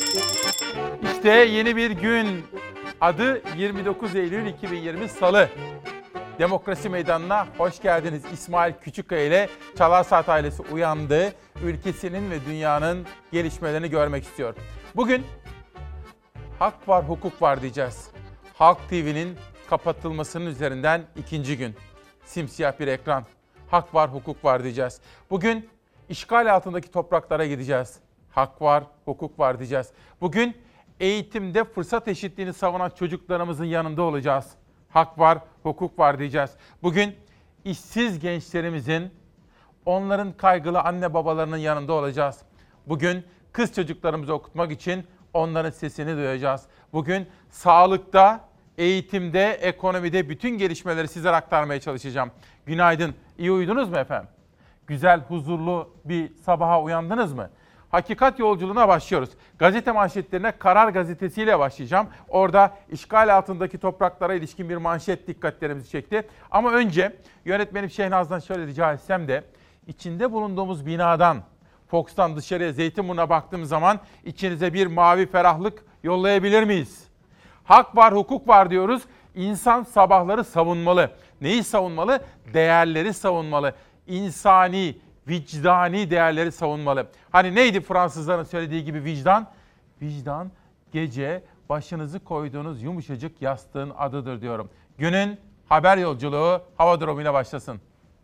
İşte yeni bir gün. Adı 29 Eylül 2020 Salı. Demokrasi Meydanı'na hoş geldiniz. İsmail Küçükkaya ile Çalar Saat ailesi uyandı. Ülkesinin ve dünyanın gelişmelerini görmek istiyor. Bugün hak var, hukuk var diyeceğiz. Halk TV'nin kapatılmasının üzerinden ikinci gün. Simsiyah bir ekran. Hak var, hukuk var diyeceğiz. Bugün işgal altındaki topraklara gideceğiz. Hak var, hukuk var diyeceğiz. Bugün eğitimde fırsat eşitliğini savunan çocuklarımızın yanında olacağız. Hak var, hukuk var diyeceğiz. Bugün işsiz gençlerimizin, onların kaygılı anne babalarının yanında olacağız. Bugün kız çocuklarımızı okutmak için onların sesini duyacağız. Bugün sağlıkta, eğitimde, ekonomide bütün gelişmeleri sizlere aktarmaya çalışacağım. Günaydın, iyi uyudunuz mu efendim? Güzel, huzurlu bir sabaha uyandınız mı? Hakikat yolculuğuna başlıyoruz. Gazete manşetlerine Karar Gazetesi ile başlayacağım. Orada işgal altındaki topraklara ilişkin bir manşet dikkatlerimizi çekti. Ama önce yönetmenim Şehnaz'dan şöyle rica etsem de içinde bulunduğumuz binadan, Fox'tan dışarıya Zeytinburnu'na baktığım zaman içinize bir mavi ferahlık yollayabilir miyiz? Hak var, hukuk var diyoruz. İnsan sabahları savunmalı. Neyi savunmalı? Değerleri savunmalı. İnsani, vicdani değerleri savunmalı. Hani neydi Fransızların söylediği gibi vicdan? Vicdan gece başınızı koyduğunuz yumuşacık yastığın adıdır diyorum. Günün haber yolculuğu hava durumuyla başlasın.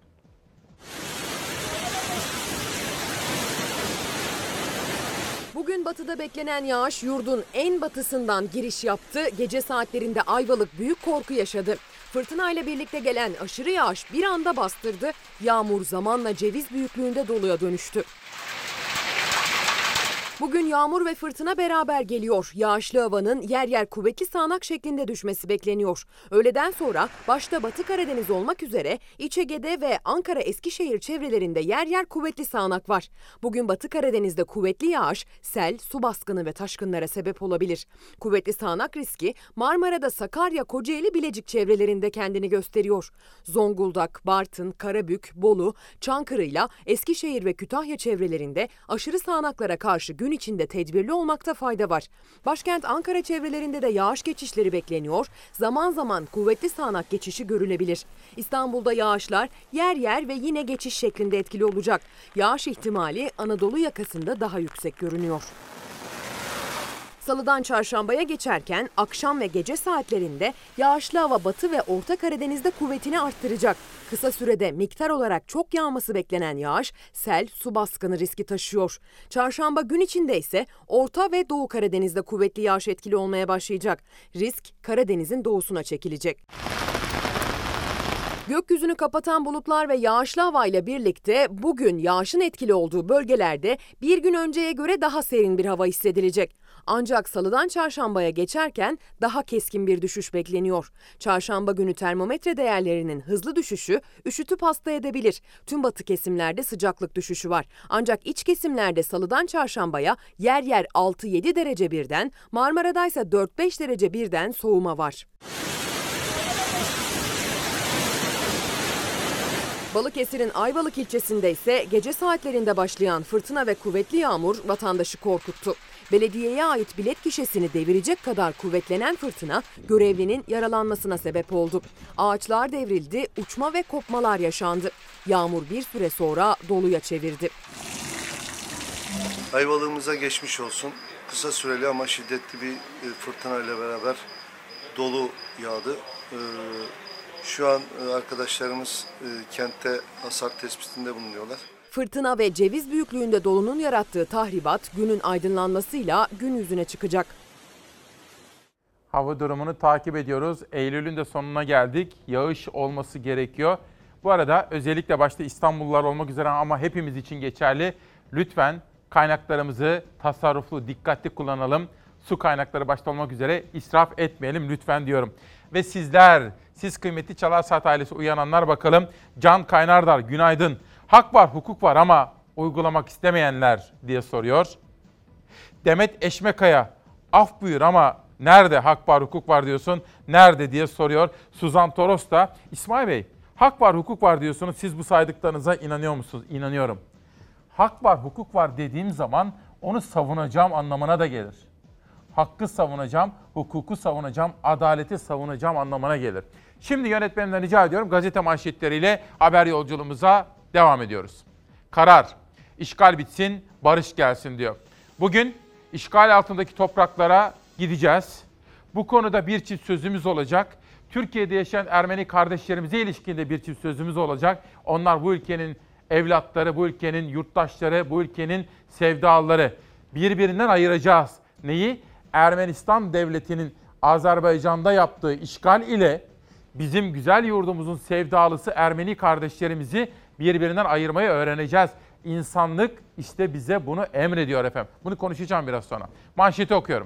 Bugün batıda beklenen yağış yurdun en batısından giriş yaptı. Gece saatlerinde Ayvalık büyük korku yaşadı. Fırtınayla birlikte gelen aşırı yağış bir anda bastırdı. Yağmur zamanla ceviz büyüklüğünde doluya dönüştü. Bugün yağmur ve fırtına beraber geliyor. Yağışlı havanın yer yer kuvvetli sağanak şeklinde düşmesi bekleniyor. Öğleden sonra başta Batı Karadeniz olmak üzere İç Ege'de ve Ankara Eskişehir çevrelerinde yer yer kuvvetli sağanak var. Bugün Batı Karadeniz'de kuvvetli yağış, sel, su baskını ve taşkınlara sebep olabilir. Kuvvetli sağanak riski Marmara'da Sakarya, Kocaeli, Bilecik çevrelerinde kendini gösteriyor. Zonguldak, Bartın, Karabük, Bolu, Çankırı'yla Eskişehir ve Kütahya çevrelerinde aşırı sağanaklara karşı gün içinde tedbirli olmakta fayda var. Başkent Ankara çevrelerinde de yağış geçişleri bekleniyor. Zaman zaman kuvvetli sağanak geçişi görülebilir. İstanbul'da yağışlar yer yer ve yine geçiş şeklinde etkili olacak. Yağış ihtimali Anadolu yakasında daha yüksek görünüyor. Salıdan çarşambaya geçerken akşam ve gece saatlerinde yağışlı hava Batı ve Orta Karadeniz'de kuvvetini arttıracak. Kısa sürede miktar olarak çok yağması beklenen yağış, sel, su baskını riski taşıyor. Çarşamba gün içinde ise Orta ve Doğu Karadeniz'de kuvvetli yağış etkili olmaya başlayacak. Risk Karadeniz'in doğusuna çekilecek. Gökyüzünü kapatan bulutlar ve yağışlı havayla birlikte bugün yağışın etkili olduğu bölgelerde bir gün önceye göre daha serin bir hava hissedilecek. Ancak salıdan çarşambaya geçerken daha keskin bir düşüş bekleniyor. Çarşamba günü termometre değerlerinin hızlı düşüşü üşütüp hasta edebilir. Tüm batı kesimlerde sıcaklık düşüşü var. Ancak iç kesimlerde salıdan çarşambaya yer yer 6-7 derece birden, Marmara'daysa 4-5 derece birden soğuma var. Balıkesir'in Ayvalık ilçesinde ise gece saatlerinde başlayan fırtına ve kuvvetli yağmur vatandaşı korkuttu. Belediyeye ait bilet gişesini devirecek kadar kuvvetlenen fırtına görevlinin yaralanmasına sebep oldu. Ağaçlar devrildi, uçma ve kopmalar yaşandı. Yağmur bir süre sonra doluya çevirdi. Ayvalık'ımıza geçmiş olsun. Kısa süreli ama şiddetli bir fırtına ile beraber dolu yağdı. Şu an arkadaşlarımız kentte hasar tespitinde bulunuyorlar. Fırtına ve ceviz büyüklüğünde dolunun yarattığı tahribat günün aydınlanmasıyla gün yüzüne çıkacak. Hava durumunu takip ediyoruz. Eylül'ün de sonuna geldik. Yağış olması gerekiyor. Bu arada özellikle başta İstanbullular olmak üzere ama hepimiz için geçerli. Lütfen kaynaklarımızı tasarruflu, dikkatli kullanalım. Su kaynakları başta olmak üzere israf etmeyelim lütfen diyorum. Ve sizler, siz kıymetli Çalar Saat ailesi uyananlar bakalım. Can Kaynardar, günaydın. Hak var, hukuk var ama uygulamak istemeyenler diye soruyor. Demet Eşmekaya, af buyur ama nerede hak var, hukuk var diyorsun, nerede diye soruyor. Suzan Toros da, İsmail Bey, hak var, hukuk var diyorsunuz, siz bu saydıklarınıza inanıyor musunuz? İnanıyorum. Hak var, hukuk var dediğim zaman onu savunacağım anlamına da gelir. hakkı savunacağım, hukuku savunacağım, adaleti savunacağım anlamına gelir. Şimdi yönetmenimden rica ediyorum, gazete manşetleriyle haber yolculuğumuza devam ediyoruz. Karar, işgal bitsin, barış gelsin diyor. Bugün işgal altındaki topraklara gideceğiz. Bu konuda bir çift sözümüz olacak. Türkiye'de yaşayan Ermeni kardeşlerimize ilişkinde bir çift sözümüz olacak. Onlar bu ülkenin evlatları, bu ülkenin yurttaşları, bu ülkenin sevdalıları. Birbirinden ayıracağız. Neyi? Ermenistan devletinin Azerbaycan'da yaptığı işgal ile bizim güzel yurdumuzun sevdalısı Ermeni kardeşlerimizi birbirinden ayırmayı öğreneceğiz. İnsanlık işte bize bunu emrediyor efendim. Bunu konuşacağım biraz sonra. Manşeti okuyorum.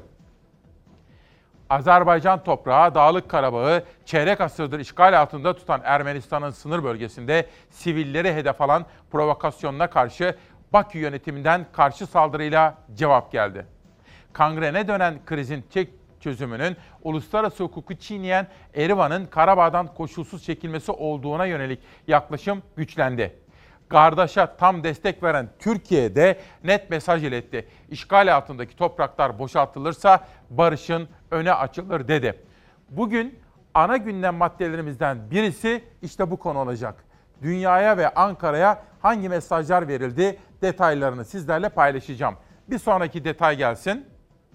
Azerbaycan toprağı, Dağlık Karabağ'ı çeyrek asırdır işgal altında tutan Ermenistan'ın sınır bölgesinde sivilleri hedef alan provokasyonuna karşı Bakü yönetiminden karşı saldırıyla cevap geldi. Kangrene dönen krizin tek çözümünün uluslararası hukuku çiğneyen Erivan'ın Karabağ'dan koşulsuz çekilmesi olduğuna yönelik yaklaşım güçlendi. Kardeşe tam destek veren Türkiye de net mesaj iletti. İşgal altındaki topraklar boşaltılırsa barışın öne açılır dedi. Bugün ana gündem maddelerimizden birisi işte bu konu olacak. Dünyaya ve Ankara'ya hangi mesajlar verildi detaylarını sizlerle paylaşacağım. Bir sonraki detay gelsin.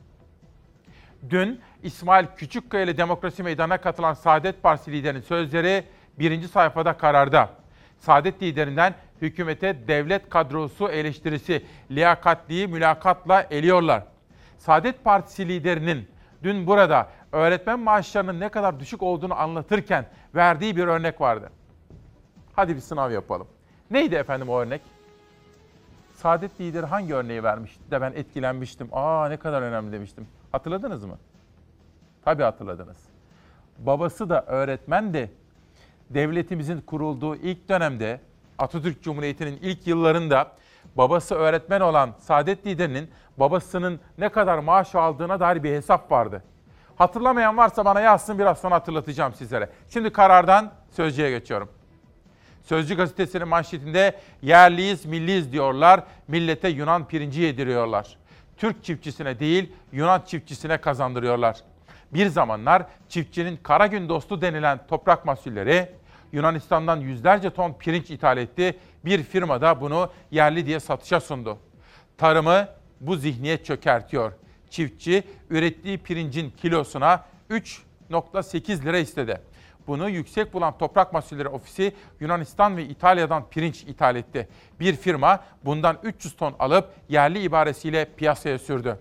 Dün İsmail Küçükkaya ile Demokrasi Meydanı'na katılan Saadet Partisi liderinin sözleri birinci sayfada kararda. Saadet liderinden hükümete devlet kadrosu eleştirisi, liyakatliyi mülakatla eliyorlar. Saadet Partisi liderinin dün burada öğretmen maaşlarının ne kadar düşük olduğunu anlatırken verdiği bir örnek vardı. Hadi bir sınav yapalım. Neydi efendim o örnek? Saadet lideri hangi örneği vermişti de ben etkilenmiştim. Ne kadar önemli demiştim. Hatırladınız mı? Tabii hatırladınız. Babası da öğretmendi. Devletimizin kurulduğu ilk dönemde, Atatürk Cumhuriyeti'nin ilk yıllarında babası öğretmen olan Saadet liderinin babasının ne kadar maaş aldığına dair bir hesap vardı. Hatırlamayan varsa bana yazsın, biraz sonra hatırlatacağım sizlere. Şimdi karardan Sözcü'ye geçiyorum. Sözcü gazetesinin manşetinde yerliyiz, milliyiz diyorlar, millete Yunan pirinci yediriyorlar. Türk çiftçisine değil, Yunan çiftçisine kazandırıyorlar. Bir zamanlar çiftçinin kara gün dostu denilen Toprak Mahsulleri Yunanistan'dan yüzlerce ton pirinç ithal etti. Bir firma da bunu yerli diye satışa sundu. Tarımı bu zihniyet çökertiyor. Çiftçi ürettiği pirincin kilosuna 3,8 lira istedi. Bunu yüksek bulan Toprak Mahsulleri Ofisi Yunanistan ve İtalya'dan pirinç ithal etti. Bir firma bundan 300 ton alıp yerli ibaresiyle piyasaya sürdü.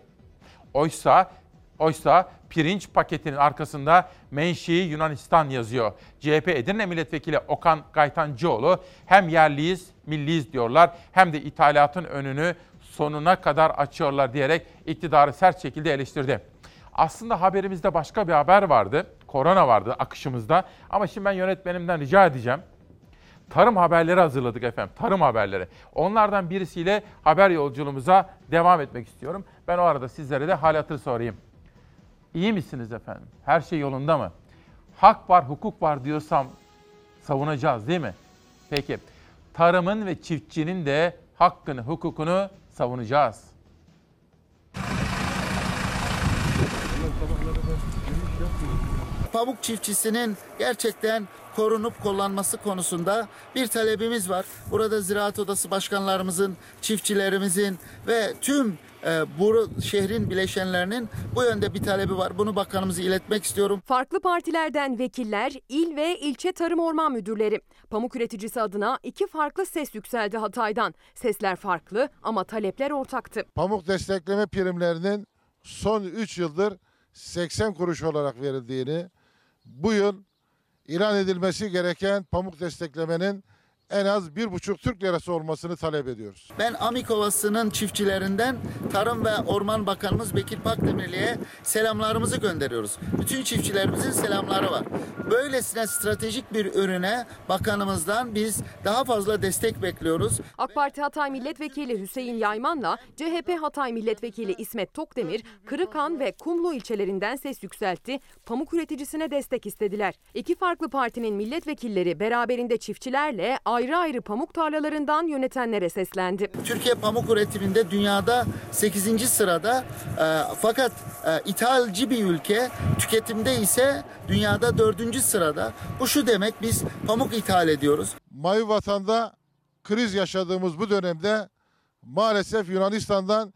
Oysa pirinç paketinin arkasında menşei Yunanistan yazıyor. CHP Edirne Milletvekili Okan Gaytancıoğlu hem yerliyiz, milliyiz diyorlar hem de ithalatın önünü sonuna kadar açıyorlar diyerek iktidarı sert şekilde eleştirdi. Aslında haberimizde başka bir haber vardı. Korona vardı akışımızda. Ama şimdi ben yönetmenimden rica edeceğim. Tarım haberleri hazırladık efendim. Tarım haberleri. Onlardan birisiyle haber yolculuğumuza devam etmek istiyorum. Ben o arada sizlere de hal hatır sorayım. İyi misiniz efendim? Her şey yolunda mı? Hak var, hukuk var diyorsam savunacağız değil mi? Peki. Tarımın ve çiftçinin de hakkını, hukukunu savunacağız. Pamuk çiftçisinin gerçekten korunup kollanması konusunda bir talebimiz var. Burada Ziraat Odası başkanlarımızın, çiftçilerimizin ve tüm bu şehrin bileşenlerinin bu yönde bir talebi var. Bunu bakanımıza iletmek istiyorum. Farklı partilerden vekiller, il ve ilçe tarım orman müdürleri. Pamuk üreticisi adına 2 farklı ses yükseldi Hatay'dan. Sesler farklı ama talepler ortaktı. Pamuk destekleme primlerinin son 3 yıldır 80 kuruş olarak verildiğini, bu yıl ilan edilmesi gereken pamuk desteklemenin en az 1,5 Türk lirası olmasını talep ediyoruz. Ben Amik Ovası'nın çiftçilerinden Tarım ve Orman Bakanımız Bekir Pakdemirli'ye selamlarımızı gönderiyoruz. Bütün çiftçilerimizin selamları var. Böylesine stratejik bir ürüne bakanımızdan biz daha fazla destek bekliyoruz. AK Parti Hatay Milletvekili Hüseyin Yayman'la CHP Hatay Milletvekili İsmet Tokdemir, Kırıkhan ve Kumlu ilçelerinden ses yükseltti. Pamuk üreticisine destek istediler. 2 farklı partinin milletvekilleri beraberinde çiftçilerle ayrı ayrı pamuk tarlalarından yönetenlere seslendi. Türkiye pamuk üretiminde dünyada 8. sırada fakat ithalci bir ülke, tüketimde ise dünyada 4. sırada. Bu şu demek, biz pamuk ithal ediyoruz. Mavi Vatan'da kriz yaşadığımız bu dönemde maalesef Yunanistan'dan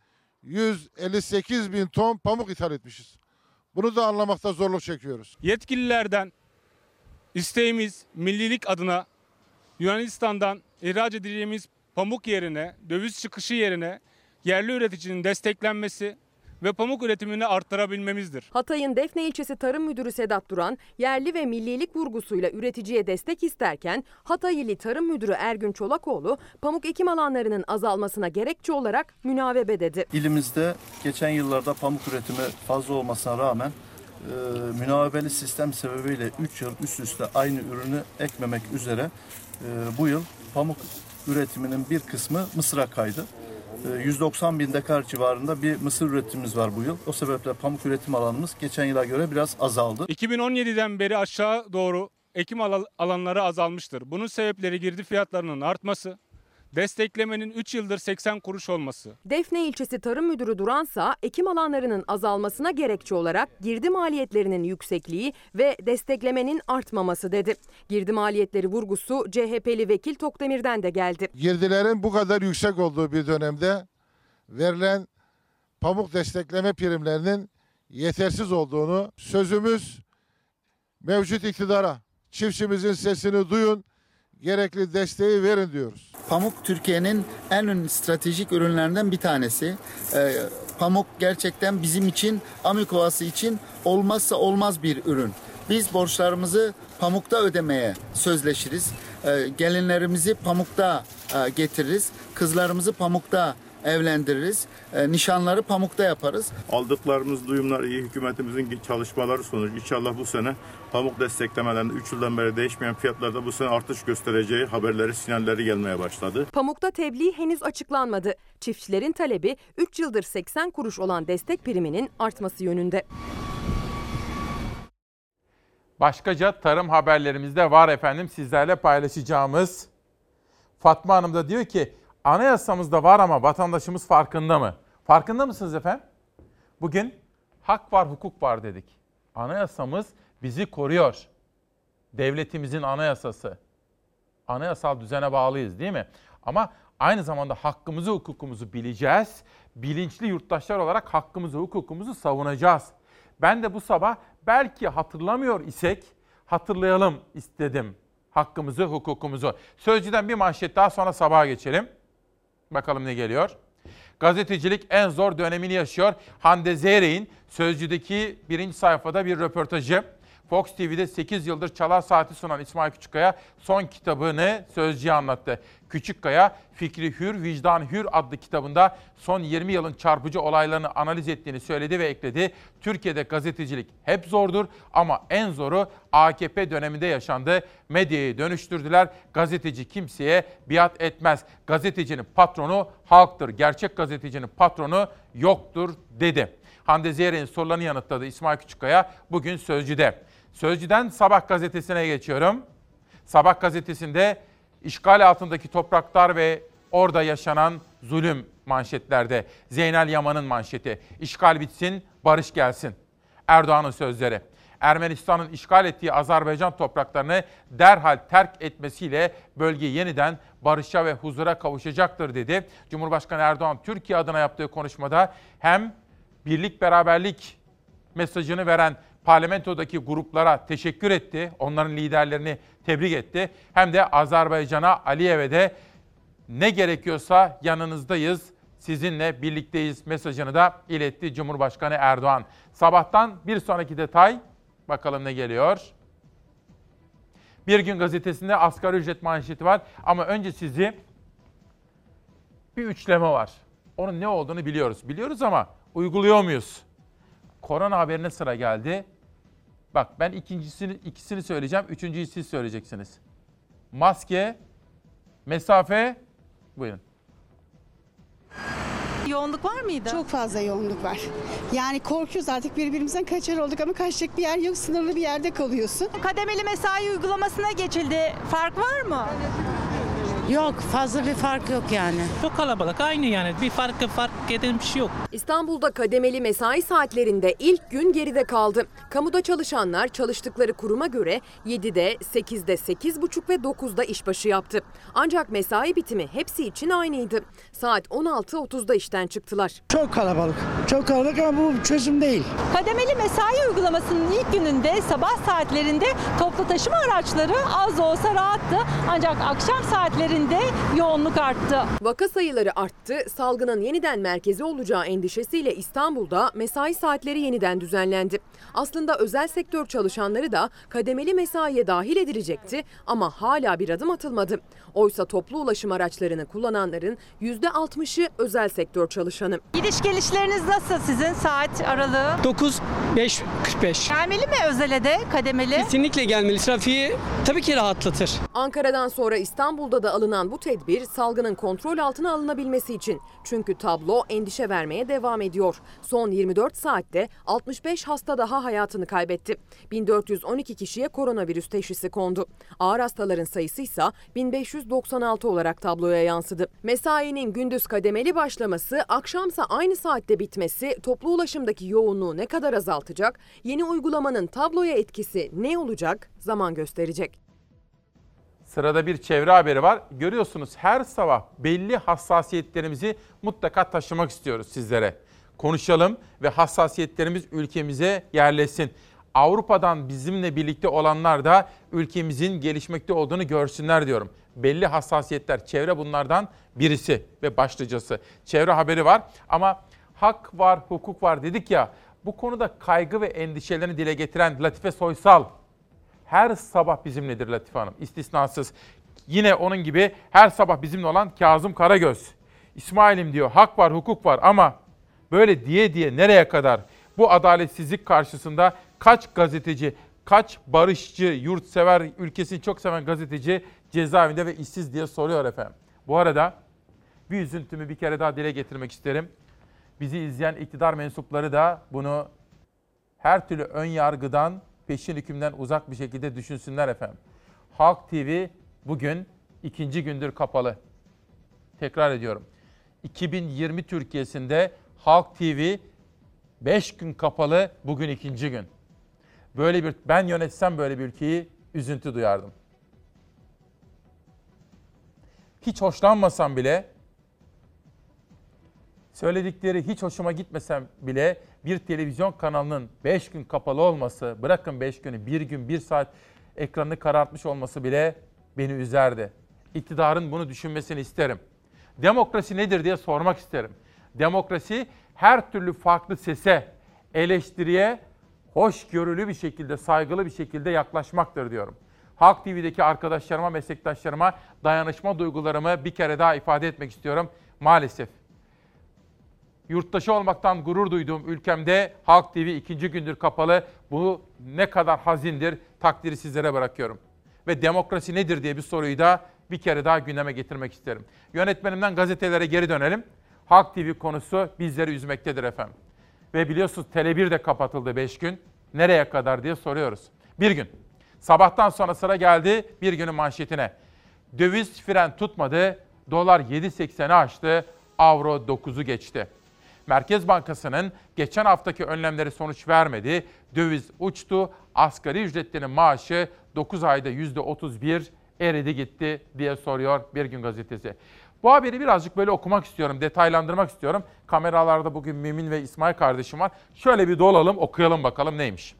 158 bin ton pamuk ithal etmişiz. Bunu da anlamakta zorluk çekiyoruz. Yetkililerden isteğimiz millilik adına Yunanistan'dan ihraç edeceğimiz pamuk yerine, döviz çıkışı yerine yerli üreticinin desteklenmesi ve pamuk üretimini arttırabilmemizdir. Hatay'ın Defne ilçesi Tarım Müdürü Sedat Duran, yerli ve millilik vurgusuyla üreticiye destek isterken Hatay İli Tarım Müdürü Ergün Çolakoğlu, pamuk ekim alanlarının azalmasına gerekçe olarak münavebe dedi. İlimizde geçen yıllarda pamuk üretimi fazla olmasına rağmen münavebeli sistem sebebiyle 3 yıl üst üste aynı ürünü ekmemek üzere bu yıl pamuk üretiminin bir kısmı Mısır'a kaydı. 190 bin dekar civarında bir mısır üretimimiz var bu yıl. O sebeple pamuk üretim alanımız geçen yıla göre biraz azaldı. 2017'den beri aşağı doğru ekim alanları azalmıştır. Bunun sebepleri girdi fiyatlarının artması, desteklemenin 3 yıldır 80 kuruş olması. Defne ilçesi Tarım Müdürü Duransa, ekim alanlarının azalmasına gerekçe olarak girdi maliyetlerinin yüksekliği ve desteklemenin artmaması dedi. Girdi maliyetleri vurgusu CHP'li vekil Tokdemir'den de geldi. Girdilerin bu kadar yüksek olduğu bir dönemde verilen pamuk destekleme primlerinin yetersiz olduğunu, sözümüz mevcut iktidara, çiftçimizin sesini duyun, gerekli desteği verin diyoruz. Pamuk Türkiye'nin en stratejik ürünlerinden bir tanesi. Pamuk gerçekten bizim için, Amik Ovası için olmazsa olmaz bir ürün. Biz borçlarımızı pamukta ödemeye sözleşiriz. Gelinlerimizi pamukta getiririz. Kızlarımızı pamukta evlendiririz. Nişanları pamukta yaparız. Aldıklarımız duyumlar iyi, hükümetimizin çalışmaları sonucu inşallah bu sene pamuk desteklemelerinde 3 yıldan beri değişmeyen fiyatlarda bu sene artış göstereceği haberleri, sinyalleri gelmeye başladı. Pamukta tebliğ henüz açıklanmadı. Çiftçilerin talebi 3 yıldır 80 kuruş olan destek priminin artması yönünde. Başkaca tarım haberlerimizde var efendim sizlerle paylaşacağımız. Fatma Hanım da diyor ki anayasamızda var ama vatandaşımız farkında mı? Farkında mısınız efendim? Bugün hak var, hukuk var dedik. Anayasamız bizi koruyor. Devletimizin anayasası. Anayasal düzene bağlıyız değil mi? Ama aynı zamanda hakkımızı, hukukumuzu bileceğiz. Bilinçli yurttaşlar olarak hakkımızı, hukukumuzu savunacağız. Ben de bu sabah belki hatırlamıyor isek hatırlayalım istedim hakkımızı, hukukumuzu. Sözcü'den bir manşet daha sonra sabaha geçelim. Bakalım ne geliyor? Gazetecilik en zor dönemini yaşıyor. Hande Zeyrek'in Sözcü'deki birinci sayfada bir röportajı. Fox TV'de 8 yıldır Çalar Saati sunan İsmail Küçükkaya son kitabını Sözcü'ye anlattı. Küçükkaya, Fikri Hür, Vicdan Hür adlı kitabında son 20 yılın çarpıcı olaylarını analiz ettiğini söyledi ve ekledi. Türkiye'de gazetecilik hep zordur ama en zoru AKP döneminde yaşandı. Medyayı dönüştürdüler. Gazeteci kimseye biat etmez. Gazetecinin patronu halktır. Gerçek gazetecinin patronu yoktur dedi. Hande Zeyrek'in sorularını yanıtladı İsmail Küçükkaya bugün Sözcü'de. Sözcü'den Sabah gazetesine geçiyorum. Sabah gazetesinde işgal altındaki topraklar ve orada yaşanan zulüm manşetlerde. Zeynel Yaman'ın manşeti. İşgal bitsin, barış gelsin. Erdoğan'ın sözleri. Ermenistan'ın işgal ettiği Azerbaycan topraklarını derhal terk etmesiyle bölge yeniden barışa ve huzura kavuşacaktır dedi. Cumhurbaşkanı Erdoğan Türkiye adına yaptığı konuşmada hem birlik beraberlik mesajını veren parlamentodaki gruplara teşekkür etti. Onların liderlerini tebrik etti. Hem de Azerbaycan'a, Aliyev'e de ne gerekiyorsa yanınızdayız, sizinle birlikteyiz mesajını da iletti Cumhurbaşkanı Erdoğan. Sabahtan bir sonraki detay, bakalım ne geliyor. Bir Gün Gazetesi'nde asgari ücret manşeti var ama önce sizi bir üçleme var. Onun ne olduğunu biliyoruz. Biliyoruz ama uyguluyor muyuz? Korona haberine sıra geldi. Bak ben ikisini söyleyeceğim. Üçüncüyü siz söyleyeceksiniz. Maske, mesafe, buyurun. Yoğunluk var mıydı? Çok fazla yoğunluk var. Yani korkuyoruz artık birbirimizden kaçar olduk ama kaçacak bir yer yok. Sınırlı bir yerde kalıyorsun. Kademeli mesai uygulamasına geçildi. Fark var mı? Yok, fazla bir fark yok yani. Çok kalabalık, aynı yani. Bir fark eden bir şey yok. İstanbul'da kademeli mesai saatlerinde ilk gün geride kaldı. Kamuda çalışanlar çalıştıkları kuruma göre 7'de, 8'de, 8.30 ve 9'da işbaşı yaptı. Ancak mesai bitimi hepsi için aynıydı. Saat 16.30'da işten çıktılar. Çok kalabalık. Çok kalabalık ama bu çözüm değil. Kademeli mesai uygulamasının ilk gününde sabah saatlerinde toplu taşıma araçları az da olsa rahattı. Ancak akşam saatlerinde yoğunluk arttı. Vaka sayıları arttı. Salgının yeniden merkezi olacağı endişesiyle İstanbul'da mesai saatleri yeniden düzenlendi. Aslında özel sektör çalışanları da kademeli mesaiye dahil edilecekti ama hala bir adım atılmadı. Oysa toplu ulaşım araçlarını kullananların %60'ı özel sektör çalışanı. Gidiş gelişleriniz nasıl sizin saat aralığı? 9-5-45. Gelmeli mi özele de kademeli? Kesinlikle gelmeli. Trafiği tabii ki rahatlatır. Ankara'dan sonra İstanbul'da da alınan bu tedbir salgının kontrol altına alınabilmesi için. Çünkü tablo endişe vermeye devam ediyor. Son 24 saatte 65 hasta daha hayatını kaybetti. 1412 kişiye koronavirüs teşhisi kondu. Ağır hastaların sayısı ise 1596 olarak tabloya yansıdı. Mesainin gündüz kademeli başlaması, akşamsa aynı saatte bitmesi toplu ulaşımdaki yoğunluğu ne kadar azaltacak? Yeni uygulamanın tabloya etkisi ne olacak? Zaman gösterecek. Sırada bir çevre haberi var. Görüyorsunuz her sabah belli hassasiyetlerimizi mutlaka taşımak istiyoruz sizlere. Konuşalım ve hassasiyetlerimiz ülkemize yerleşsin. Avrupa'dan bizimle birlikte olanlar da ülkemizin gelişmekte olduğunu görsünler diyorum. Belli hassasiyetler, çevre bunlardan birisi ve başlıcası. Çevre haberi var ama hak var, hukuk var dedik ya. Bu konuda kaygı ve endişelerini dile getiren Latife Soysal her sabah bizimledir Latife Hanım, istisnasız. Yine onun gibi her sabah bizimle olan Kazım Karagöz. İsmail'im diyor, hak var, hukuk var ama böyle diye nereye kadar? Bu adaletsizlik karşısında kaç gazeteci, kaç barışçı, yurtsever, ülkesini çok seven gazeteci cezaevinde ve işsiz diye soruyor efendim. Bu arada bir üzüntümü bir kere daha dile getirmek isterim. Bizi izleyen iktidar mensupları da bunu her türlü ön yargıdan, peşin hükümden uzak bir şekilde düşünsünler efendim. Halk TV bugün 2. gündür kapalı. Tekrar ediyorum. 2020 Türkiye'sinde Halk TV 5 gün kapalı, bugün 2. gün. Ben yönetsem böyle bir ülkeyi üzüntü duyardım. Hiç hoşlanmasam bile, söyledikleri hiç hoşuma gitmesem bile bir televizyon kanalının 5 gün kapalı olması, bırakın 5 günü, 1 gün, 1 saat ekranını karartmış olması bile beni üzerdi. İktidarın bunu düşünmesini isterim. Demokrasi nedir diye sormak isterim. Demokrasi her türlü farklı sese, eleştiriye hoşgörülü bir şekilde, saygılı bir şekilde yaklaşmaktır diyorum. Halk TV'deki arkadaşlarıma, meslektaşlarıma dayanışma duygularımı bir kere daha ifade etmek istiyorum. Maalesef yurttaşı olmaktan gurur duyduğum ülkemde Halk TV 2. gündür kapalı. Bu ne kadar hazindir, takdiri sizlere bırakıyorum. Ve demokrasi nedir diye bir soruyu da bir kere daha gündeme getirmek isterim. Yönetmenimden gazetelere geri dönelim. Halk TV konusu bizleri üzmektedir efendim. Ve biliyorsunuz Tele1 de kapatıldı 5 gün. Nereye kadar diye soruyoruz. Bir gün. Sabahtan sonra sıra geldi bir günün manşetine. Döviz fren tutmadı, dolar 7.80'i aştı, avro 9'u geçti. Merkez Bankası'nın geçen haftaki önlemleri sonuç vermedi. Döviz uçtu, asgari ücretlinin maaşı 9 ayda %31 eridi gitti diye soruyor Bir Gün Gazetesi. Bu haberi birazcık böyle okumak istiyorum, detaylandırmak istiyorum. Kameralarda bugün Mümin ve İsmail kardeşim var. Şöyle bir dolalım, okuyalım bakalım neymiş.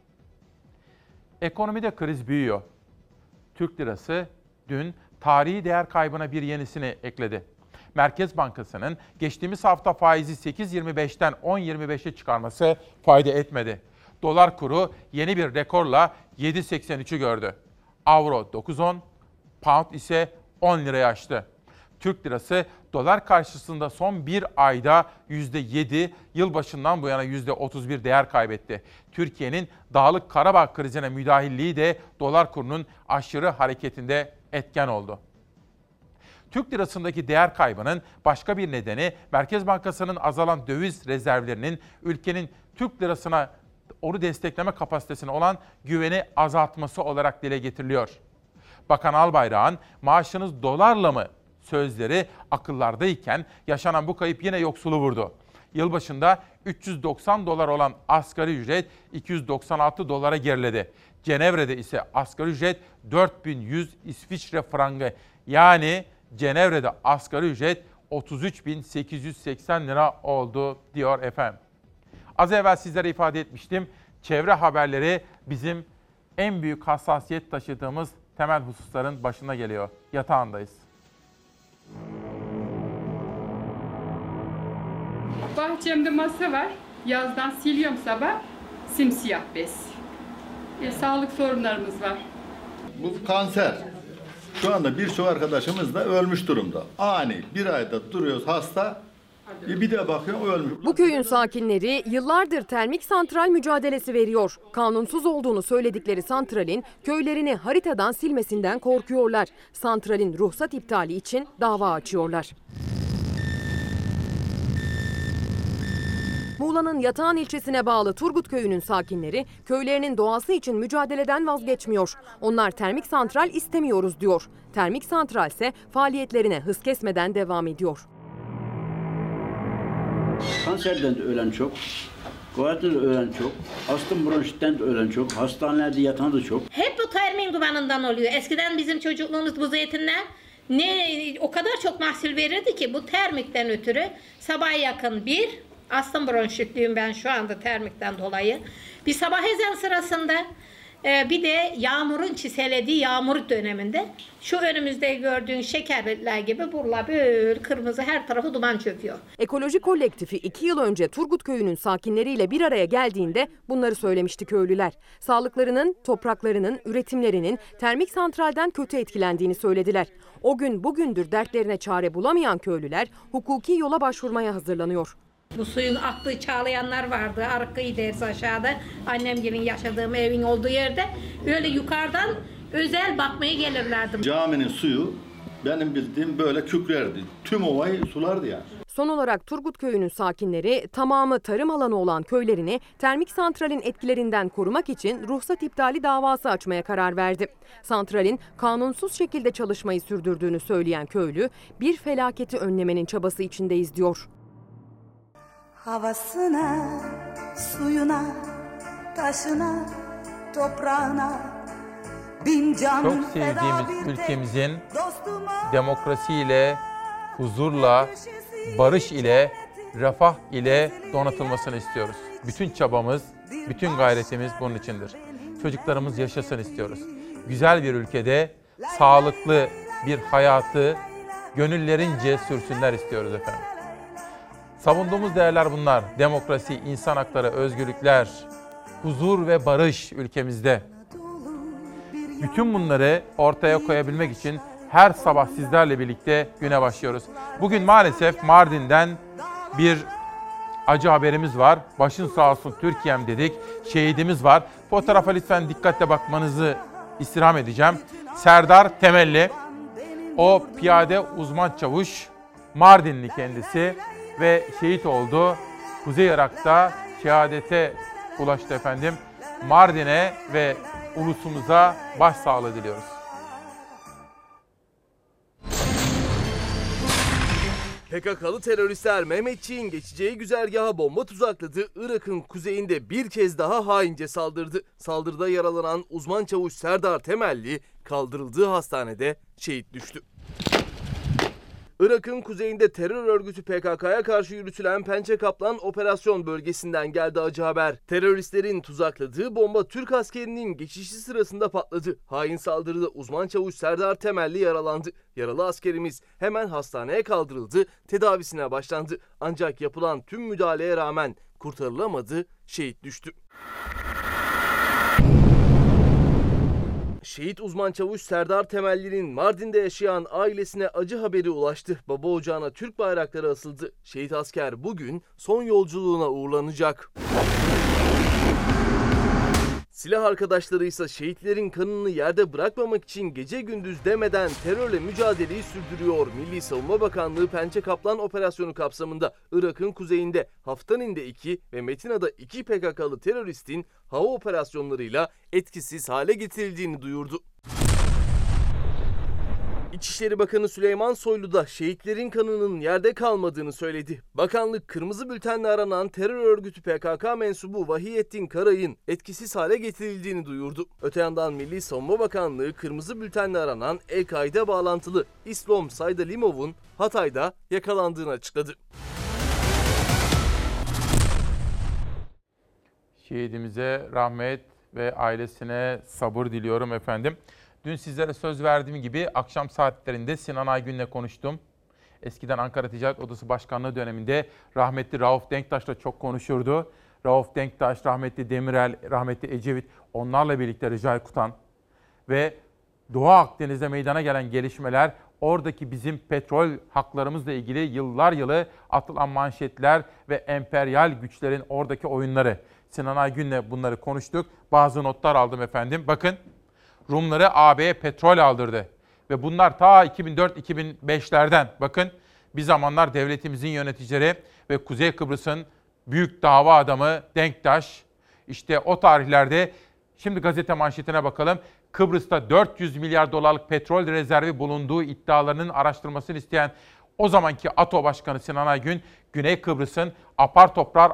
Ekonomide kriz büyüyor. Türk lirası dün tarihi değer kaybına bir yenisini ekledi. Merkez Bankası'nın geçtiğimiz hafta faizi 8.25'ten 10.25'e çıkarması fayda etmedi. Dolar kuru yeni bir rekorla 7.83'ü gördü. Avro 9.10, pound ise 10 liraya aştı. Türk lirası dolar karşısında son bir ayda %7, yılbaşından bu yana %31 değer kaybetti. Türkiye'nin Dağlık Karabağ krizine müdahilliği de dolar kurunun aşırı hareketinde etken oldu. Türk lirasındaki değer kaybının başka bir nedeni Merkez Bankası'nın azalan döviz rezervlerinin ülkenin Türk lirasına onu destekleme kapasitesine olan güveni azaltması olarak dile getiriliyor. Bakan Albayrak'ın maaşınız dolarla mı sözleri akıllardayken yaşanan bu kayıp yine yoksulu vurdu. Yılbaşında 390 dolar olan asgari ücret 296 dolara geriledi. Cenevre'de ise asgari ücret 4100 İsviçre frangı. Yani Cenevre'de asgari ücret 33.880 lira oldu diyor efendim. Az evvel sizlere ifade etmiştim. Çevre haberleri bizim en büyük hassasiyet taşıdığımız temel hususların başına geliyor. Yatağındayız. Bahçemde masa var. Yazdan siliyorum sabah. Simsiyah bez. Sağlık sorunlarımız var. Bu kanser. Şu anda birçok arkadaşımız da ölmüş durumda. Ani bir ayda duruyoruz hasta. Bir de bakıyorum ölmüş. Bu köyün sakinleri yıllardır termik santral mücadelesi veriyor. Kanunsuz olduğunu söyledikleri santralin köylerini haritadan silmesinden korkuyorlar. Santralin ruhsat iptali için dava açıyorlar. Muğla'nın Yatağan ilçesine bağlı Turgut Köyü'nün sakinleri köylerinin doğası için mücadeleden vazgeçmiyor. Onlar termik santral istemiyoruz diyor. Termik santral ise faaliyetlerine hız kesmeden devam ediyor. Kanserden de ölen çok, kovadan da ölen çok, astım bronşitten de ölen çok, hastanelerde yatan da çok. Hep bu termin dumanından oluyor. Eskiden bizim çocukluğumuz bu zeytinler o kadar çok mahsul verirdi ki bu termikten ötürü sabaha yakın astım bronşitliyim ben şu anda termikten dolayı. Bir sabah ezan sırasında bir de yağmurun çiselediği yağmur döneminde şu önümüzde gördüğün şekerler gibi burla böyle kırmızı her tarafı duman çöküyor. Ekoloji kolektifi 2 yıl önce Turgut Köyü'nün sakinleriyle bir araya geldiğinde bunları söylemişti köylüler. Sağlıklarının, topraklarının, üretimlerinin termik santralden kötü etkilendiğini söylediler. O gün bugündür dertlerine çare bulamayan köylüler hukuki yola başvurmaya hazırlanıyor. Bu suyun aktığı çağlayanlar vardı. Arkayı deriz aşağıda. Annemgilin yaşadığım evin olduğu yerde. Öyle yukarıdan özel bakmaya gelirlerdi. Caminin suyu benim bildiğim böyle kükrerdi. Tüm ovayı sulardı yani. Son olarak Turgut Köyü'nün sakinleri tamamı tarım alanı olan köylerini termik santralin etkilerinden korumak için ruhsat iptali davası açmaya karar verdi. Santralin kanunsuz şekilde çalışmayı sürdürdüğünü söyleyen köylü bir felaketi önlemenin çabası içindeyiz diyor. Havasına, suyuna, taşına, toprağına bin can çok sevdiğimiz ülkemizin demokrasiyle, huzurla, barış ile, refah ile donatılmasını istiyoruz. Bütün çabamız, bütün gayretimiz bunun içindir. Çocuklarımız yaşasın istiyoruz. Güzel bir ülkede sağlıklı bir hayatı gönüllerince sürsünler istiyoruz efendim. Savunduğumuz değerler bunlar. Demokrasi, insan hakları, özgürlükler, huzur ve barış ülkemizde. Bütün bunları ortaya koyabilmek için her sabah sizlerle birlikte güne başlıyoruz. Bugün maalesef Mardin'den bir acı haberimiz var. Başın sağ olsun Türkiye'm dedik. Şehidimiz var. Fotoğrafa lütfen dikkatle bakmanızı istirham edeceğim. Serdar Temelli, o piyade uzman çavuş, Mardinli kendisi ve şehit oldu. Kuzey Irak'ta şehadete ulaştı efendim. Mardin'e ve ulusumuza başsağlığı diliyoruz. PKK'lı teröristler Mehmetçiğin geçeceği güzergaha bomba tuzakladı. Irak'ın kuzeyinde bir kez daha haince saldırdı. Saldırıda yaralanan uzman çavuş Serdar Temelli kaldırıldığı hastanede şehit düştü. Irak'ın kuzeyinde terör örgütü PKK'ya karşı yürütülen Pençe Kaplan operasyon bölgesinden geldi acı haber. Teröristlerin tuzakladığı bomba Türk askerinin geçişi sırasında patladı. Hain saldırıda uzman çavuş Serdar Temelli yaralandı. Yaralı askerimiz hemen hastaneye kaldırıldı, tedavisine başlandı. Ancak yapılan tüm müdahaleye rağmen kurtarılamadı, şehit düştü. Şehit uzman çavuş Serdar Temelli'nin Mardin'de yaşayan ailesine acı haberi ulaştı. Baba ocağına Türk bayrakları asıldı. Şehit asker bugün son yolculuğuna uğurlanacak. Silah arkadaşları ise şehitlerin kanını yerde bırakmamak için gece gündüz demeden terörle mücadeleyi sürdürüyor. Milli Savunma Bakanlığı Pençe Kaplan operasyonu kapsamında Irak'ın kuzeyinde Haftanin'de 2 ve Metina'da 2 PKK'lı teröristin hava operasyonlarıyla etkisiz hale getirildiğini duyurdu. İçişleri Bakanı Süleyman Soylu da şehitlerin kanının yerde kalmadığını söyledi. Bakanlık kırmızı bültenle aranan terör örgütü PKK mensubu Vahiyettin Karay'ın etkisiz hale getirildiğini duyurdu. Öte yandan Milli Savunma Bakanlığı kırmızı bültenle aranan El-Kaide bağlantılı İslom Saydalimov'un Hatay'da yakalandığını açıkladı. Şehidimize rahmet ve ailesine sabır diliyorum efendim. Dün sizlere söz verdiğim gibi akşam saatlerinde Sinan Aygün'le konuştum. Eskiden Ankara Ticaret Odası Başkanlığı döneminde rahmetli Rauf Denktaş'la çok konuşurdu. Rauf Denktaş, rahmetli Demirel, rahmetli Ecevit, onlarla birlikte Recai Kutan ve Doğu Akdeniz'de meydana gelen gelişmeler, oradaki bizim petrol haklarımızla ilgili yıllar yılı atılan manşetler ve emperyal güçlerin oradaki oyunları. Sinan Aygün'le bunları konuştuk. Bazı notlar aldım efendim. Bakın, Rumları AB'ye petrol aldırdı. Ve bunlar ta 2004-2005'lerden. Bakın, bir zamanlar devletimizin yöneticileri ve Kuzey Kıbrıs'ın büyük dava adamı Denktaş, işte o tarihlerde, şimdi gazete manşetine bakalım. Kıbrıs'ta 400 milyar dolarlık petrol rezervi bulunduğu iddialarının araştırmasını isteyen o zamanki ATO Başkanı Sinan Aygün, Güney Kıbrıs'ın apar toplar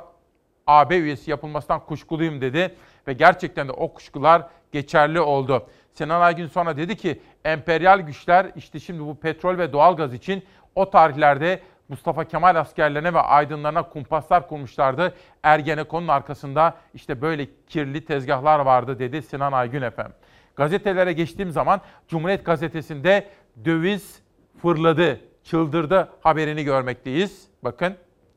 AB üyesi yapılmasından kuşkuluyum dedi ve gerçekten de o kuşkular geçerli oldu. Sinan Aygün sonra dedi ki emperyal güçler işte şimdi bu petrol ve doğalgaz için o tarihlerde Mustafa Kemal askerlerine ve aydınlarına kumpaslar kurmuşlardı. Ergenekon'un arkasında işte böyle kirli tezgahlar vardı dedi Sinan Aygün efendim. Gazetelere geçtiğim zaman Cumhuriyet Gazetesi'nde döviz fırladı, çıldırdı haberini görmekteyiz. Bakın,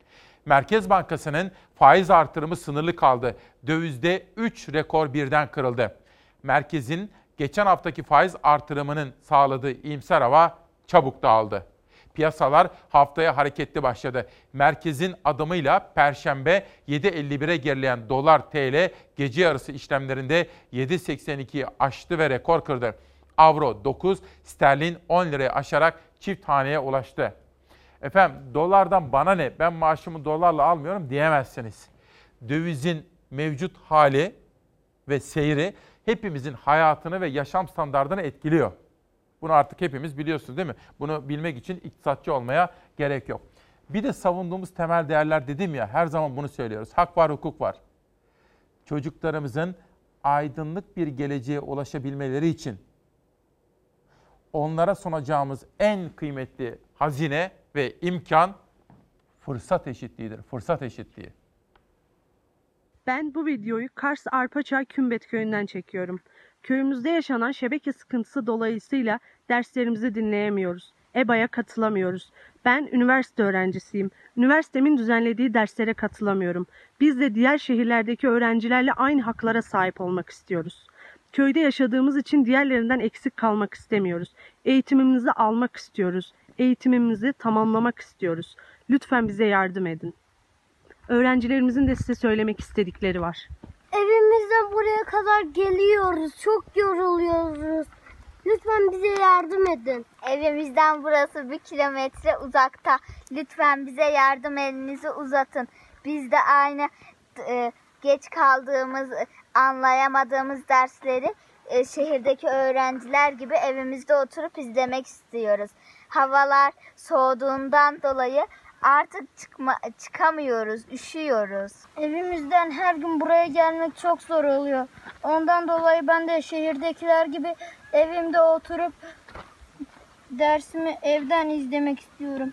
Merkez Bankası'nın faiz artırımı sınırlı kaldı. Dövizde 3 rekor birden kırıldı. Merkezin geçen haftaki faiz artırımının sağladığı iyimser hava çabuk dağıldı. Piyasalar haftaya hareketli başladı. Merkezin adımıyla Perşembe 7.51'e gerileyen dolar TL gece yarısı işlemlerinde 7.82'yi aştı ve rekor kırdı. Avro 9, sterlin 10 liraya aşarak çift haneye ulaştı. Efendim dolardan bana ne, ben maaşımı dolarla almıyorum diyemezsiniz. Dövizin mevcut hali ve seyri hepimizin hayatını ve yaşam standardını etkiliyor. Bunu artık hepimiz biliyorsunuz değil mi? Bunu bilmek için iktisatçı olmaya gerek yok. Bir de savunduğumuz temel değerler dedim ya, her zaman bunu söylüyoruz. Hak var, hukuk var. Çocuklarımızın aydınlık bir geleceğe ulaşabilmeleri için onlara sunacağımız en kıymetli hazine ve imkan fırsat eşitliğidir. Fırsat eşitliği. Ben bu videoyu Kars Arpaçay Kümbet Köyü'nden çekiyorum. Köyümüzde yaşanan şebeke sıkıntısı dolayısıyla derslerimizi dinleyemiyoruz. EBA'ya katılamıyoruz. Ben üniversite öğrencisiyim. Üniversitemin düzenlediği derslere katılamıyorum. Biz de diğer şehirlerdeki öğrencilerle aynı haklara sahip olmak istiyoruz. Köyde yaşadığımız için diğerlerinden eksik kalmak istemiyoruz. Eğitimimizi almak istiyoruz. Eğitimimizi tamamlamak istiyoruz. Lütfen bize yardım edin. Öğrencilerimizin de size söylemek istedikleri var. Evimizden buraya kadar geliyoruz. Çok yoruluyoruz. Lütfen bize yardım edin. Evimizden burası 1 kilometre uzakta. Lütfen bize yardım elinizi uzatın. Biz de aynı geç kaldığımız, anlayamadığımız dersleri şehirdeki öğrenciler gibi evimizde oturup izlemek istiyoruz. Havalar soğuduğundan dolayı artık çıkamıyoruz, üşüyoruz. Evimizden her gün buraya gelmek çok zor oluyor. Ondan dolayı ben de şehirdekiler gibi evimde oturup dersimi evden izlemek istiyorum.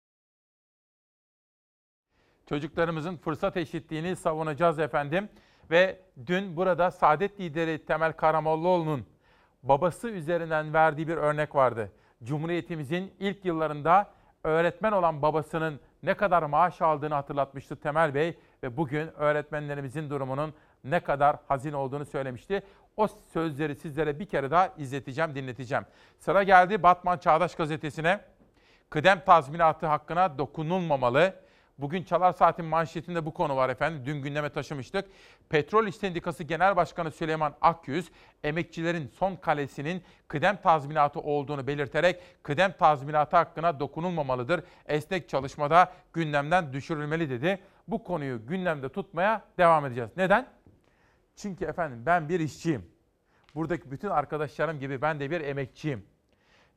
Çocuklarımızın fırsat eşitliğini savunacağız efendim. Ve dün burada Saadet lideri Temel Karamollaoğlu'nun babası üzerinden verdiği bir örnek vardı. Cumhuriyetimizin ilk yıllarında öğretmen olan babasının ne kadar maaş aldığını hatırlatmıştı Temel Bey ve bugün öğretmenlerimizin durumunun ne kadar hazin olduğunu söylemişti. O sözleri sizlere bir kere daha izleteceğim, dinleteceğim. Sıra geldi Batman Çağdaş Gazetesi'ne. Kıdem tazminatı hakkına dokunulmamalı. Bugün Çalar Saat'in manşetinde bu konu var efendim. Dün gündeme taşımıştık. Petrol İş Sendikası Genel Başkanı Süleyman Akyüz, emekçilerin son kalesinin kıdem tazminatı olduğunu belirterek kıdem tazminatı hakkına dokunulmamalıdır. Esnek çalışmada gündemden düşürülmeli dedi. Bu konuyu gündemde tutmaya devam edeceğiz. Neden? Çünkü efendim ben bir işçiyim. Buradaki bütün arkadaşlarım gibi ben de bir emekçiyim.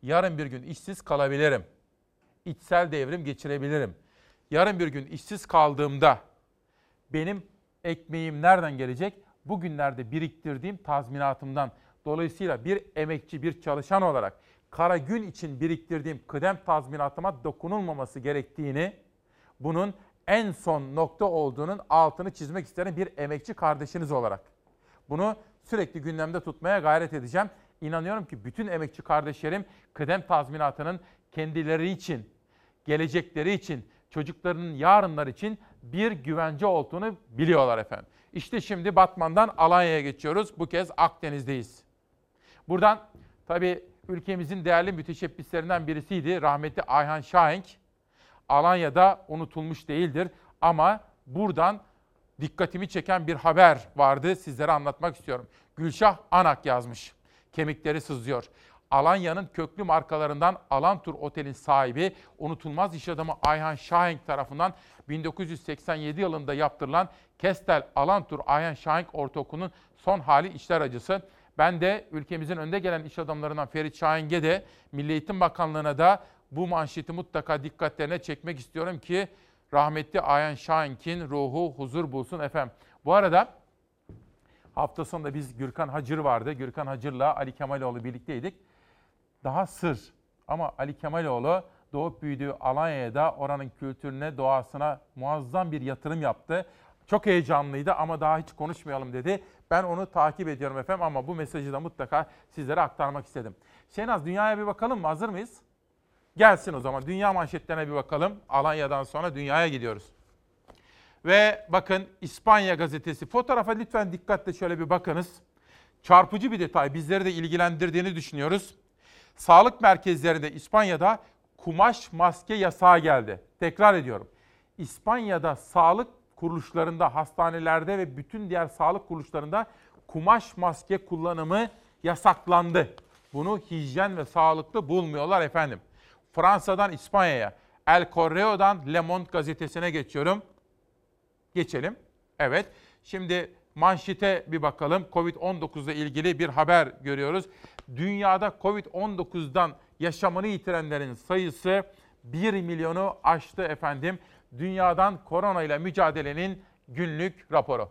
Yarın bir gün işsiz kalabilirim. İçsel devrim geçirebilirim. Yarın bir gün işsiz kaldığımda benim ekmeğim nereden gelecek? Bugünlerde biriktirdiğim tazminatımdan. Dolayısıyla bir emekçi, bir çalışan olarak kara gün için biriktirdiğim kıdem tazminatıma dokunulmaması gerektiğini, bunun en son nokta olduğunun altını çizmek isteyen bir emekçi kardeşiniz olarak. Bunu sürekli gündemde tutmaya gayret edeceğim. İnanıyorum ki bütün emekçi kardeşlerim kıdem tazminatının kendileri için, gelecekleri için, çocuklarının yarınlar için bir güvence olduğunu biliyorlar efendim. İşte şimdi Batman'dan Alanya'ya geçiyoruz. Bu kez Akdeniz'deyiz. Buradan tabii ülkemizin değerli müteşebbislerinden birisiydi rahmetli Ayhan Şahenk. Alanya'da unutulmuş değildir ama buradan dikkatimi çeken bir haber vardı. Sizlere anlatmak istiyorum. Gülşah Anak yazmış. Kemikleri sızlıyor. Alanya'nın köklü markalarından Alantur Otel'in sahibi, unutulmaz iş adamı Ayhan Şahenk tarafından 1987 yılında yaptırılan Kestel Alantur Ayhan Şahenk Ortaokulu'nun son hali içler acısı. Ben de ülkemizin önde gelen iş adamlarından Ferit Şahenk'e de Milli Eğitim Bakanlığı'na da bu manşeti mutlaka dikkatlerine çekmek istiyorum ki rahmetli Ayhan Şahenk'in ruhu huzur bulsun efendim. Bu arada hafta sonunda biz Gürkan Hacır vardı. Gürkan Hacır'la Ali Kemaloğlu birlikteydik. Daha sır ama Ali Kemaloğlu doğup büyüdüğü Alanya'ya da oranın kültürüne, doğasına muazzam bir yatırım yaptı. Çok heyecanlıydı ama daha hiç konuşmayalım dedi. Ben onu takip ediyorum efendim ama bu mesajı da mutlaka sizlere aktarmak istedim. Şenaz, dünyaya bir bakalım mı? Hazır mıyız? Gelsin o zaman. Dünya manşetlerine bir bakalım. Alanya'dan sonra dünyaya gidiyoruz. Ve bakın İspanya gazetesi. Fotoğrafa lütfen dikkatle şöyle bir bakınız. Çarpıcı bir detay. Bizleri de ilgilendirdiğini düşünüyoruz. Sağlık merkezlerinde İspanya'da kumaş maske yasağı geldi. Tekrar ediyorum. İspanya'da sağlık kuruluşlarında, hastanelerde ve bütün diğer sağlık kuruluşlarında kumaş maske kullanımı yasaklandı. Bunu hijyen ve sağlıklı bulmuyorlar efendim. Fransa'dan İspanya'ya, El Correo'dan Le Monde gazetesine geçiyorum. Geçelim. Evet. Şimdi manşete bir bakalım. Covid-19 ile ilgili bir haber görüyoruz. Dünyada Covid-19'dan yaşamını yitirenlerin sayısı 1 milyonu aştı efendim. Dünyadan korona ile mücadelenin günlük raporu.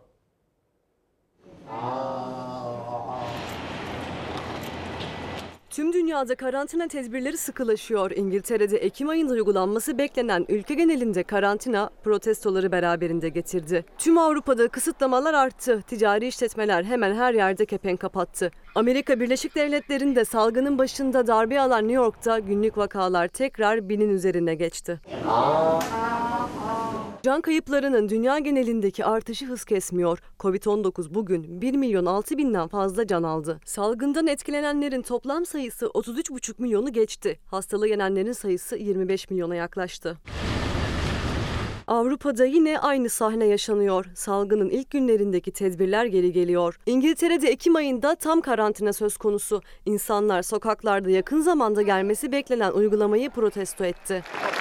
Tüm dünyada karantina tedbirleri sıkılaşıyor. İngiltere'de Ekim ayında uygulanması beklenen ülke genelinde karantina protestoları beraberinde getirdi. Tüm Avrupa'da kısıtlamalar arttı. Ticari işletmeler hemen her yerde kepenk kapattı. Amerika Birleşik Devletleri'nde salgının başında darbe alan New York'ta günlük vakalar tekrar 1000'in üzerine geçti. Can kayıplarının dünya genelindeki artışı hız kesmiyor. Covid-19 bugün 1 milyon 6 binden fazla can aldı. Salgından etkilenenlerin toplam sayısı 33,5 milyonu geçti. Hastalığı yenenlerin sayısı 25 milyona yaklaştı. Avrupa'da yine aynı sahne yaşanıyor. Salgının ilk günlerindeki tedbirler geri geliyor. İngiltere'de Ekim ayında tam karantina söz konusu. İnsanlar sokaklarda yakın zamanda gelmesi beklenen uygulamayı protesto etti.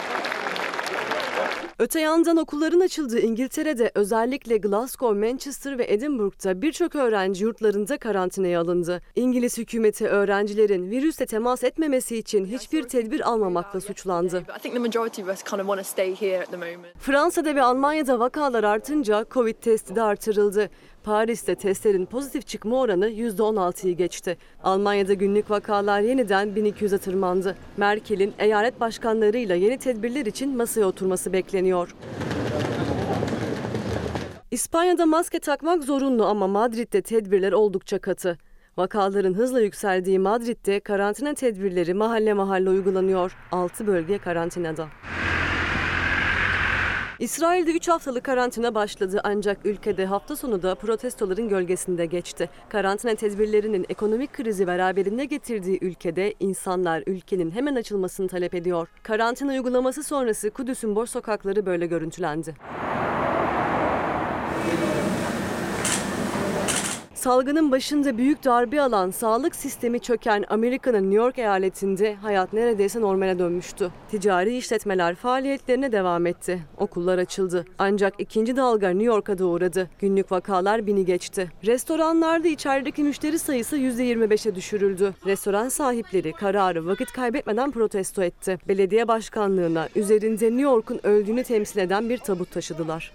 Öte yandan okulların açıldığı İngiltere'de özellikle Glasgow, Manchester ve Edinburgh'da birçok öğrenci yurtlarında karantinaya alındı. İngiliz hükümeti öğrencilerin virüsle temas etmemesi için hiçbir tedbir almamakla suçlandı. Fransa'da ve Almanya'da vakalar artınca Covid testi de artırıldı. Paris'te testlerin pozitif çıkma oranı %16'yı geçti. Almanya'da günlük vakalar yeniden 1200'e tırmandı. Merkel'in eyalet başkanlarıyla yeni tedbirler için masaya oturması bekleniyor. İspanya'da maske takmak zorunlu ama Madrid'de tedbirler oldukça katı. Vakaların hızla yükseldiği Madrid'de karantina tedbirleri mahalle mahalle uygulanıyor. 6 bölge karantinada. İsrail'de 3 haftalık karantina başladı ancak ülkede hafta sonu da protestoların gölgesinde geçti. Karantina tedbirlerinin ekonomik krizi beraberinde getirdiği ülkede insanlar ülkenin hemen açılmasını talep ediyor. Karantina uygulaması sonrası Kudüs'ün boş sokakları böyle görüntülendi. Salgının başında büyük darbe alan, sağlık sistemi çöken Amerika'nın New York eyaletinde hayat neredeyse normale dönmüştü. Ticari işletmeler faaliyetlerine devam etti. Okullar açıldı. Ancak ikinci dalga New York'a da uğradı. Günlük vakalar 1000'i geçti. Restoranlarda içerideki müşteri sayısı %25'e düşürüldü. Restoran sahipleri kararı vakit kaybetmeden protesto etti. Belediye başkanlığına üzerinde New York'un öldüğünü temsil eden bir tabut taşıdılar.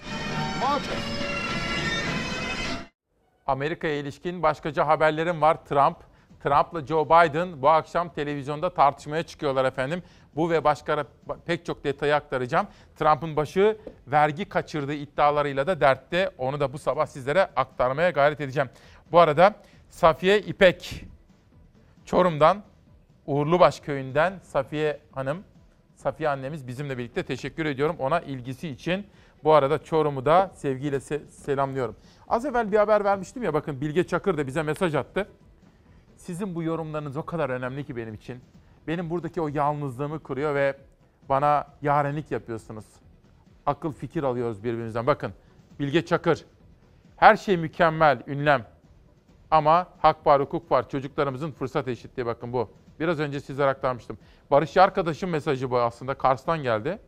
Amerika'ya ilişkin başkaca haberlerim var. Trump'la Joe Biden bu akşam televizyonda tartışmaya çıkıyorlar efendim. Bu ve başka pek çok detayı aktaracağım. Trump'ın başı vergi kaçırdığı iddialarıyla da dertte. Onu da bu sabah sizlere aktarmaya gayret edeceğim. Bu arada Safiye İpek, Çorum'dan, Uğurlubaş köyünden Safiye Hanım, Safiye annemiz bizimle birlikte, teşekkür ediyorum ona ilgisi için. Bu arada Çorum'u da sevgiyle selamlıyorum. Az evvel bir haber vermiştim ya, bakın Bilge Çakır da bize mesaj attı. Sizin bu yorumlarınız o kadar önemli ki benim için. Benim buradaki o yalnızlığımı kuruyor ve bana yarenlik yapıyorsunuz. Akıl fikir alıyoruz birbirimizden. Bakın Bilge Çakır, her şey mükemmel, ünlem. Ama hak var, hukuk var. Çocuklarımızın fırsat eşitliği, bakın bu. Biraz önce sizlere aktarmıştım. Barış arkadaşım mesajı bu aslında. Kars'tan geldi.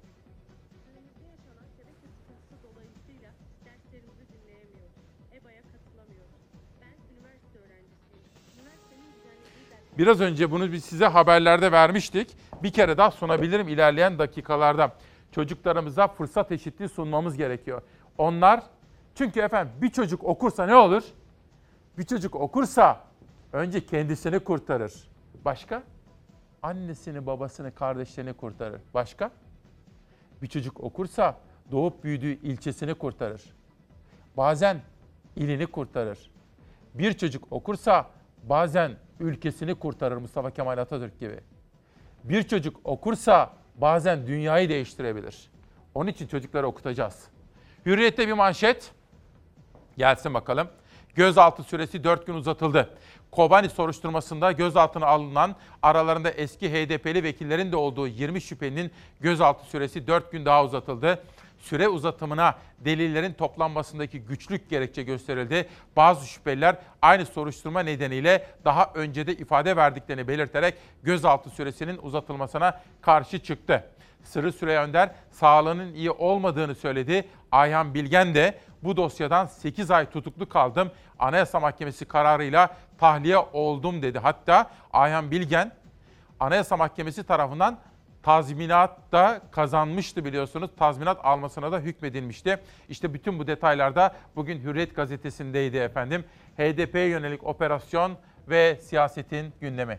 Biraz önce bunu biz size haberlerde vermiştik. Bir kere daha sunabilirim ilerleyen dakikalarda. Çocuklarımıza fırsat eşitliği sunmamız gerekiyor. Onlar, çünkü efendim bir çocuk okursa ne olur? Bir çocuk okursa önce kendisini kurtarır. Başka? Annesini, babasını, kardeşlerini kurtarır. Başka? Bir çocuk okursa doğup büyüdüğü ilçesini kurtarır. Bazen ilini kurtarır. Bir çocuk okursa bazen ülkesini kurtarır, Mustafa Kemal Atatürk gibi. Bir çocuk okursa bazen dünyayı değiştirebilir. Onun için çocukları okutacağız. Hürriyet'te bir manşet. Gelsin bakalım. Gözaltı süresi 4 gün uzatıldı. Kobani soruşturmasında gözaltına alınan, aralarında eski HDP'li vekillerin de olduğu 20 şüphelinin gözaltı süresi 4 gün daha uzatıldı. Süre uzatımına delillerin toplanmasındaki güçlük gerekçe gösterildi. Bazı şüpheliler aynı soruşturma nedeniyle daha önce de ifade verdiklerini belirterek gözaltı süresinin uzatılmasına karşı çıktı. Sırrı Süreyya Önder sağlığının iyi olmadığını söyledi. Ayhan Bilgen de bu dosyadan 8 ay tutuklu kaldım, Anayasa Mahkemesi kararıyla tahliye oldum dedi. Hatta Ayhan Bilgen Anayasa Mahkemesi tarafından tazminat da kazanmıştı biliyorsunuz. Tazminat almasına da hükmedilmişti. İşte bütün bu detaylarda bugün Hürriyet gazetesindeydi efendim. HDP'ye yönelik operasyon ve siyasetin gündemi.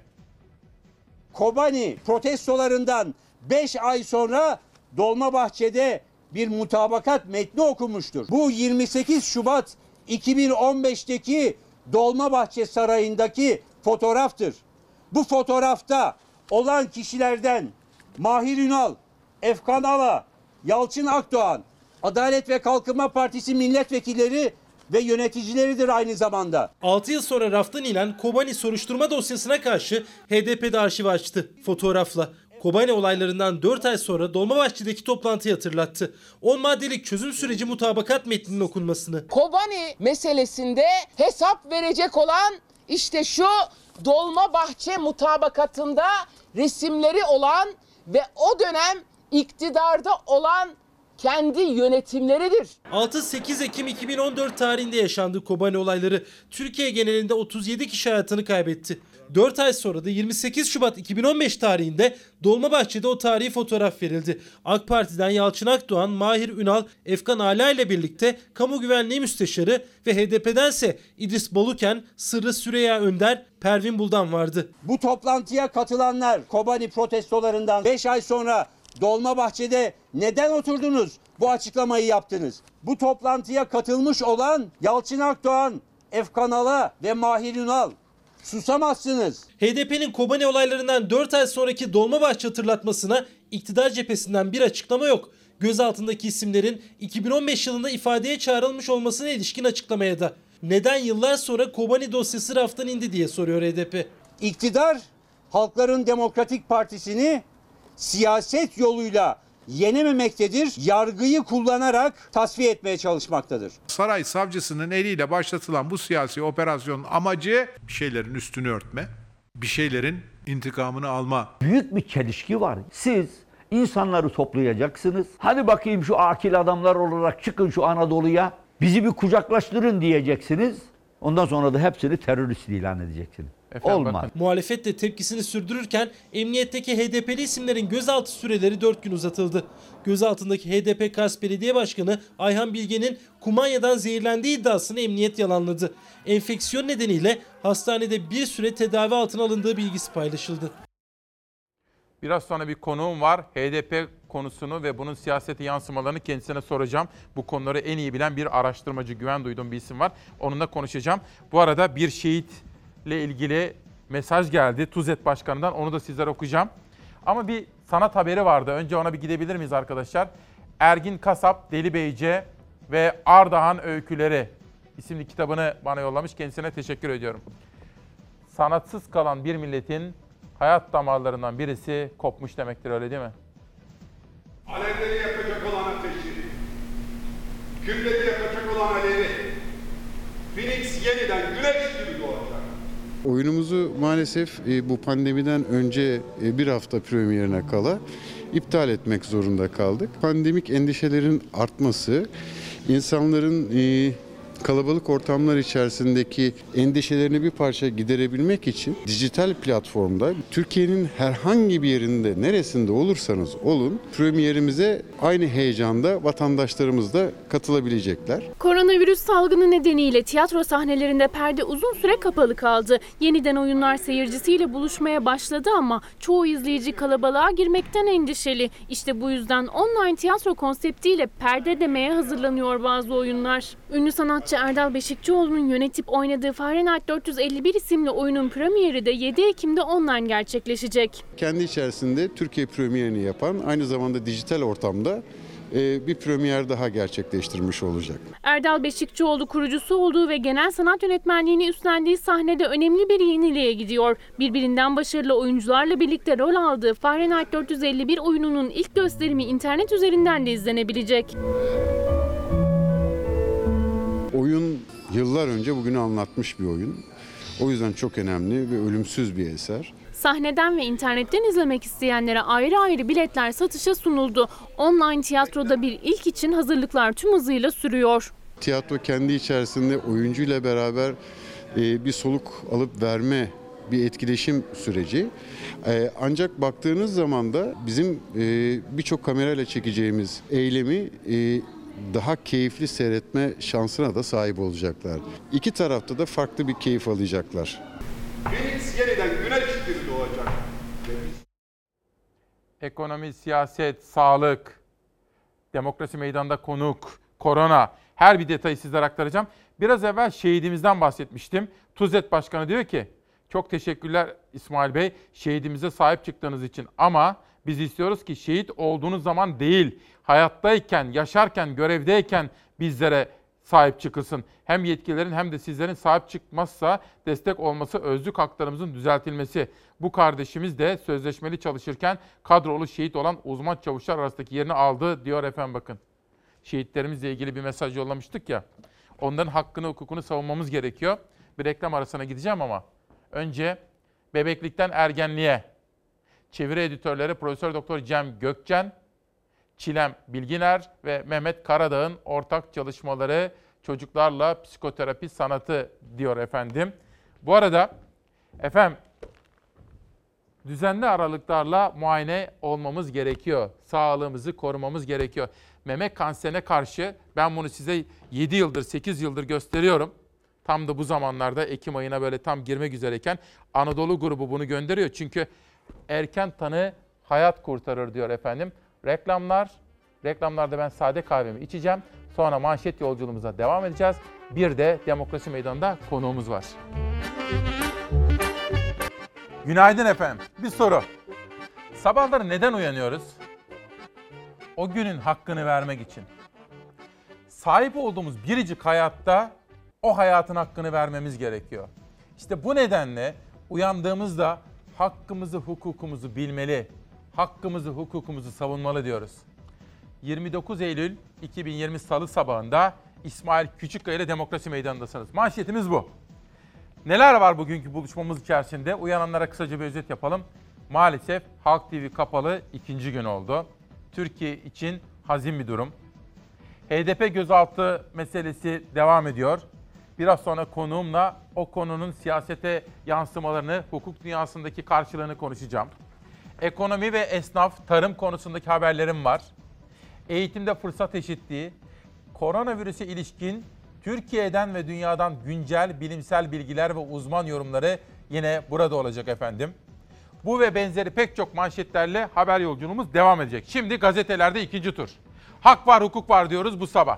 Kobani protestolarından 5 ay sonra Dolmabahçe'de bir mutabakat metni okunmuştur. Bu 28 Şubat 2015'teki Dolmabahçe Sarayı'ndaki fotoğraftır. Bu fotoğrafta olan kişilerden Mahir Ünal, Efkan Ala, Yalçın Akdoğan, Adalet ve Kalkınma Partisi milletvekilleri ve yöneticileridir aynı zamanda. 6 yıl sonra raftan inen Kobani soruşturma dosyasına karşı HDP'de arşiv açtı fotoğrafla. Kobani olaylarından 4 ay sonra Dolmabahçe'deki toplantıyı hatırlattı. 10 maddelik çözüm süreci mutabakat metninin okunmasını. Kobani meselesinde hesap verecek olan işte şu Dolmabahçe mutabakatında resimleri olan ve o dönem iktidarda olan kendi yönetimleridir. 6-8 Ekim 2014 tarihinde yaşandı Kobani olayları. Türkiye genelinde 37 kişi hayatını kaybetti. 4 ay sonra da 28 Şubat 2015 tarihinde Dolmabahçe'de o tarihi fotoğraf verildi. AK Parti'den Yalçın Akdoğan, Mahir Ünal, Efkan Ala ile birlikte Kamu Güvenliği Müsteşarı ve HDP'dense İdris Baluken, Sırrı Süreyya Önder, Pervin Buldan vardı. Bu toplantıya katılanlar Kobani protestolarından 5 ay sonra Dolmabahçe'de neden oturdunuz? Bu açıklamayı yaptınız. Bu toplantıya katılmış olan Yalçın Akdoğan, Efkan Ala ve Mahir Ünal. Susamazsınız. HDP'nin Kobani olaylarından 4 ay sonraki Dolmabahçe hatırlatmasına iktidar cephesinden bir açıklama yok. Gözaltındaki isimlerin 2015 yılında ifadeye çağrılmış olmasına ilişkin açıklamaya da. Neden yıllar sonra Kobani dosyası raftan indi diye soruyor HDP. İktidar Halkların Demokratik Partisi'ni siyaset yoluyla yenememektedir. Yargıyı kullanarak tasfiye etmeye çalışmaktadır. Saray savcısının eliyle başlatılan bu siyasi operasyonun amacı bir şeylerin üstünü örtme, bir şeylerin intikamını alma. Büyük bir çelişki var. Siz insanları toplayacaksınız. Hadi bakayım şu akil adamlar olarak çıkın şu Anadolu'ya. Bizi bir kucaklaştırın diyeceksiniz. Ondan sonra da hepsini terörist ilan edeceksiniz. Olmaz. Muhalefet de tepkisini sürdürürken emniyetteki HDP'li isimlerin gözaltı süreleri 4 gün uzatıldı. Gözaltındaki HDP Kars Belediye Başkanı Ayhan Bilge'nin kumanyadan zehirlendiği iddiasını emniyet yalanladı. Enfeksiyon nedeniyle hastanede bir süre tedavi altına alındığı bilgisi paylaşıldı. Biraz sonra bir konuğum var. HDP konusunu ve bunun siyasete yansımalarını kendisine soracağım. Bu konuları en iyi bilen bir araştırmacı, güven duyduğum bir isim var. Onunla konuşacağım. Bu arada bir şehitle ilgili mesaj geldi TUZET Başkanı'ndan. Onu da sizlere okuyacağım. Ama bir sanat haberi vardı. Önce ona bir gidebilir miyiz arkadaşlar? Ergin Kasap, Deli Beyce ve Ardahan Öyküleri isimli kitabını bana yollamış. Kendisine teşekkür ediyorum. Sanatsız kalan bir milletin hayat damarlarından birisi kopmuş demektir, öyle değil mi? Alevleri yakacak olan ateşi, külleri yakacak olan alevi, Phoenix yeniden güneş gibi doğacak. Oyunumuzu maalesef bu pandemiden önce bir hafta premierine kala iptal etmek zorunda kaldık. Pandemik endişelerin artması, insanların kalabalık ortamlar içerisindeki endişelerini bir parça giderebilmek için dijital platformda Türkiye'nin herhangi bir yerinde, neresinde olursanız olun, premierimize aynı heyecanda vatandaşlarımız da katılabilecekler. Koronavirüs salgını nedeniyle tiyatro sahnelerinde perde uzun süre kapalı kaldı. Yeniden oyunlar seyircisiyle buluşmaya başladı ama çoğu izleyici kalabalığa girmekten endişeli. İşte bu yüzden online tiyatro konseptiyle perde demeye hazırlanıyor bazı oyunlar. Ünlü sanatçı Erdal Beşikçioğlu'nun yönetip oynadığı Fahrenheit 451 isimli oyunun premieri de 7 Ekim'de online gerçekleşecek. Kendi içerisinde Türkiye premierini yapan, aynı zamanda dijital ortamda bir premier daha gerçekleştirmiş olacak. Erdal Beşikçioğlu kurucusu olduğu ve genel sanat yönetmenliğini üstlendiği sahnede önemli bir yeniliğe gidiyor. Birbirinden başarılı oyuncularla birlikte rol aldığı Fahrenheit 451 oyununun ilk gösterimi internet üzerinden de izlenebilecek. Oyun yıllar önce bugünü anlatmış bir oyun. O yüzden çok önemli ve ölümsüz bir eser. Sahneden ve internetten izlemek isteyenlere ayrı ayrı biletler satışa sunuldu. Online tiyatroda bir ilk için hazırlıklar tüm hızıyla sürüyor. Tiyatro kendi içerisinde oyuncuyla beraber bir soluk alıp verme, bir etkileşim süreci. Ancak baktığınız zaman da bizim birçok kamerayla çekeceğimiz eylemi daha keyifli seyretme şansına da sahip olacaklar. İki tarafta da farklı bir keyif alacaklar. Phoenix yeniden güneş gibi doğacak. Ekonomi, siyaset, sağlık, demokrasi meydanında konuk, korona, her bir detayı sizlere aktaracağım. Biraz evvel şehidimizden bahsetmiştim. TUZET Başkanı diyor ki, çok teşekkürler İsmail Bey, şehidimize sahip çıktığınız için ama biz istiyoruz ki şehit olduğunuz zaman değil, hayattayken, yaşarken, görevdeyken bizlere sahip çıkılsın. Hem yetkililerin hem de sizlerin sahip çıkmazsa destek olması, özlük haklarımızın düzeltilmesi. Bu kardeşimiz de sözleşmeli çalışırken kadrolu şehit olan uzman çavuşlar arasındaki yerini aldı diyor efendim bakın. Şehitlerimizle ilgili bir mesaj yollamıştık ya. Onların hakkını, hukukunu savunmamız gerekiyor. Bir reklam arasına gideceğim ama önce bebeklikten ergenliğe. Çeviri editörleri Profesör Doktor Cem Gökçen, Çilem Bilginer ve Mehmet Karadağ'ın ortak çalışmaları çocuklarla psikoterapi sanatı diyor efendim. Bu arada efendim düzenli aralıklarla muayene olmamız gerekiyor. Sağlığımızı korumamız gerekiyor. Meme kanserine karşı ben bunu size 7 yıldır 8 yıldır gösteriyorum. Tam da bu zamanlarda Ekim ayına böyle tam girmek üzereyken Anadolu grubu bunu gönderiyor. Çünkü erken tanı hayat kurtarır diyor efendim. Reklamlarda ben sade kahvemi içeceğim. Sonra manşet yolculuğumuza devam edeceğiz. Bir de Demokrasi Meydanı'nda konuğumuz var. Günaydın efendim. Bir soru. Sabahları neden uyanıyoruz? O günün hakkını vermek için. Sahip olduğumuz biricik hayatta o hayatın hakkını vermemiz gerekiyor. İşte bu nedenle uyandığımızda hakkımızı, hukukumuzu bilmeli, hakkımızı, hukukumuzu savunmalı diyoruz. 29 Eylül 2020 Salı sabahında İsmail Küçükkaya ile Demokrasi Meydanı'ndasınız. Manşetimiz bu. Neler var bugünkü buluşmamız içerisinde? Uyananlara kısaca bir özet yapalım. Maalesef Halk TV kapalı ikinci gün oldu. Türkiye için hazin bir durum. HDP gözaltı meselesi devam ediyor. Biraz sonra konuğumla o konunun siyasete yansımalarını, hukuk dünyasındaki karşılığını konuşacağım. Ekonomi ve esnaf, tarım konusundaki haberlerim var. Eğitimde fırsat eşitliği, koronavirüse ilişkin Türkiye'den ve dünyadan güncel bilimsel bilgiler ve uzman yorumları yine burada olacak efendim. Bu ve benzeri pek çok manşetlerle haber yolculuğumuz devam edecek. Şimdi gazetelerde ikinci tur. Hak var, hukuk var diyoruz bu sabah.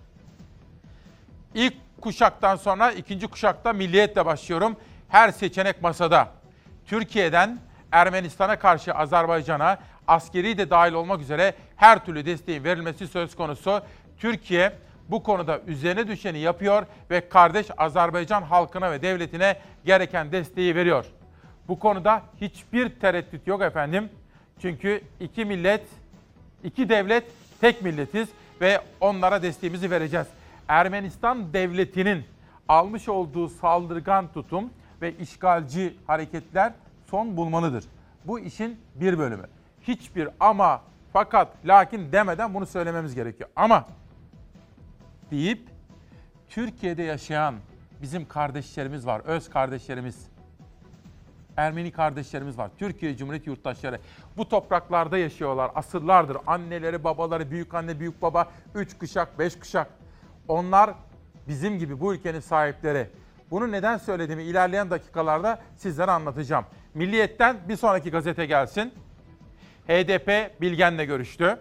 İlk kuşaktan sonra ikinci kuşakta Milliyet'le başlıyorum. Her seçenek masada. Türkiye'den Ermenistan'a karşı Azerbaycan'a askeri de dahil olmak üzere her türlü desteğin verilmesi söz konusu. Türkiye bu konuda üzerine düşeni yapıyor ve kardeş Azerbaycan halkına ve devletine gereken desteği veriyor. Bu konuda hiçbir tereddüt yok efendim. Çünkü iki millet, iki devlet, tek milletiz ve onlara desteğimizi vereceğiz. Ermenistan devletinin almış olduğu saldırgan tutum ve işgalci hareketler son bulmalıdır. Bu işin bir bölümü. Hiçbir ama, fakat, lakin demeden bunu söylememiz gerekiyor. Ama deyip Türkiye'de yaşayan bizim kardeşlerimiz var, öz kardeşlerimiz, Ermeni kardeşlerimiz var, Türkiye Cumhuriyeti yurttaşları. Bu topraklarda yaşıyorlar, asırlardır. Anneleri, babaları, büyük anne, büyük baba, 3 kuşak, 5 kuşak. Onlar bizim gibi bu ülkenin sahipleri. Bunu neden söylediğimi ilerleyen dakikalarda sizlere anlatacağım. Milliyet'ten bir sonraki gazete gelsin. HDP Bilgen'le görüştü.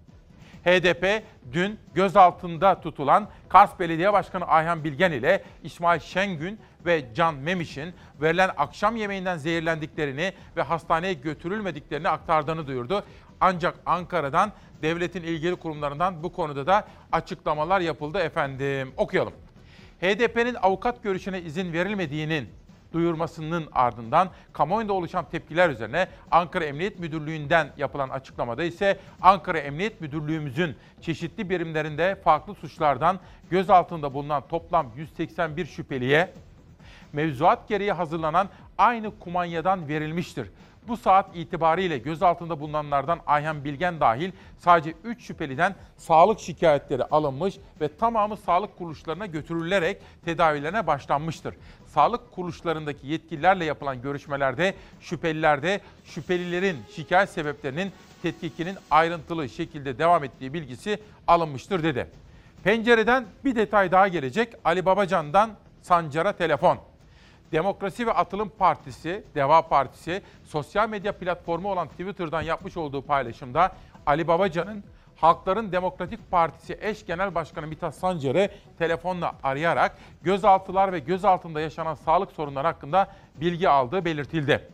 HDP dün gözaltında tutulan Kars Belediye Başkanı Ayhan Bilgen ile İsmail Şengün ve Can Memiş'in verilen akşam yemeğinden zehirlendiklerini ve hastaneye götürülmediklerini aktardığını duyurdu. Ancak Ankara'dan, devletin ilgili kurumlarından bu konuda da açıklamalar yapıldı efendim. Okuyalım. HDP'nin avukat görüşüne izin verilmediğinin duyurmasının ardından kamuoyunda oluşan tepkiler üzerine Ankara Emniyet Müdürlüğü'nden yapılan açıklamada ise Ankara Emniyet Müdürlüğümüzün çeşitli birimlerinde farklı suçlardan gözaltında bulunan toplam 181 şüpheliye mevzuat gereği hazırlanan aynı kumanyadan verilmiştir. Bu saat itibariyle gözaltında bulunanlardan Ayhan Bilgen dahil sadece 3 şüpheliden sağlık şikayetleri alınmış ve tamamı sağlık kuruluşlarına götürülerek tedavilerine başlanmıştır. Sağlık kuruluşlarındaki yetkililerle yapılan görüşmelerde şüphelilerin şikayet sebeplerinin tetkikinin ayrıntılı şekilde devam ettiği bilgisi alınmıştır dedi. Pencereden bir detay daha gelecek. Ali Babacan'dan Sancar'a telefon. Demokrasi ve Atılım Partisi, Deva Partisi, sosyal medya platformu olan Twitter'dan yapmış olduğu paylaşımda Ali Babacan'ın Halkların Demokratik Partisi eş genel başkanı Mithat Sancar'ı telefonla arayarak gözaltılar ve gözaltında yaşanan sağlık sorunları hakkında bilgi aldığı belirtildi.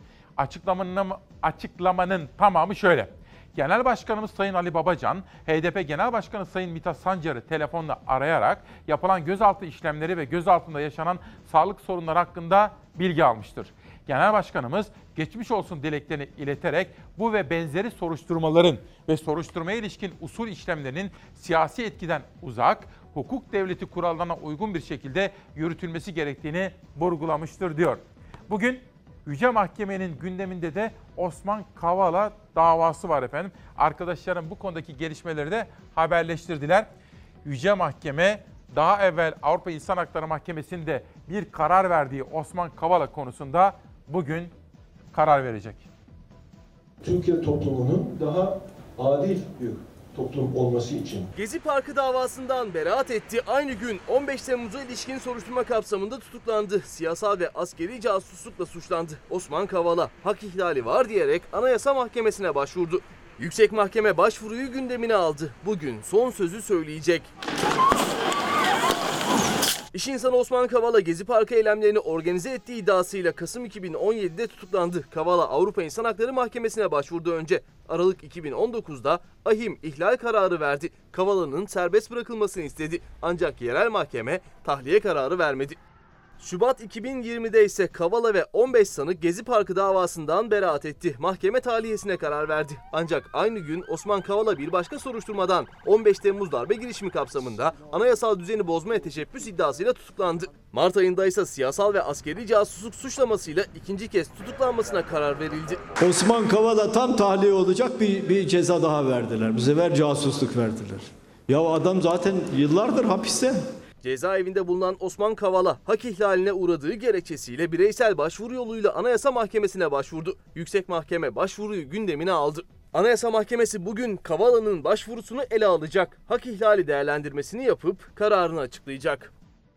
Açıklamanın tamamı şöyle. Genel Başkanımız Sayın Ali Babacan, HDP Genel Başkanı Sayın Mithat Sancar'ı telefonla arayarak yapılan gözaltı işlemleri ve gözaltında yaşanan sağlık sorunları hakkında bilgi almıştır. Genel Başkanımız geçmiş olsun dileklerini ileterek bu ve benzeri soruşturmaların ve soruşturmaya ilişkin usul işlemlerinin siyasi etkiden uzak, hukuk devleti kurallarına uygun bir şekilde yürütülmesi gerektiğini vurgulamıştır diyor. Bugün Yüce Mahkeme'nin gündeminde de Osman Kavala davası var efendim. Arkadaşlarım bu konudaki gelişmeleri de haberleştirdiler. Yüce Mahkeme daha evvel Avrupa İnsan Hakları Mahkemesi'nde bir karar verdiği Osman Kavala konusunda bugün karar verecek. Türkiye toplumunun daha adil bir toplum olması için. Gezi Parkı davasından beraat etti. Aynı gün 15 Temmuz'a ilişkin soruşturma kapsamında tutuklandı. Siyasal ve askeri casuslukla suçlandı. Osman Kavala hak ihlali var diyerek Anayasa Mahkemesi'ne başvurdu. Yüksek Mahkeme başvuruyu gündemine aldı. Bugün son sözü söyleyecek. İş insanı Osman Kavala Gezi Parkı eylemlerini organize ettiği iddiasıyla Kasım 2017'de tutuklandı. Kavala Avrupa İnsan Hakları Mahkemesi'ne başvurdu önce. Aralık 2019'da ahim ihlal kararı verdi. Kavala'nın serbest bırakılmasını istedi. Ancak yerel mahkeme tahliye kararı vermedi. Şubat 2020'de ise Kavala ve 15 sanık Gezi Parkı davasından beraat etti. Mahkeme tahliyesine karar verdi. Ancak aynı gün Osman Kavala bir başka soruşturmadan 15 Temmuz darbe girişimi kapsamında anayasal düzeni bozmaya teşebbüs iddiasıyla tutuklandı. Mart ayında ise siyasal ve askeri casusluk suçlamasıyla ikinci kez tutuklanmasına karar verildi. Osman Kavala tam tahliye olacak bir ceza daha verdiler. Bu sefer casusluk verdiler. Ya adam zaten yıllardır hapiste. Cezaevinde bulunan Osman Kavala hak ihlaline uğradığı gerekçesiyle bireysel başvuru yoluyla Anayasa Mahkemesi'ne başvurdu. Yüksek Mahkeme başvuruyu gündemine aldı. Anayasa Mahkemesi bugün Kavala'nın başvurusunu ele alacak. Hak ihlali değerlendirmesini yapıp kararını açıklayacak.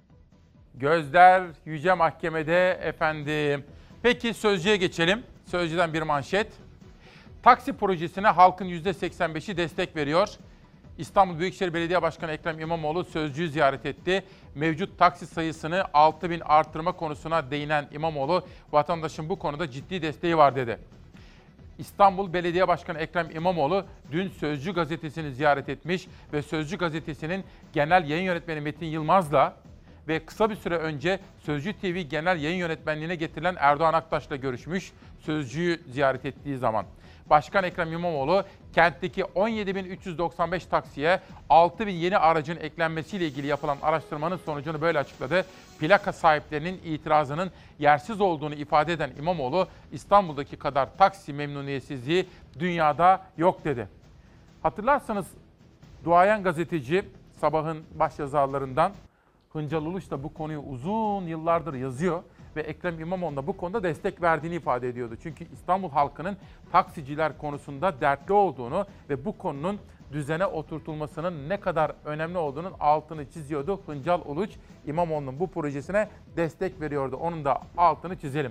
Gözler Yüce Mahkeme'de efendim. Peki Sözcü'ye geçelim. Sözcü'den bir manşet. Taksi projesine halkın %85'i destek veriyor. İstanbul Büyükşehir Belediye Başkanı Ekrem İmamoğlu Sözcü'yü ziyaret etti. Mevcut taksi sayısını 6.000 artırma konusuna değinen İmamoğlu, vatandaşın bu konuda ciddi desteği var dedi. İstanbul Belediye Başkanı Ekrem İmamoğlu dün Sözcü gazetesini ziyaret etmiş ve Sözcü gazetesinin genel yayın yönetmeni Metin Yılmaz'la ve kısa bir süre önce Sözcü TV genel yayın yönetmenliğine getirilen Erdoğan Aktaş'la görüşmüş Sözcü'yü ziyaret ettiği zaman. Başkan Ekrem İmamoğlu kentteki 17.395 taksiye 6.000 yeni aracın eklenmesiyle ilgili yapılan araştırmanın sonucunu böyle açıkladı. Plaka sahiplerinin itirazının yersiz olduğunu ifade eden İmamoğlu, İstanbul'daki kadar taksi memnuniyetsizliği dünyada yok dedi. Hatırlarsanız duayen gazeteci Sabah'ın başyazarlarından Hıncal Uluç da bu konuyu uzun yıllardır yazıyor ve Ekrem İmamoğlu'na bu konuda destek verdiğini ifade ediyordu. Çünkü İstanbul halkının taksiciler konusunda dertli olduğunu ve bu konunun düzene oturtulmasının ne kadar önemli olduğunun altını çiziyordu. Hıncal Uluç İmamoğlu'nun bu projesine destek veriyordu. Onun da altını çizelim.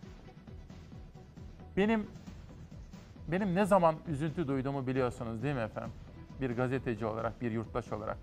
Benim ne zaman üzüntü duyduğumu biliyorsunuz değil mi efendim? Bir gazeteci olarak, bir yurttaş olarak.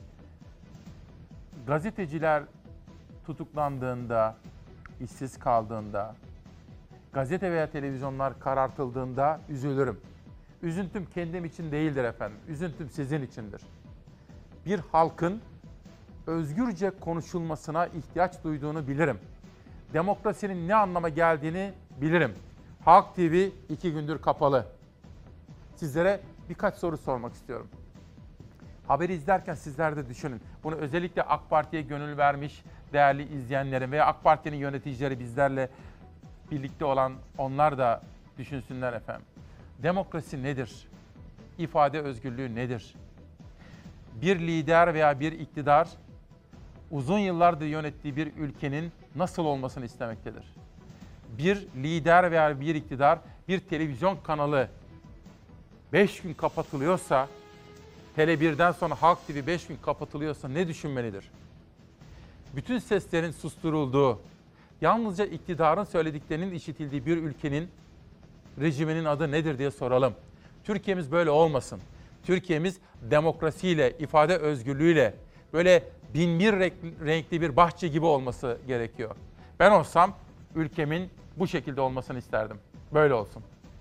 Gazeteciler tutuklandığında, işsiz kaldığında, gazete veya televizyonlar karartıldığında üzülürüm. Üzüntüm kendim için değildir efendim. Üzüntüm sizin içindir. Bir halkın özgürce konuşulmasına ihtiyaç duyduğunu bilirim. Demokrasinin ne anlama geldiğini bilirim. Halk TV 2 gündür kapalı. Sizlere birkaç soru sormak istiyorum. Haberi izlerken sizler de düşünün. Bunu özellikle AK Parti'ye gönül vermiş değerli izleyenlerin veya AK Parti'nin yöneticileri bizlerle birlikte olan onlar da düşünsünler efendim. Demokrasi nedir? İfade özgürlüğü nedir? Bir lider veya bir iktidar uzun yıllardır yönettiği bir ülkenin nasıl olmasını istemektedir? Bir lider veya bir iktidar bir televizyon kanalı 5 gün kapatılıyorsa, Tele1'den sonra Halk TV 5 gün kapatılıyorsa ne düşünmelidir? Bütün seslerin susturulduğu, yalnızca iktidarın söylediklerinin işitildiği bir ülkenin rejiminin adı nedir diye soralım. Türkiye'miz böyle olmasın. Türkiye'miz demokrasiyle, ifade özgürlüğüyle böyle binbir renkli bir bahçe gibi olması gerekiyor. Ben olsam ülkemin bu şekilde olmasını isterdim. Böyle olsun.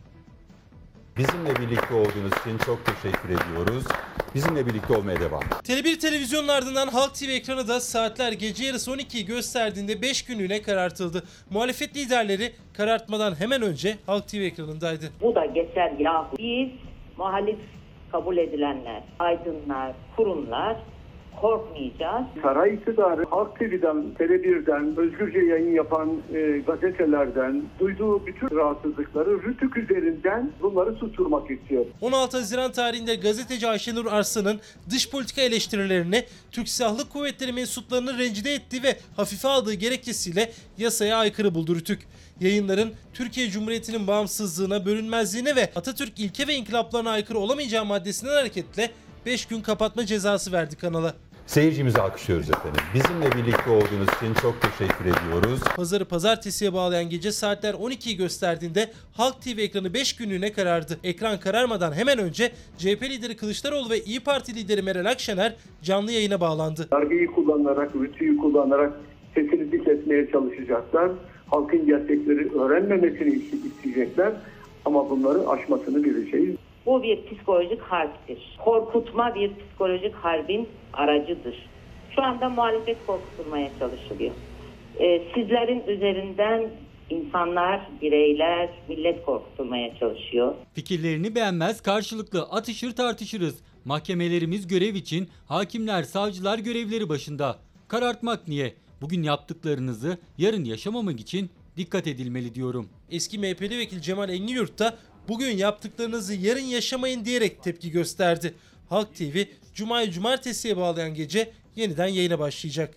Bizimle birlikte olduğunuz için çok teşekkür ediyoruz. Bizimle birlikte olmaya devam. Tele1 televizyonun ardından Halk TV ekranı da saatler gece yarısı 12'yi gösterdiğinde 5 günlüğüne karartıldı. Muhalefet liderleri karartmadan hemen önce Halk TV ekranındaydı. Bu da geçer yahu. Biz muhalif kabul edilenler, aydınlar, kurumlar korkmayacağız. Saray iktidarı Halk TV'den, Tele1'den, özgürce yayın yapan gazetelerden duyduğu bütün rahatsızlıkları Rütük üzerinden bunları susturmak istiyor. 16 Haziran tarihinde gazeteci Ayşenur Arslan'ın dış politika eleştirilerini Türk Silahlı Kuvvetleri mensuplarını rencide ettiği ve hafife aldığı gerekçesiyle yasaya aykırı buldu Rütük. Yayınların Türkiye Cumhuriyeti'nin bağımsızlığına, bölünmezliğine ve Atatürk ilke ve inkılaplarına aykırı olamayacağı maddesinden hareketle 5 gün kapatma cezası verdi kanala. Seyircimizi alkışlıyoruz efendim. Bizimle birlikte olduğunuz için çok teşekkür ediyoruz. Pazarı pazartesiye bağlayan gece saatler 12'yi gösterdiğinde Halk TV ekranı 5 günlüğüne karardı. Ekran kararmadan hemen önce CHP lideri Kılıçdaroğlu ve İYİ Parti lideri Meral Akşener canlı yayına bağlandı. Darbeyi kullanarak, rütüyü kullanarak sesini dikletmeye çalışacaklar. Halkın gerçekleri öğrenmemesini isteyecekler ama bunları aşmasını bileceğiz. Bu bir psikolojik harptir. Korkutma bir psikolojik harbin aracıdır. Şu anda muhalefet korkutulmaya çalışılıyor. Sizlerin üzerinden insanlar, bireyler, millet korkutulmaya çalışıyor. Fikirlerini beğenmez, karşılıklı atışır tartışırız. Mahkemelerimiz görev için, hakimler, savcılar görevleri başında. Karartmak niye? Bugün yaptıklarınızı yarın yaşamamak için dikkat edilmeli diyorum. Eski MHP'li vekil Cemal Engin da bugün yaptıklarınızı yarın yaşamayın diyerek tepki gösterdi. Halk TV, Cuma'yı Cumartesi'ye bağlayan gece yeniden yayına başlayacak.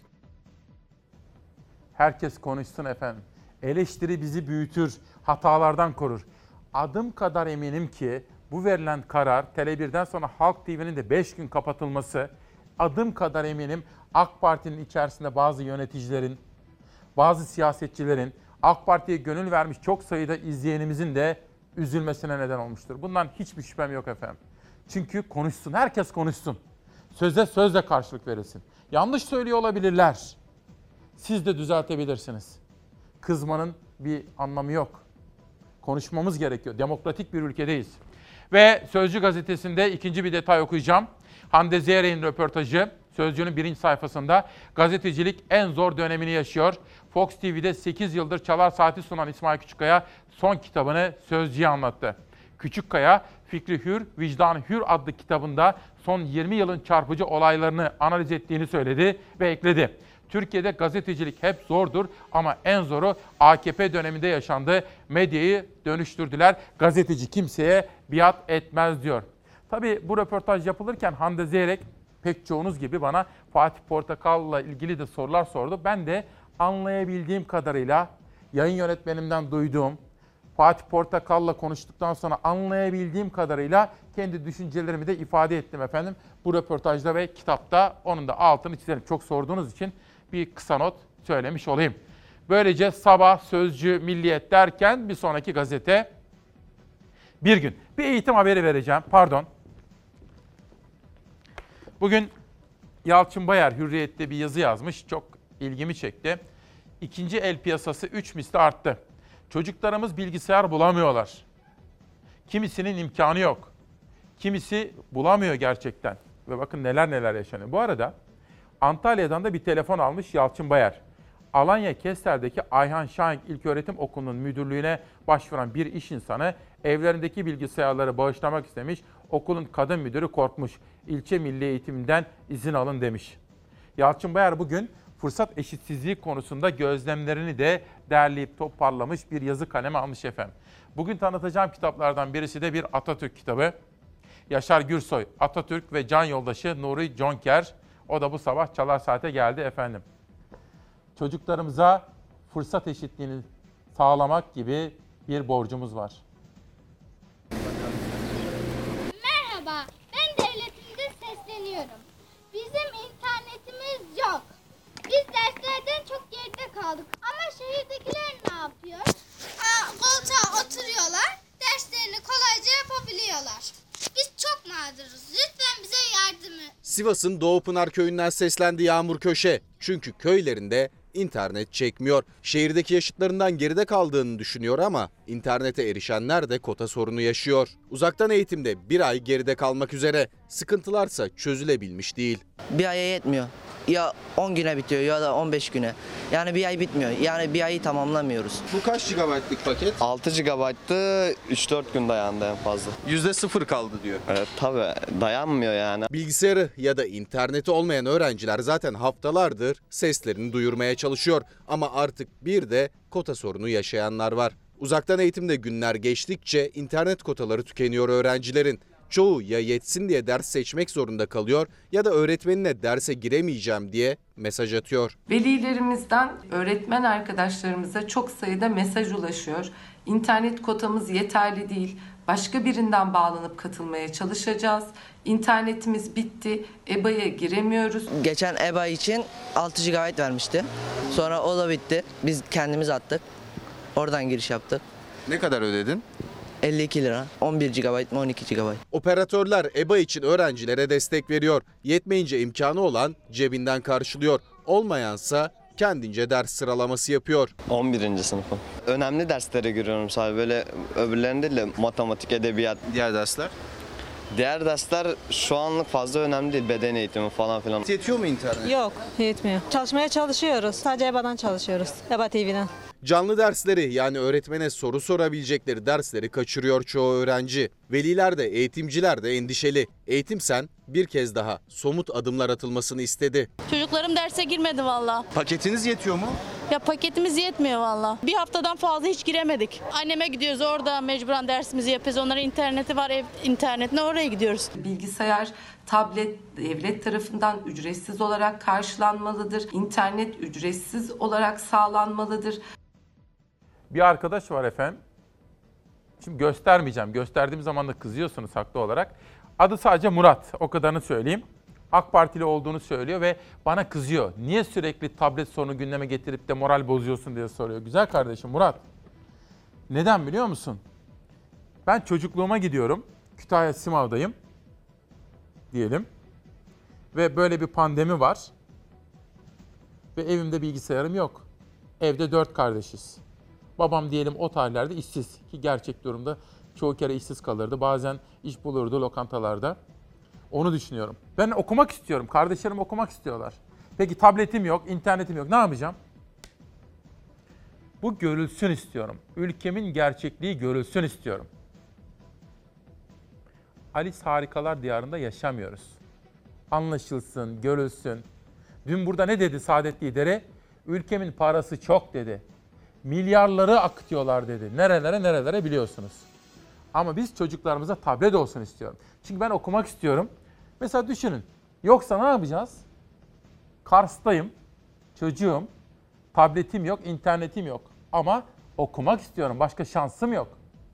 Herkes konuşsun efendim. Eleştiri bizi büyütür, hatalardan korur. Adım kadar eminim ki bu verilen karar, Tele1'den sonra Halk TV'nin de 5 gün kapatılması, adım kadar eminim AK Parti'nin içerisinde bazı yöneticilerin, bazı siyasetçilerin, AK Parti'ye gönül vermiş çok sayıda izleyenimizin de üzülmesine neden olmuştur. Bundan hiçbir şüphem yok efendim. Çünkü konuşsun, herkes konuşsun. Söze sözle karşılık verilsin. Yanlış söylüyor olabilirler. Siz de düzeltebilirsiniz. Kızmanın bir anlamı yok. Konuşmamız gerekiyor. Demokratik bir ülkedeyiz. Ve Sözcü gazetesinde ikinci bir detay okuyacağım. Hande Zeyrek'in röportajı Sözcü'nün birinci sayfasında. Gazetecilik en zor dönemini yaşıyor. Fox TV'de 8 yıldır Çalar Saati sunan İsmail Küçükkaya son kitabını Sözcü'ye anlattı. Küçükkaya, Fikri Hür, Vicdan Hür adlı kitabında son 20 yılın çarpıcı olaylarını analiz ettiğini söyledi ve ekledi. Türkiye'de gazetecilik hep zordur ama en zoru AKP döneminde yaşandı. Medyayı dönüştürdüler. Gazeteci kimseye biat etmez diyor. Tabii bu röportaj yapılırken Hande Zeyrek pek çoğunuz gibi bana Fatih Portakal'la ilgili de sorular sordu. Ben de anlayabildiğim kadarıyla yayın yönetmenimden duyduğum, Fatih Portakal'la konuştuktan sonra anlayabildiğim kadarıyla kendi düşüncelerimi de ifade ettim efendim. Bu röportajda ve kitapta onun da altını çizelim. Çok sorduğunuz için bir kısa not söylemiş olayım. Böylece Sabah, Sözcü, Milliyet derken bir sonraki gazete Bir Gün. Bir eğitim haberi vereceğim. Pardon. Bugün Yalçın Bayar Hürriyet'te bir yazı yazmış. Çok ilgimi çekti. İkinci el piyasası 3 misli arttı. Çocuklarımız bilgisayar bulamıyorlar. Kimisinin imkanı yok. Kimisi bulamıyor gerçekten. Ve bakın neler yaşanıyor. Bu arada Antalya'dan da bir telefon almış Yalçın Bayar. Alanya Kestel'deki Ayhan Şahin İlköğretim Okulu'nun müdürlüğüne başvuran bir iş insanı evlerindeki bilgisayarları bağışlamak istemiş. Okulun kadın müdürü korkmuş. İlçe Milli Eğitim'den izin alın demiş. Yalçın Bayar bugün fırsat eşitsizliği konusunda gözlemlerini de derleyip toparlamış bir yazı kaleme almış efendim. Bugün tanıtacağım kitaplardan birisi de bir Atatürk kitabı. Yaşar Gürsoy, Atatürk ve can yoldaşı Nuri Conker. O da bu sabah Çalar Saat'e geldi efendim. Çocuklarımıza fırsat eşitliğini sağlamak gibi bir borcumuz var. Merhaba, ben devletimize sesleniyorum. Bizim internetimiz yok. Biz derslerden çok geride kaldık. Ama şehirdekiler ne yapıyor? Koltuğa oturuyorlar, derslerini kolayca yapabiliyorlar. Biz çok mağduruz. Lütfen bize yardım et. Sivas'ın Doğupınar köyünden seslendi Yağmur Köşe. Çünkü köylerinde internet çekmiyor. Şehirdeki yaşıtlarından geride kaldığını düşünüyor ama internete erişenler de kota sorunu yaşıyor. Uzaktan eğitimde bir ay geride kalmak üzere. Sıkıntılarsa çözülebilmiş değil. Bir aya yetmiyor. Ya 10 güne bitiyor ya da 15 güne. Yani bir ay bitmiyor. Yani bir ayı tamamlamıyoruz. Bu kaç GB'lık paket? 6 GB'tı 3-4 gün dayandı en fazla. %0 kaldı diyor. Evet tabii dayanmıyor yani. Bilgisayarı ya da interneti olmayan öğrenciler zaten haftalardır seslerini duyurmaya çalışıyor. Ama artık bir de kota sorunu yaşayanlar var. Uzaktan eğitimde günler geçtikçe internet kotaları tükeniyor öğrencilerin. Çoğu ya yetsin diye ders seçmek zorunda kalıyor ya da öğretmenine derse giremeyeceğim diye mesaj atıyor. Velilerimizden öğretmen arkadaşlarımıza çok sayıda mesaj ulaşıyor. İnternet kotamız yeterli değil. Başka birinden bağlanıp katılmaya çalışacağız. İnternetimiz bitti. EBA'ya giremiyoruz. Geçen EBA için 6 GB vermişti. Sonra o da bitti. Biz kendimiz attık. Oradan giriş yaptık. Ne kadar ödedin? 52 lira. 11 GB mı 12 GB? Operatörler EBA için öğrencilere destek veriyor. Yetmeyince imkanı olan cebinden karşılıyor. Olmayansa kendince ders sıralaması yapıyor. 11. sınıfım. Önemli derslere giriyorum sadece böyle öbürlerinde de matematik, edebiyat. Diğer dersler? Diğer dersler şu anlık fazla önemli değil. Beden eğitimi falan filan. Yetiyor mu internet? Yok, yetmiyor. Çalışmaya çalışıyoruz. Sadece EBA'dan çalışıyoruz. EBA TV'den. Canlı dersleri yani öğretmene soru sorabilecekleri dersleri kaçırıyor çoğu öğrenci. Veliler de eğitimciler de endişeli. Eğitim Sen bir kez daha somut adımlar atılmasını istedi. Çocuklarım derse girmedi valla. Paketiniz yetiyor mu? Ya paketimiz yetmiyor valla. Bir haftadan fazla hiç giremedik. Anneme gidiyoruz, orada mecburen dersimizi yapıyoruz. Onların interneti var, ev internetine, oraya gidiyoruz. Bilgisayar, tablet devlet tarafından ücretsiz olarak karşılanmalıdır. İnternet ücretsiz olarak sağlanmalıdır. Bir arkadaş var efendim. Şimdi göstermeyeceğim. Gösterdiğim zaman da kızıyorsunuz haklı olarak. Adı sadece Murat. O kadarını söyleyeyim. AK Partili olduğunu söylüyor ve bana kızıyor. Niye sürekli tablet sorunu gündeme getirip de moral bozuyorsun diye soruyor. Güzel kardeşim Murat. Neden biliyor musun? Ben çocukluğuma gidiyorum. Kütahya Simav'dayım. Diyelim. Ve böyle bir pandemi var. Ve evimde bilgisayarım yok. Evde 4 kardeşiz. Babam diyelim o tarihlerde işsiz. Ki gerçek durumda çoğu kere işsiz kalırdı. Bazen iş bulurdu lokantalarda. Onu düşünüyorum. Ben okumak istiyorum. Kardeşlerim okumak istiyorlar. Peki tabletim yok, internetim yok. Ne yapacağım? Bu görülsün istiyorum. Ülkemin gerçekliği görülsün istiyorum. Alice Harikalar Diyarı'nda yaşamıyoruz. Anlaşılsın, görülsün. Dün burada ne dedi Saadet lideri? Ülkemin parası çok dedi. Milyarları akıtıyorlar dedi. Nerelere biliyorsunuz. Ama biz çocuklarımıza tablet olsun istiyorum. Çünkü ben okumak istiyorum. Mesela düşünün. Yoksa ne yapacağız? Kars'tayım. Çocuğum. Tabletim yok, internetim yok. Ama okumak istiyorum. Başka şansım yok.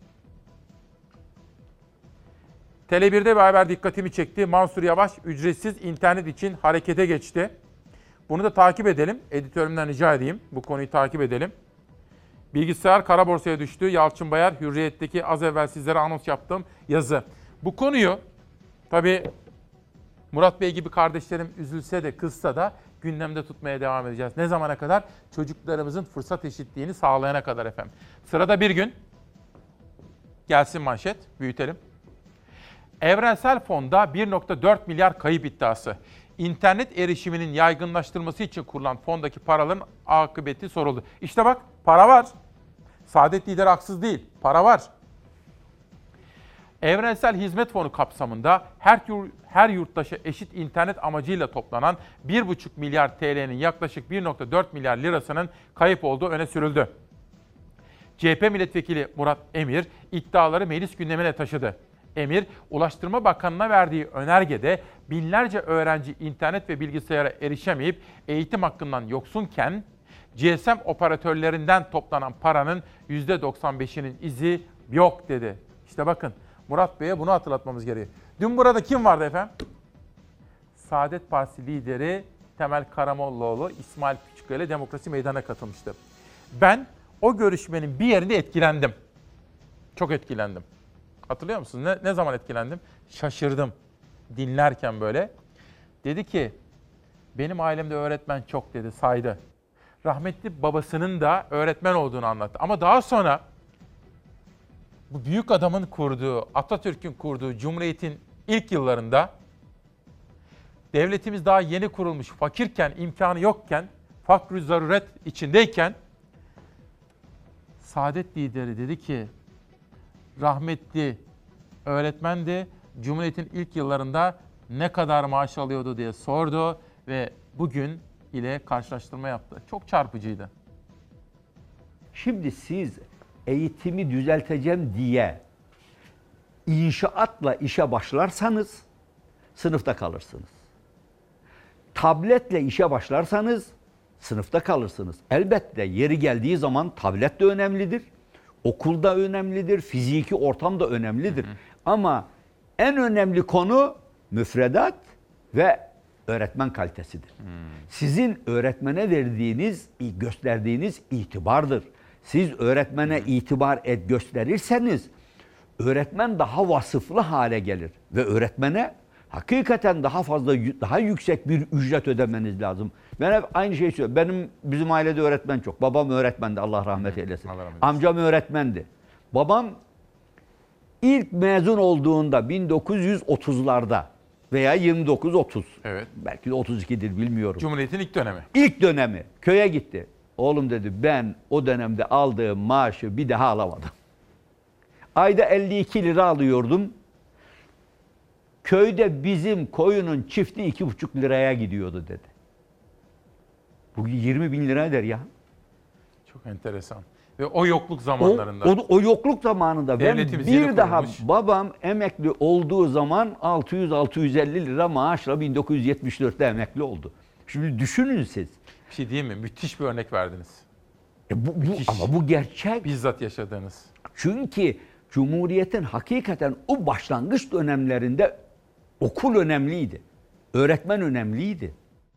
Tele1'de bir haber dikkatimi çekti. Mansur Yavaş ücretsiz internet için harekete geçti. Bunu da takip edelim. Editörümden rica edeyim. Bu konuyu takip edelim. Bilgisayar kara borsaya düştü. Yalçın Bayar, Hürriyet'teki az evvel sizlere anons yaptığım yazı. Bu konuyu tabii Murat Bey gibi kardeşlerim üzülse de kızsa da gündemde tutmaya devam edeceğiz. Ne zamana kadar? Çocuklarımızın fırsat eşitliğini sağlayana kadar efendim. Sırada bir gün. Gelsin manşet, büyütelim. Evrensel Fon'da 1.4 milyar kayıp iddiası. İnternet erişiminin yaygınlaştırılması için kurulan fondaki paraların akıbeti soruldu. İşte bak, para var. Saadet lideri haksız değil, para var. Evrensel Hizmet Fonu kapsamında her yurttaşa eşit internet amacıyla toplanan 1,5 milyar TL'nin yaklaşık 1.4 milyar lirasının kayıp olduğu öne sürüldü. CHP milletvekili Murat Emir iddiaları meclis gündemine taşıdı. Emir, Ulaştırma Bakanı'na verdiği önergede binlerce öğrenci internet ve bilgisayara erişemeyip eğitim hakkından yoksunken GSM operatörlerinden toplanan paranın %95'inin izi yok dedi. İşte bakın Murat Bey'e bunu hatırlatmamız gerekiyor. Dün burada kim vardı efendim? Saadet Partisi lideri Temel Karamollaoğlu, İsmail Küçükkaya ile Demokrasi Meydanı'na katılmıştı. Ben o görüşmenin bir yerinde etkilendim. Çok etkilendim. Hatırlıyor musunuz? Ne zaman etkilendim? Şaşırdım. Dinlerken böyle. Dedi ki, benim ailemde öğretmen çok dedi, saydı. Rahmetli babasının da öğretmen olduğunu anlattı. Ama daha sonra bu büyük adamın kurduğu, Atatürk'ün kurduğu Cumhuriyet'in ilk yıllarında devletimiz daha yeni kurulmuş, fakirken, imkanı yokken, fakr-ı zaruret içindeyken Saadet lideri dedi ki, rahmetli öğretmendi, Cumhuriyet'in ilk yıllarında ne kadar maaş alıyordu diye sordu ve bugün ile karşılaştırma yaptı. Çok çarpıcıydı. Şimdi siz eğitimi düzelteceğim diye inşaatla işe başlarsanız sınıfta kalırsınız. Tabletle işe başlarsanız sınıfta kalırsınız. Elbette yeri geldiği zaman tablet de önemlidir. Okulda önemlidir, fiziki ortam da önemlidir. Ama en önemli konu müfredat ve öğretmen kalitesidir. Sizin öğretmene verdiğiniz, gösterdiğiniz itibardır. Siz öğretmene itibar gösterirseniz öğretmen daha vasıflı hale gelir ve öğretmene hakikaten daha yüksek bir ücret ödemeniz lazım. Ben hep aynı şeyi söylüyorum. Bizim ailede öğretmen çok. Babam öğretmendi, Allah rahmet eylesin. Amcam öğretmendi. Babam ilk mezun olduğunda 1930'larda veya 29-30. Evet. Belki de 32'dir bilmiyorum. Cumhuriyet'in ilk dönemi. İlk dönemi köye gitti. Oğlum dedi, ben o dönemde aldığım maaşı bir daha alamadım. Ayda 52 lira alıyordum. Köyde bizim koyunun çifti 2,5 liraya gidiyordu dedi. Bugün 20 bin lira eder ya. Çok enteresan. Ve o yokluk zamanlarında. O yokluk zamanında ben Devletimiz yeni bir daha kurulmuş. babam emekli olduğu zaman 600-650 lira maaşla 1974'te emekli oldu. Şimdi düşünün siz. Bir şey değil mi? Müthiş bir örnek verdiniz. Ama bu gerçek. Bizzat yaşadığınız. Çünkü Cumhuriyet'in hakikaten o başlangıç dönemlerinde okul önemliydi. Öğretmen önemliydi.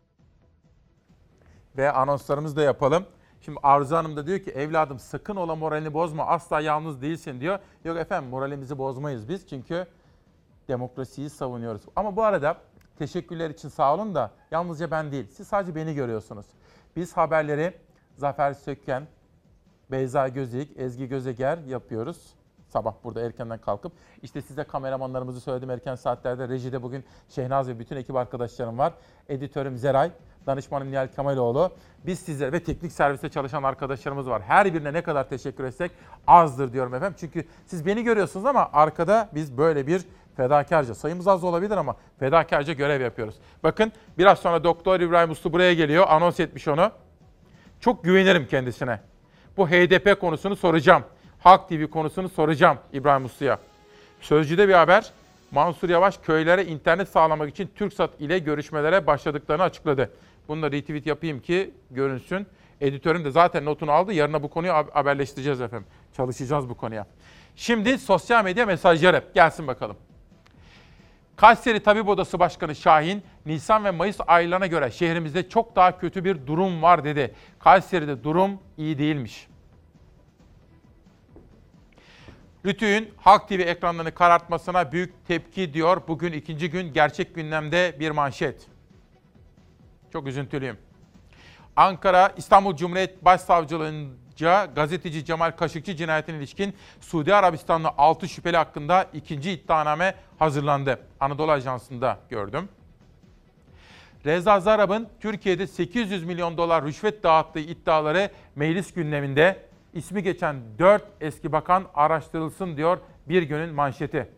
Ve anonslarımızı da yapalım. Şimdi Arzu Hanım da diyor ki evladım sakın ola moralini bozma, asla yalnız değilsin diyor. Yok efendim, moralimizi bozmayız biz çünkü demokrasiyi savunuyoruz. Ama bu arada teşekkürler için sağ olun da yalnızca ben değil, siz sadece beni görüyorsunuz. Biz haberleri Zafer Sökken, Beyza Gözeyik, Ezgi Gözeger yapıyoruz. Sabah burada erkenden kalkıp. İşte size kameramanlarımızı söyledim erken saatlerde. Rejide bugün Şehnaz ve bütün ekip arkadaşlarım var. Editörüm Zeray, danışmanım Nihal Kemaloğlu. Biz size ve teknik serviste çalışan arkadaşlarımız var. Her birine ne kadar teşekkür etsek azdır diyorum efendim. Çünkü siz beni görüyorsunuz ama arkada biz böyle bir fedakarca, sayımız az olabilir ama fedakarca görev yapıyoruz. Bakın biraz sonra Doktor İbrahim Uslu buraya geliyor. Anons etmiş onu. Çok güvenirim kendisine. Bu HDP konusunu soracağım. Halk TV konusunu soracağım İbrahim Uslu'ya. Sözcü'de bir haber. Mansur Yavaş köylere internet sağlamak için TürkSat ile görüşmelere başladıklarını açıkladı. Bunu da retweet yapayım ki görünsün. Editörüm de zaten notunu aldı. Yarına bu konuyu haberleştireceğiz efendim. Çalışacağız bu konuya. Şimdi sosyal medya mesajları. Gelsin bakalım. Kayseri Tabip Odası Başkanı Şahin, Nisan ve Mayıs aylarına göre şehrimizde çok daha kötü bir durum var dedi. Kayseri'de durum iyi değilmiş. Rütü'nün Halk TV ekranlarını karartmasına büyük tepki diyor. Bugün ikinci gün gerçek gündemde bir manşet. Çok üzüntülüyüm. Ankara İstanbul Cumhuriyet Başsavcılığınca gazeteci Cemal Kaşıkçı cinayetine ilişkin Suudi Arabistanlı 6 şüpheli hakkında ikinci iddianame hazırlandı. Anadolu Ajansı'nda gördüm. Reza Zarrab'ın Türkiye'de 800 milyon dolar rüşvet dağıttığı iddiaları meclis gündeminde. İsmi geçen 4 eski bakan araştırılsın diyor Bir Gün'ün manşeti.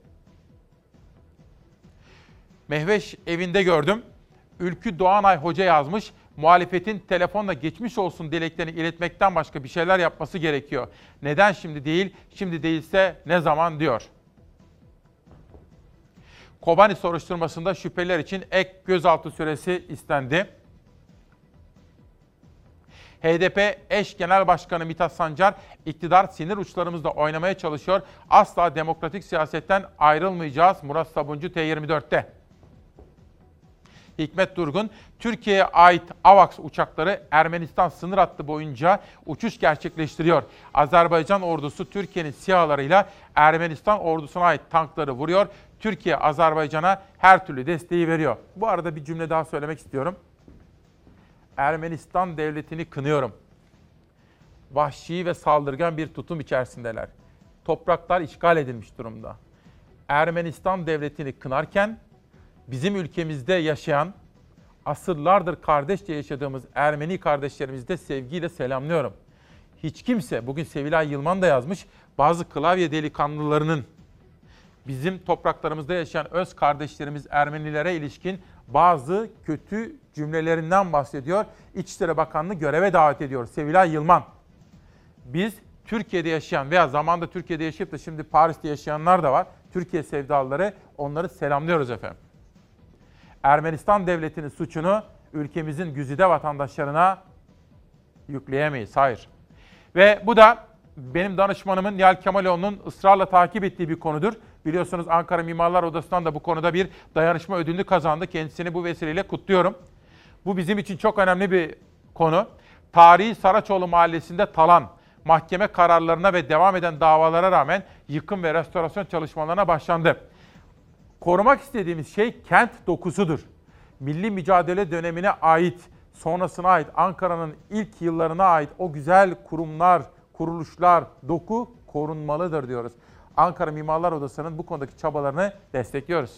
Mehveş evinde gördüm. Ülkü Doğanay Hoca yazmış. Muhalefetin telefonla geçmiş olsun dileklerini iletmekten başka bir şeyler yapması gerekiyor. Neden şimdi değil, şimdi değilse ne zaman diyor. Kobani soruşturmasında şüpheliler için ek gözaltı süresi istendi. HDP eş genel başkanı Mithat Sancar, iktidar sinir uçlarımızla oynamaya çalışıyor. Asla demokratik siyasetten ayrılmayacağız. Murat Sabuncu T24'te. Hikmet Durgun, Türkiye'ye ait AVAX uçakları Ermenistan sınır hattı boyunca uçuş gerçekleştiriyor. Azerbaycan ordusu Türkiye'nin SİHA'larıyla Ermenistan ordusuna ait tankları vuruyor. Türkiye, Azerbaycan'a her türlü desteği veriyor. Bu arada bir cümle daha söylemek istiyorum. Ermenistan devletini kınıyorum. Vahşi ve saldırgan bir tutum içerisindeler. Topraklar işgal edilmiş durumda. Ermenistan devletini kınarken bizim ülkemizde yaşayan, asırlardır kardeşçe yaşadığımız Ermeni kardeşlerimizi de sevgiyle selamlıyorum. Hiç kimse, bugün Sevilay Yılman da yazmış, bazı klavye delikanlılarının bizim topraklarımızda yaşayan öz kardeşlerimiz Ermenilere ilişkin bazı kötü cümlelerinden bahsediyor. İçişleri Bakanlığı göreve davet ediyor Sevilay Yılman. Biz Türkiye'de yaşayan veya zamanında Türkiye'de yaşayıp da şimdi Paris'te yaşayanlar da var. Türkiye sevdalıları, onları selamlıyoruz efendim. Ermenistan devletinin suçunu ülkemizin güzide vatandaşlarına yükleyemeyiz. Hayır. Ve bu da benim danışmanımın Nihal Kemaloğlu'nun ısrarla takip ettiği bir konudur. Biliyorsunuz Ankara Mimarlar Odası'ndan da bu konuda bir dayanışma ödülünü kazandı. Kendisini bu vesileyle kutluyorum. Bu bizim için çok önemli bir konu. Tarihi Saraçoğlu Mahallesi'nde talan, mahkeme kararlarına ve devam eden davalara rağmen yıkım ve restorasyon çalışmalarına başlandı. Korumak istediğimiz şey kent dokusudur. Milli mücadele dönemine ait, sonrasına ait, Ankara'nın ilk yıllarına ait o güzel kurumlar, kuruluşlar, doku korunmalıdır diyoruz. Ankara Mimarlar Odası'nın bu konudaki çabalarını destekliyoruz.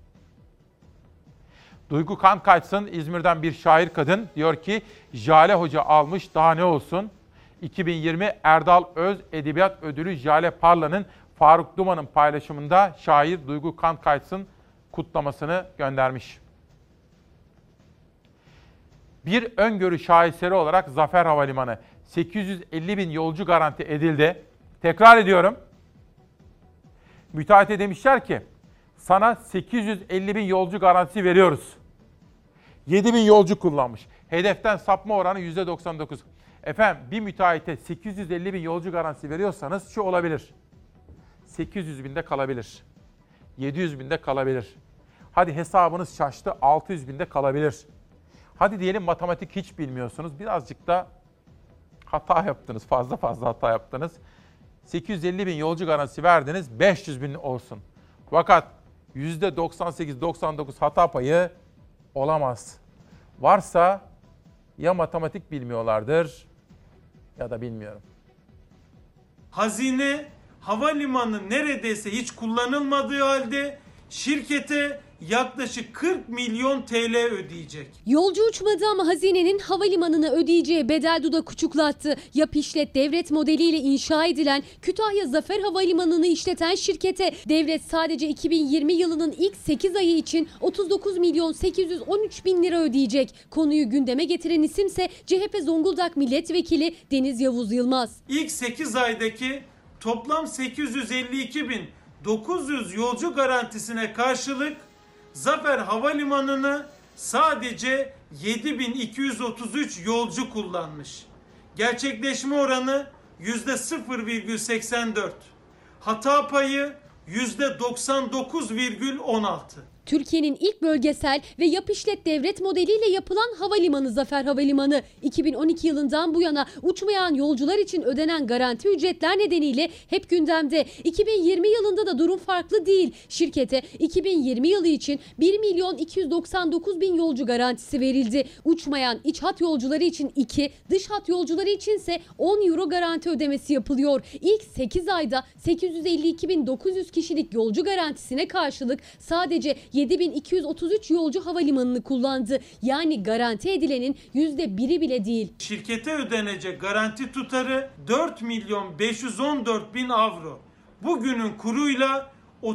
Duygu Kankaçsın, İzmir'den bir şair kadın diyor ki Jale Hoca almış daha ne olsun. 2020 Erdal Öz Edebiyat Ödülü Jale Parla'nın Faruk Duman'ın paylaşımında şair Duygu Kankaçsın kutlamasını göndermiş. Bir öngörü şaheseri olarak Zafer Havalimanı 850 bin yolcu garanti edildi. Tekrar ediyorum. Müteahhite demişler ki sana 850 bin yolcu garantisi veriyoruz. 7 bin yolcu kullanmış. Hedeften sapma oranı %99. Efendim bir müteahhite 850 bin yolcu garantisi veriyorsanız şu olabilir. 800 binde kalabilir. 700 binde kalabilir. Hadi hesabınız şaştı 600 binde kalabilir. Hadi diyelim matematik hiç bilmiyorsunuz. Birazcık da hata yaptınız. Fazla hata yaptınız. 850 bin yolcu garantisi verdiniz. 500 bin olsun. Fakat %98-99 hata payı olamaz. Varsa ya matematik bilmiyorlardır ya da bilmiyorum. Hazine havalimanı neredeyse hiç kullanılmadığı halde şirkete yaklaşık 40 milyon TL ödeyecek. Yolcu uçmadı ama hazinenin havalimanına ödeyeceği bedel dudak uçuklattı. Yap işlet devlet modeliyle inşa edilen Kütahya Zafer Havalimanı'nı işleten şirkete devlet sadece 2020 yılının ilk 8 ayı için 39 milyon 813 bin lira ödeyecek. Konuyu gündeme getiren isimse CHP Zonguldak Milletvekili Deniz Yavuz Yılmaz. İlk 8 aydaki toplam 852.900 yolcu garantisine karşılık Zafer Havalimanı'nı sadece 7.233 yolcu kullanmış. Gerçekleşme oranı %0,84. Hata payı %99,16. Türkiye'nin ilk bölgesel ve yap işlet devlet modeliyle yapılan havalimanı Zafer Havalimanı 2012 yılından bu yana uçmayan yolcular için ödenen garanti ücretler nedeniyle hep gündemde. 2020 yılında da durum farklı değil. Şirkete 2020 yılı için 1 milyon 299 bin yolcu garantisi verildi. Uçmayan iç hat yolcuları için 2, dış hat yolcuları içinse 10 euro garanti ödemesi yapılıyor. İlk 8 ayda 852.900 kişilik yolcu garantisine karşılık sadece 7.233 yolcu havalimanını kullandı. Yani garanti edilenin %1'i bile değil. Şirkete ödenecek garanti tutarı 4 milyon 514 bin avro. Bugünün kuruyla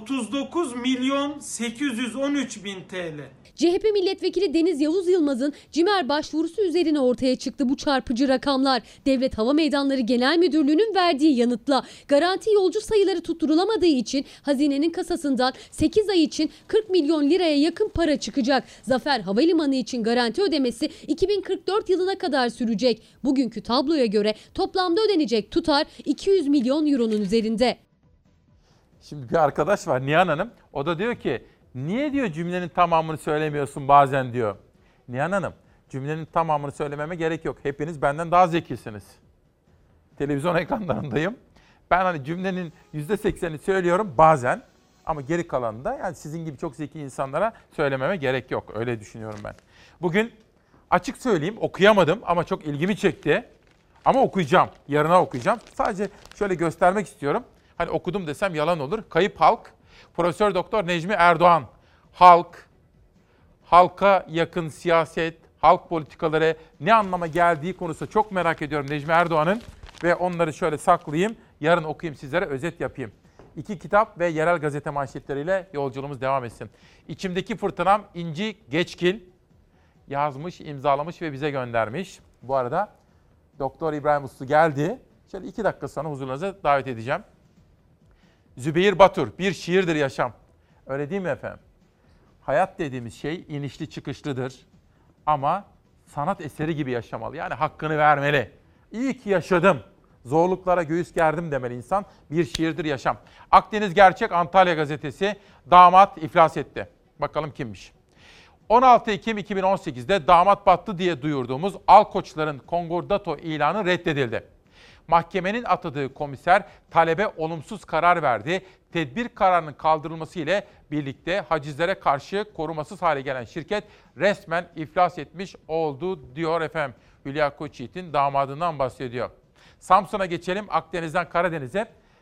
39 milyon 813 bin TL. CHP milletvekili Deniz Yavuz Yılmaz'ın CİMER başvurusu üzerine ortaya çıktı bu çarpıcı rakamlar. Devlet Hava Meydanları Genel Müdürlüğü'nün verdiği yanıtla garanti yolcu sayıları tutturulamadığı için hazinenin kasasından 8 ay için 40 milyon liraya yakın para çıkacak. Zafer Havalimanı için garanti ödemesi 2044 yılına kadar sürecek. Bugünkü tabloya göre toplamda ödenecek tutar 200 milyon euronun üzerinde. Şimdi bir arkadaş var Nihan Hanım. O da diyor ki niye diyor cümlenin tamamını söylemiyorsun bazen diyor. Nihan Hanım cümlenin tamamını söylememe gerek yok. Hepiniz benden daha zekisiniz. Televizyon ekranlarındayım. Ben hani cümlenin %80'ini söylüyorum bazen. Ama geri kalanını da yani sizin gibi çok zeki insanlara söylememe gerek yok. Öyle düşünüyorum ben. Bugün açık söyleyeyim okuyamadım ama çok ilgimi çekti. Ama okuyacağım. Yarına okuyacağım. Sadece şöyle göstermek istiyorum. Hani okudum desem yalan olur. Kayıp Halk, Profesör Doktor Necmi Erdoğan. Halk, halka yakın siyaset, halk politikaları ne anlama geldiği konusunda çok merak ediyorum Necmi Erdoğan'ın. Ve onları şöyle saklayayım. Yarın okuyayım sizlere özet yapayım. 2 kitap ve yerel gazete manşetleriyle yolculuğumuz devam etsin. İçimdeki fırtınam İnci Geçkil yazmış, imzalamış ve bize göndermiş. Bu arada Doktor İbrahim Uslu geldi. Şöyle 2 dakika sonra huzurunuza davet edeceğim. Zübeyir Batur, bir şiirdir yaşam. Öyle değil mi efendim? Hayat dediğimiz şey inişli çıkışlıdır. Ama sanat eseri gibi yaşamalı. Yani hakkını vermeli. İyi ki yaşadım. Zorluklara göğüs gerdim demeli insan. Bir şiirdir yaşam. Akdeniz Gerçek Antalya Gazetesi damat iflas etti. Bakalım kimmiş? 16 Ekim 2018'de damat battı diye duyurduğumuz Alkoçların konkordato ilanı reddedildi. Mahkemenin atadığı komiser talebe olumsuz karar verdi. Tedbir kararının kaldırılması ile birlikte hacizlere karşı korumasız hale gelen şirket resmen iflas etmiş oldu diyor efendim. Hülya Koçyiğit'in damadından bahsediyor. Samsun'a geçelim, Akdeniz'den Karadeniz'e.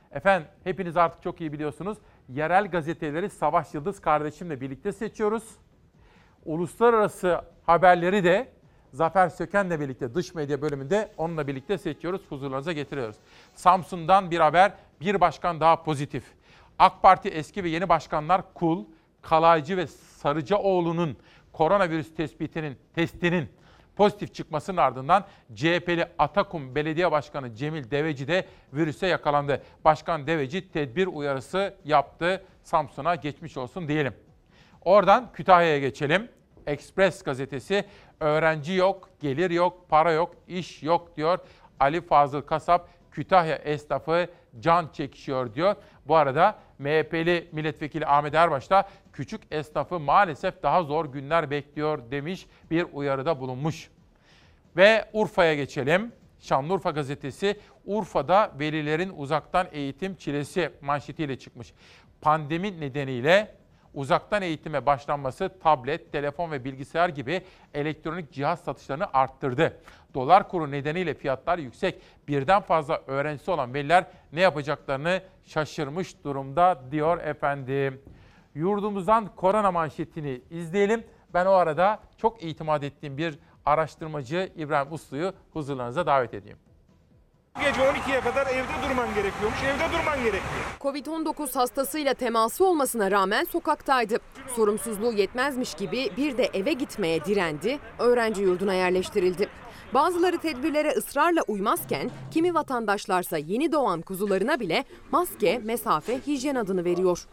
Efendim hepiniz artık çok iyi biliyorsunuz. Yerel gazeteleri Savaş Yıldız kardeşimle birlikte seçiyoruz. Uluslararası haberleri de Zafer Söken'le birlikte dış medya bölümünde onunla birlikte seçiyoruz, huzurlarınıza getiriyoruz. Samsun'dan bir haber, bir başkan daha pozitif. AK Parti eski ve yeni başkanlar Kul, Kalaycı ve Sarıcaoğlu'nun koronavirüs testinin pozitif çıkmasının ardından CHP'li Atakum Belediye Başkanı Cemil Deveci de virüse yakalandı. Başkan Deveci tedbir uyarısı yaptı. Samsun'a geçmiş olsun diyelim. Oradan Kütahya'ya geçelim. Express gazetesi öğrenci yok, gelir yok, para yok, iş yok diyor. Ali Fazıl Kasap Kütahya esnafı can çekişiyor diyor. Bu arada MHP'li milletvekili Ahmet Erbaş da küçük esnafı maalesef daha zor günler bekliyor demiş, bir uyarıda bulunmuş. Ve Urfa'ya geçelim. Şanlıurfa gazetesi Urfa'da velilerin uzaktan eğitim çilesi manşetiyle çıkmış. Pandemi nedeniyle uzaktan eğitime başlanması tablet, telefon ve bilgisayar gibi elektronik cihaz satışlarını arttırdı. Dolar kuru nedeniyle fiyatlar yüksek. Birden fazla öğrencisi olan veliler ne yapacaklarını şaşırmış durumda diyor efendim. Yurdumuzdan korona manşetini izleyelim. Ben o arada çok itimat ettiğim bir araştırmacı İbrahim Uslu'yu huzurlarınıza davet edeyim. Gece 12'ye kadar evde durman gerekiyormuş, evde durman gerekiyor. Covid-19 hastasıyla teması olmasına rağmen sokaktaydı. Sorumsuzluğu yetmezmiş gibi bir de eve gitmeye direndi, öğrenci yurduna yerleştirildi. Bazıları tedbirlere ısrarla uymazken, kimi vatandaşlarsa yeni doğan kuzularına bile maske, mesafe, hijyen adını veriyor.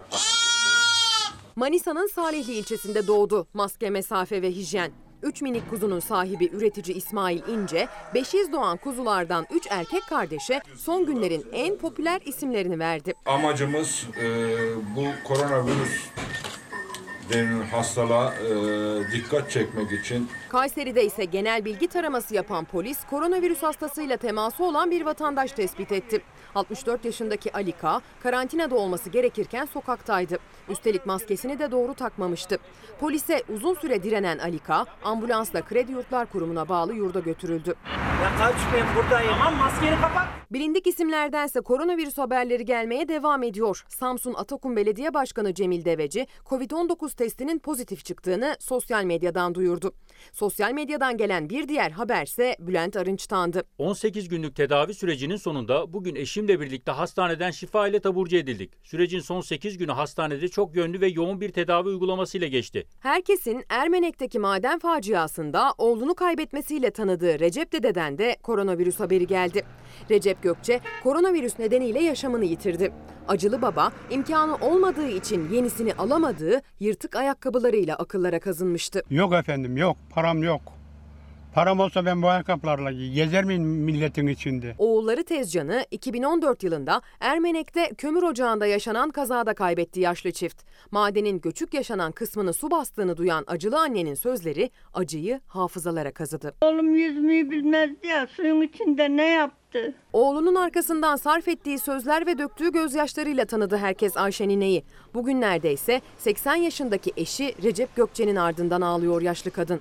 Manisa'nın Salihli ilçesinde doğdu maske, mesafe ve hijyen. 3 minik kuzunun sahibi üretici İsmail İnce, 500 doğan kuzulardan 3 erkek kardeşe son günlerin en popüler isimlerini verdi. Amacımız bu koronavirüs denilen hastalığa dikkat çekmek için. Kayseri'de ise genel bilgi taraması yapan polis koronavirüs hastasıyla teması olan bir vatandaş tespit etti. 64 yaşındaki Ali K. karantinada olması gerekirken sokaktaydı. Üstelik maskesini de doğru takmamıştı. Polise uzun süre direnen Ali K. ambulansla Kredi Yurtlar Kurumu'na bağlı yurda götürüldü. Ya kaçmayın buradayım ama maskeni kapat. Bilindik isimlerdense koronavirüs haberleri gelmeye devam ediyor. Samsun Atakum Belediye Başkanı Cemil Deveci, Covid-19 testinin pozitif çıktığını sosyal medyadan duyurdu. Sosyal medyadan gelen bir diğer haberse Bülent Arınç'tandı. 18 günlük tedavi sürecinin sonunda bugün eşimle birlikte hastaneden şifa ile taburcu edildik. Sürecin son 8 günü hastanede çok yönlü ve yoğun bir tedavi uygulamasıyla geçti. Herkesin Ermenek'teki maden faciasında oğlunu kaybetmesiyle tanıdığı Recep Dede'den de koronavirüs haberi geldi. Recep Gökçe koronavirüs nedeniyle yaşamını yitirdi. Acılı baba imkanı olmadığı için yenisini alamadığı yırtık ayakkabılarıyla akıllara kazınmıştı. Yok efendim yok, param yok. Param olsa ben bu ayakkabılarla gezer miyim milletin içinde? Oğulları Tezcan'ı 2014 yılında Ermenek'te kömür ocağında yaşanan kazada kaybetti yaşlı çift. Madenin göçük yaşanan kısmını su bastığını duyan acılı annenin sözleri acıyı hafızalara kazıdı. Oğlum yüzmeyi bilmezdi ya, suyun içinde ne yaptı? Oğlunun arkasından sarf ettiği sözler ve döktüğü gözyaşlarıyla tanıdı herkes Ayşe nineyi. Bugünlerde ise 80 yaşındaki eşi Recep Gökçe'nin ardından ağlıyor yaşlı kadın.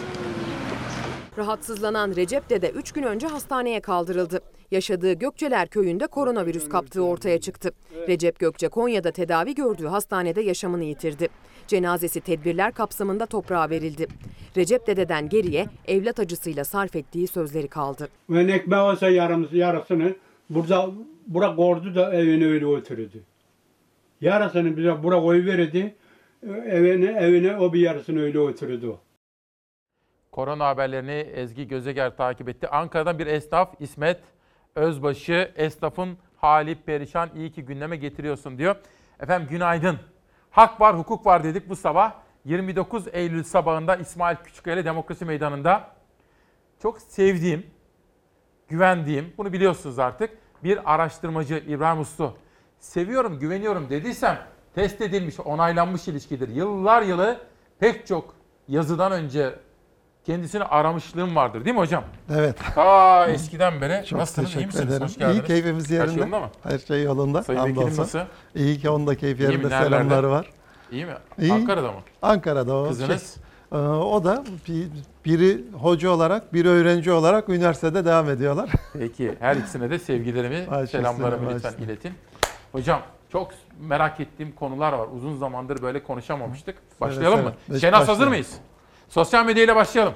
Rahatsızlanan Recep Dede 3 gün önce hastaneye kaldırıldı. Yaşadığı Gökçeler köyünde koronavirüs kaptığı ortaya çıktı. Recep Gökçe Konya'da tedavi gördüğü hastanede yaşamını yitirdi. Cenazesi tedbirler kapsamında toprağa verildi. Recep Dede'den geriye evlat acısıyla sarf ettiği sözleri kaldı. Ben ekmeği olsa yarısını bura koydu da evine öyle oturdu. Yarısını bize bura koyuverirdi, evine o bir yarısını öyle oturdu. Korona haberlerini Ezgi Gözeger takip etti. Ankara'dan bir esnaf İsmet Özbaşı, esnafın hali perişan, iyi ki gündeme getiriyorsun diyor. Efendim günaydın. Hak var, hukuk var dedik bu sabah. 29 Eylül sabahında İsmail Küçükkaya Demokrasi Meydanı'nda çok sevdiğim, güvendiğim, bunu biliyorsunuz artık, bir araştırmacı İbrahim Uslu. Seviyorum, güveniyorum dediysem test edilmiş, onaylanmış ilişkidir. Yıllar yılı pek çok yazıdan önce kendisini aramışlığım vardır değil mi hocam? Evet. Eskiden beri. Çok nasılsınız? İyi misiniz? ederim. Hoş geldiniz. İyi, keyfimiz yerinde. Her şey yolunda mı? Her şey yolunda. Sayın Vekilim nasıl? İyi ki onun da keyfi İyi yerinde, mi? Nerelerde? selamları var. İyi mi? İyi. Ankara'da mı? Ankara'da o. Kızınız? O da biri hoca olarak, biri öğrenci olarak üniversitede devam ediyorlar. Peki her ikisine de sevgilerimi, selamlarımı lütfen iletin. Hocam çok merak ettiğim konular var. Uzun zamandır böyle konuşamamıştık. Başlayalım mı? Şenaz hazır mıyız? Sosyal medyayla başlayalım.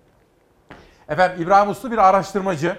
Efendim İbrahim Uslu bir araştırmacı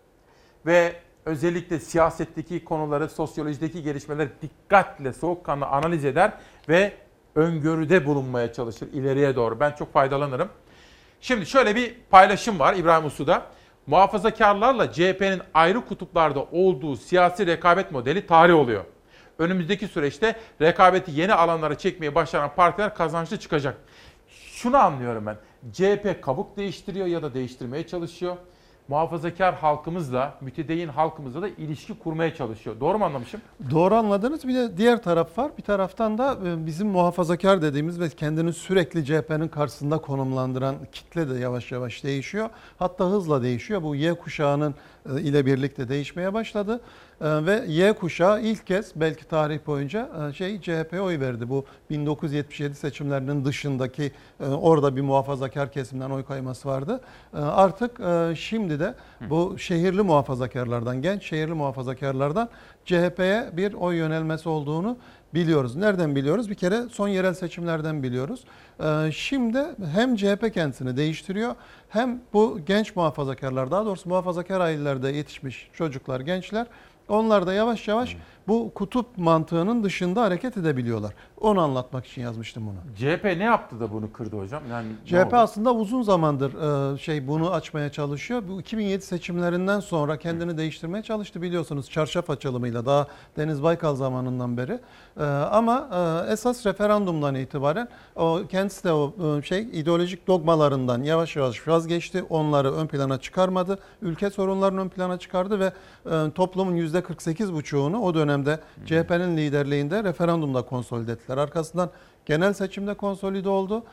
ve özellikle siyasetteki konuları, sosyolojideki gelişmeleri dikkatle, soğukkanlı analiz eder ve öngörüde bulunmaya çalışır ileriye doğru. Ben çok faydalanırım. Şimdi şöyle bir paylaşım var İbrahim Uslu'da. Muhafazakarlarla CHP'nin ayrı kutuplarda olduğu siyasi rekabet modeli tarih oluyor. Önümüzdeki süreçte rekabeti yeni alanlara çekmeye başlayan partiler kazançlı çıkacak. Şunu anlıyorum ben. CHP kabuk değiştiriyor ya da değiştirmeye çalışıyor. Muhafazakar halkımızla, mütedeyyin halkımızla da ilişki kurmaya çalışıyor. Doğru mu anlamışım? Doğru anladınız. Bir de diğer taraf var. Bir taraftan da bizim muhafazakar dediğimiz ve kendini sürekli CHP'nin karşısında konumlandıran kitle de yavaş yavaş değişiyor. Hatta hızla değişiyor. Bu Y kuşağının ile birlikte değişmeye başladı. Ve Y kuşağı ilk kez belki tarih boyunca CHP'ye oy verdi. Bu 1977 seçimlerinin dışındaki orada bir muhafazakar kesimden oy kayması vardı. Artık şimdi de bu şehirli muhafazakarlardan, genç şehirli muhafazakarlardan CHP'ye bir oy yönelmesi olduğunu biliyoruz. Nereden biliyoruz? Bir kere son yerel seçimlerden biliyoruz. Şimdi hem CHP kendisini değiştiriyor hem bu genç muhafazakarlar, daha doğrusu muhafazakar ailelerde yetişmiş çocuklar, gençler, onlar da yavaş yavaş bu kutup mantığının dışında hareket edebiliyorlar. Onu anlatmak için yazmıştım bunu. CHP ne yaptı da bunu kırdı hocam? Yani CHP aslında uzun zamandır bunu açmaya çalışıyor. Bu 2007 seçimlerinden sonra kendini değiştirmeye çalıştı biliyorsunuz, çarşaf açılımıyla daha Deniz Baykal zamanından beri. Ama esas referandumdan itibaren kendisi de ideolojik dogmalarından yavaş yavaş vazgeçti. Onları ön plana çıkarmadı. Ülke sorunlarını ön plana çıkardı ve toplumun %48,5'unu o dönemde CHP'nin liderliğinde referandumda konsolide ettiler. Arkasından genel seçimde konsolide oldu.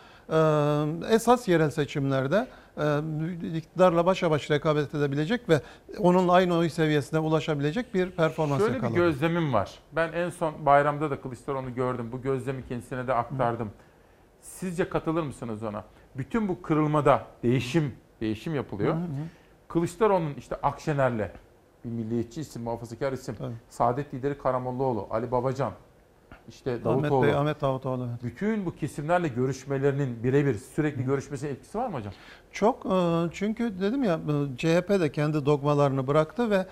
Esas yerel seçimlerde iktidarla başa baş rekabet edebilecek ve onunla aynı oy seviyesine ulaşabilecek bir performans yakaladı. Şöyle bir gözlemim var. Ben en son bayramda da Kılıçdaroğlu'nu gördüm. Bu gözlemi kendisine de aktardım. Sizce katılır mısınız ona? Bütün bu kırılmada değişim yapılıyor. Kılıçdaroğlu'nun işte Akşener'le, bir milliyetçi isim, muhafazakar isim, Saadet lideri Karamollaoğlu, Ali Babacan, işte Davutoğlu. Ahmet Davutoğlu. Evet. Bütün bu kesimlerle görüşmelerinin birebir sürekli görüşmesine etkisi var mı hocam? Çok, çünkü dedim ya CHP de kendi dogmalarını bıraktı ve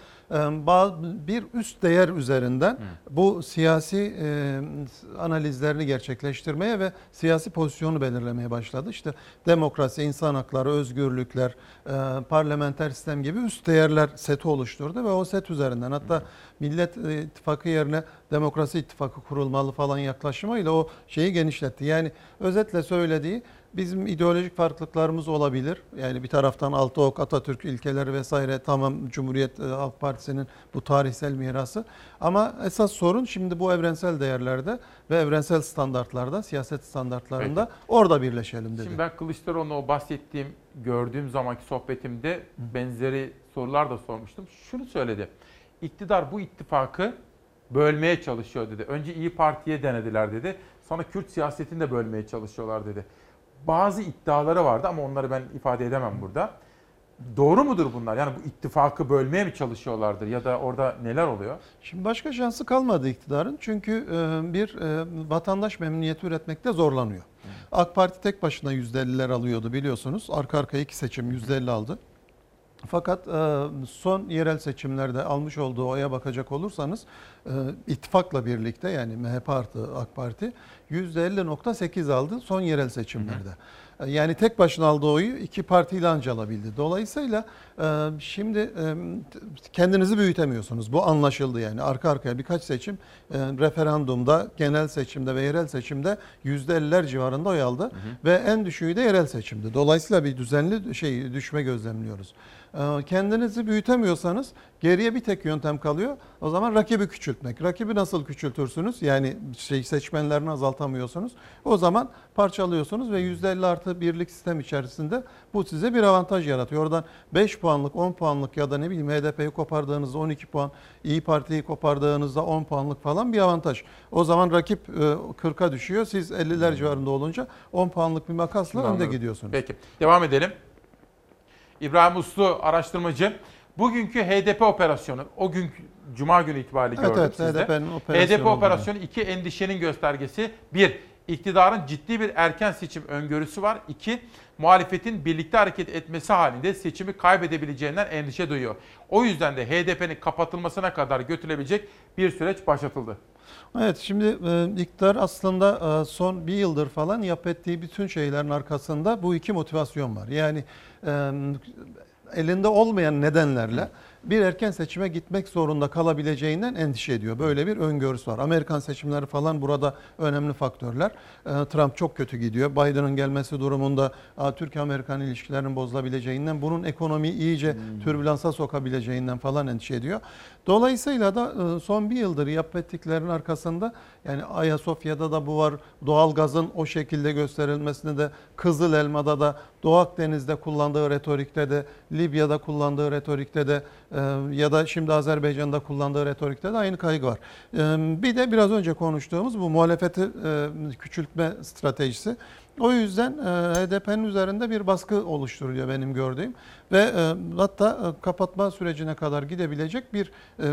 bir üst değer üzerinden bu siyasi analizlerini gerçekleştirmeye ve siyasi pozisyonu belirlemeye başladı. İşte demokrasi, insan hakları, özgürlükler, parlamenter sistem gibi üst değerler seti oluşturdu ve o set üzerinden hatta Millet İttifakı yerine Demokrasi İttifakı kurulmalı falan yaklaşımıyla o şeyi genişletti. Yani özetle söylediği, bizim ideolojik farklılıklarımız olabilir. Yani bir taraftan Altıok, Atatürk ilkeleri vesaire, tamam, Cumhuriyet Halk Partisi'nin bu tarihsel mirası. Ama esas sorun şimdi bu evrensel değerlerde ve evrensel standartlarda, siyaset standartlarında orada birleşelim dedi. Şimdi ben Kılıçdaroğlu'na o bahsettiğim, gördüğüm zamanki sohbetimde benzeri sorular da sormuştum. Şunu söyledi. İktidar bu ittifakı bölmeye çalışıyor dedi. Önce İyi Parti'ye denediler dedi. Sonra Kürt siyasetini de bölmeye çalışıyorlar dedi. Bazı iddiaları vardı ama onları ben ifade edemem burada. Doğru mudur bunlar? Yani bu ittifakı bölmeye mi çalışıyorlardır ya da orada neler oluyor? Şimdi başka şansı kalmadı iktidarın. Çünkü bir vatandaş memnuniyeti üretmekte zorlanıyor. AK Parti tek başına %50'ler alıyordu biliyorsunuz. Arka arkaya 2 seçim %50 aldı. Fakat son yerel seçimlerde almış olduğu oya bakacak olursanız ittifakla birlikte, yani MHP artı AK Parti %50,8 aldı son yerel seçimlerde. Yani tek başına aldığı oyu iki partiyle anca alabildi. Dolayısıyla şimdi kendinizi büyütemiyorsunuz. Bu anlaşıldı yani. Arka arkaya birkaç seçim referandumda, genel seçimde ve yerel seçimde %50'ler civarında oy aldı. Ve en düşüğü de yerel seçimdi. Dolayısıyla bir düzenli düşme gözlemliyoruz. Kendinizi büyütemiyorsanız Geriye bir tek yöntem kalıyor. O zaman rakibi küçültmek. Rakibi nasıl küçültürsünüz? Yani seçmenlerini azaltamıyorsunuz. O zaman parçalıyorsunuz ve %50+1'lik sistem içerisinde bu size bir avantaj yaratıyor. Oradan 5 puanlık, 10 puanlık ya da ne bileyim HDP'yi kopardığınızda 12 puan, İyi Parti'yi kopardığınızda 10 puanlık falan bir avantaj. O zaman rakip 40'a düşüyor. Siz 50'ler civarında olunca 10 puanlık bir makasla önde gidiyorsunuz. Peki. Devam edelim. İbrahim Uslu araştırmacı. Bugünkü HDP operasyonu, o gün Cuma günü itibariyle gördük sizde. HDP operasyonu iki endişenin göstergesi. Bir, iktidarın ciddi bir erken seçim öngörüsü var. İki, muhalefetin birlikte hareket etmesi halinde seçimi kaybedebileceğinden endişe duyuyor. O yüzden de HDP'nin kapatılmasına kadar götürülebilecek bir süreç başlatıldı. Evet, şimdi iktidar aslında son bir yıldır falan ettiği bütün şeylerin arkasında bu iki motivasyon var. Yani elinde olmayan nedenlerle bir erken seçime gitmek zorunda kalabileceğinden endişe ediyor. Böyle bir öngörüsü var. Amerikan seçimleri falan burada önemli faktörler. Trump çok kötü gidiyor. Biden'ın gelmesi durumunda Türkiye-Amerikan ilişkilerinin bozulabileceğinden, bunun ekonomiyi iyice türbülansa sokabileceğinden falan endişe ediyor. Dolayısıyla da son bir yıldır ettiklerinin arkasında, yani Ayasofya'da da bu var, doğalgazın o şekilde gösterilmesinde de, Kızılelma'da da, Doğu Akdeniz'de kullandığı retorikte de, Libya'da kullandığı retorikte de ya da şimdi Azerbaycan'da kullandığı retorikte de aynı kaygı var. Bir de biraz önce konuştuğumuz bu muhalefeti küçültme stratejisi. O yüzden HDP'nin üzerinde bir baskı oluşturuluyor benim gördüğüm ve hatta kapatma sürecine kadar gidebilecek bir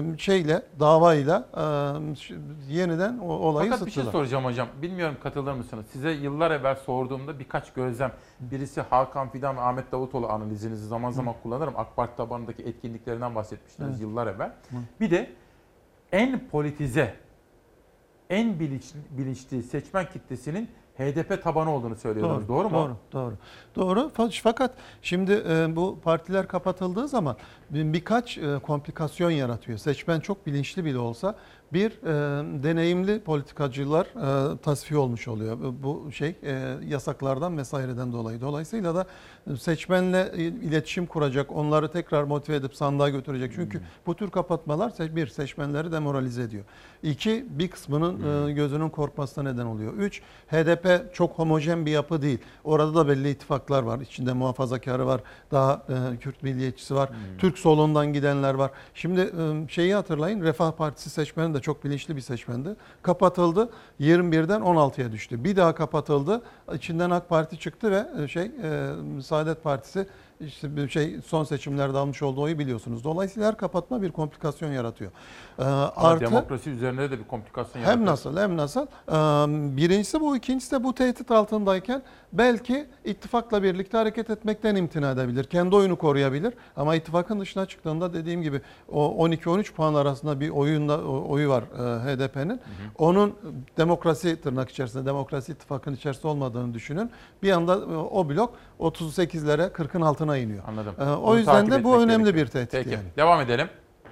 davayla yeniden olayı Fakat bir sıktılar. şey soracağım hocam. Bilmiyorum katılır mısınız? Size yıllar evvel sorduğumda birkaç gözlem. Birisi Hakan Fidan ve Ahmet Davutoğlu analizinizi zaman zaman kullanırım. AK Parti tabanındaki etkinliklerinden bahsetmiştiniz yıllar evvel. Bir de en politize, en bilinçli seçmen kitlesinin HDP tabanı olduğunu söylüyorsunuz. Doğru mu? Doğru. Fakat şimdi bu partiler kapatıldığı zaman birkaç komplikasyon yaratıyor. Seçmen çok bilinçli bile olsa bir deneyimli politikacılar tasfiye olmuş oluyor. Bu yasaklardan vesaireden dolayı. Dolayısıyla da seçmenle iletişim kuracak, onları tekrar motive edip sandığa götürecek. Çünkü bu tür kapatmalar bir, seçmenleri demoralize ediyor. İki, bir kısmının gözünün korkmasına neden oluyor. Üç, HDP çok homojen bir yapı değil. Orada da belli ittifaklar var. İçinde muhafazakarı var, daha Kürt milliyetçisi var, Türk solundan gidenler var. Şimdi hatırlayın, Refah Partisi seçmeni de çok bilinçli bir seçmendi. Kapatıldı, 21'den 16'ya düştü. Bir daha kapatıldı, içinden AK Parti çıktı ve Saadet Partisi son seçimlerde almış olduğu oyu biliyorsunuz. Dolayısıyla her kapatma bir komplikasyon yaratıyor. Artı, demokrasi üzerinde de bir komplikasyon yaratıyor. Hem nasıl? Birincisi bu, ikincisi de bu tehdit altındayken belki ittifakla birlikte hareket etmekten imtina edebilir. Kendi oyunu koruyabilir. Ama ittifakın dışına çıktığında dediğim gibi o 12-13 puan arasında bir oyu var HDP'nin. Onun demokrasi tırnak içerisinde, demokrasi ittifakın içerisinde olmadığını düşünün. Bir anda o blok 38'lere 40'ın altına iniyor. Anladım. O yüzden de bu önemli bir tehdit. Peki. Yani. Devam edelim.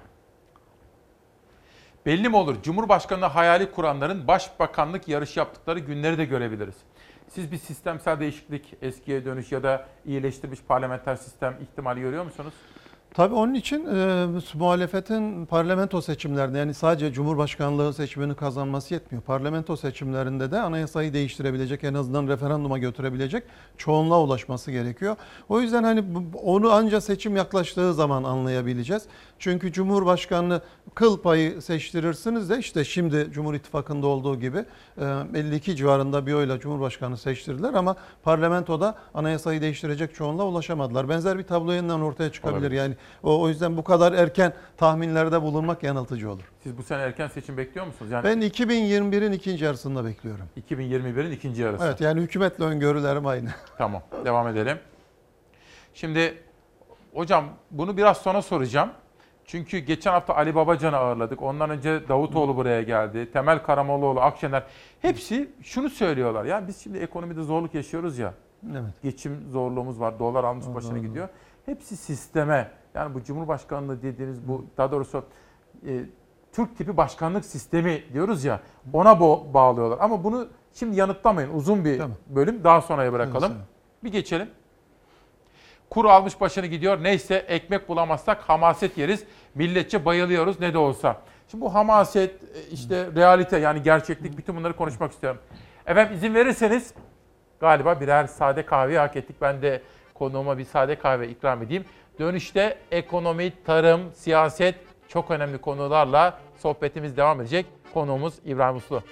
Belli mi olur? Cumhurbaşkanı hayali kuranların başbakanlık yarışı yaptıkları günleri de görebiliriz. Siz bir sistemsel değişiklik, eskiye dönüş ya da iyileştirilmiş parlamenter sistem ihtimali görüyor musunuz? Tabii onun için muhalefetin parlamento seçimlerinde, yani sadece Cumhurbaşkanlığı seçimini kazanması yetmiyor. Parlamento seçimlerinde de anayasayı değiştirebilecek, en azından referanduma götürebilecek çoğunluğa ulaşması gerekiyor. O yüzden onu ancak seçim yaklaştığı zaman anlayabileceğiz. Çünkü Cumhurbaşkanlığı kıl payı seçtirirsiniz de işte şimdi Cumhur İttifakı'nda olduğu gibi 52 civarında bir oyla Cumhurbaşkanı seçtirdiler ama parlamentoda anayasayı değiştirecek çoğunluğa ulaşamadılar. Benzer bir tablo yeniden ortaya çıkabilir. Olabilir. Yani o yüzden bu kadar erken tahminlerde bulunmak yanıltıcı olur. Siz bu sene erken seçim bekliyor musunuz? Yani ben 2021'in ikinci yarısında bekliyorum. 2021'in ikinci yarısı. Evet, yani hükümetle öngörülerim aynı. Tamam, devam edelim. Şimdi hocam bunu biraz sonra soracağım. Çünkü geçen hafta Ali Babacan'ı ağırladık. Ondan önce Davutoğlu buraya geldi. Temel Karamollaoğlu, Akşener. Hepsi şunu söylüyorlar. Ya biz şimdi ekonomide zorluk yaşıyoruz ya. Evet. Geçim zorluğumuz var. Dolar almış başına gidiyor. Hepsi sisteme. Yani bu Cumhurbaşkanlığı dediğiniz bu, daha doğrusu Türk tipi başkanlık sistemi diyoruz ya, ona bağlıyorlar. Ama bunu şimdi yanıtlamayın. Uzun bir bölüm daha sonraya bırakalım. Bir geçelim. Kur almış başını gidiyor. Neyse ekmek bulamazsak hamaset yeriz. Milletçe bayılıyoruz ne de olsa. Şimdi bu hamaset, işte realite yani gerçeklik, bütün bunları konuşmak istiyorum. Efendim izin verirseniz galiba birer sade kahve hak ettik. Ben de konuğuma bir sade kahve ikram edeyim. Dönüşte ekonomi, tarım, siyaset çok önemli konularla sohbetimiz devam edecek. Konuğumuz İbrahim Uslu.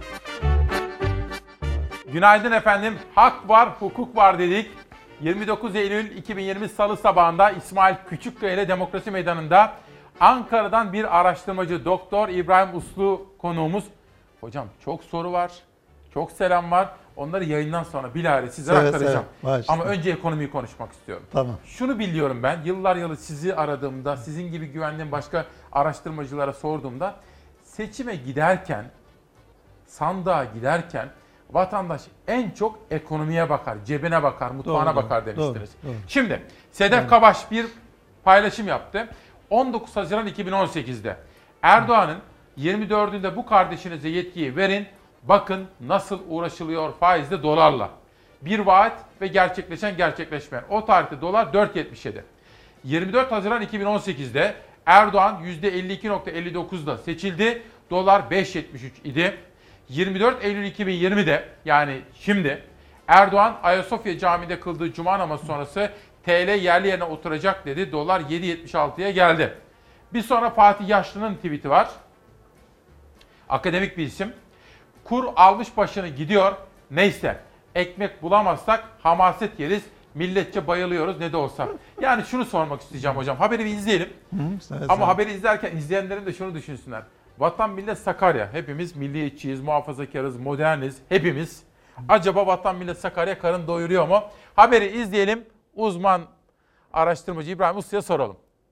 Günaydın efendim. Hak var, hukuk var dedik. 29 Eylül 2020 Salı sabahında İsmail Küçükkaya ile Demokrasi Meydanı'nda Ankara'dan bir araştırmacı Doktor İbrahim Uslu konuğumuz. Hocam çok soru var, çok selam var. Onları yayından sonra bilahare size aktaracağım. Ama önce ekonomiyi konuşmak istiyorum. Tamam. Şunu biliyorum ben, yıllar yılı sizi aradığımda, sizin gibi güvendiğim başka araştırmacılara sorduğumda seçime giderken, sandığa giderken vatandaş en çok ekonomiye bakar, cebine bakar, mutfağına bakar demiştiniz. Doğru. Şimdi Sedef Kabaş bir paylaşım yaptı. 19 Haziran 2018'de Erdoğan'ın 24'ünde bu kardeşinize yetkiyi verin, bakın nasıl uğraşılıyor faizli dolarla. Bir vaat ve gerçekleşmeyen. O tarihte dolar 4.77. 24 Haziran 2018'de Erdoğan %52.59'da seçildi. Dolar 5.73 idi. 24 Eylül 2020'de yani şimdi Erdoğan Ayasofya Camii'nde kıldığı cuma namazı sonrası TL yerli yerine oturacak dedi. Dolar 7.76'ya geldi. Bir sonra Fatih Yaşlı'nın tweet'i var. Akademik bir isim. Kur almış başını gidiyor. Neyse ekmek bulamazsak hamaset yeriz. Milletçe bayılıyoruz ne de olsa. Yani şunu sormak isteyeceğim hocam. Haberi bir izleyelim. Ama haberi izlerken izleyenlerin de şunu düşünsünler. Vatan millet Sakarya. Hepimiz milliyetçiyiz, muhafazakarız, moderniz. Hepimiz. Acaba vatan millet Sakarya karın doyuruyor mu? Haberi izleyelim. Uzman araştırmacı İbrahim Uslu'ya soralım.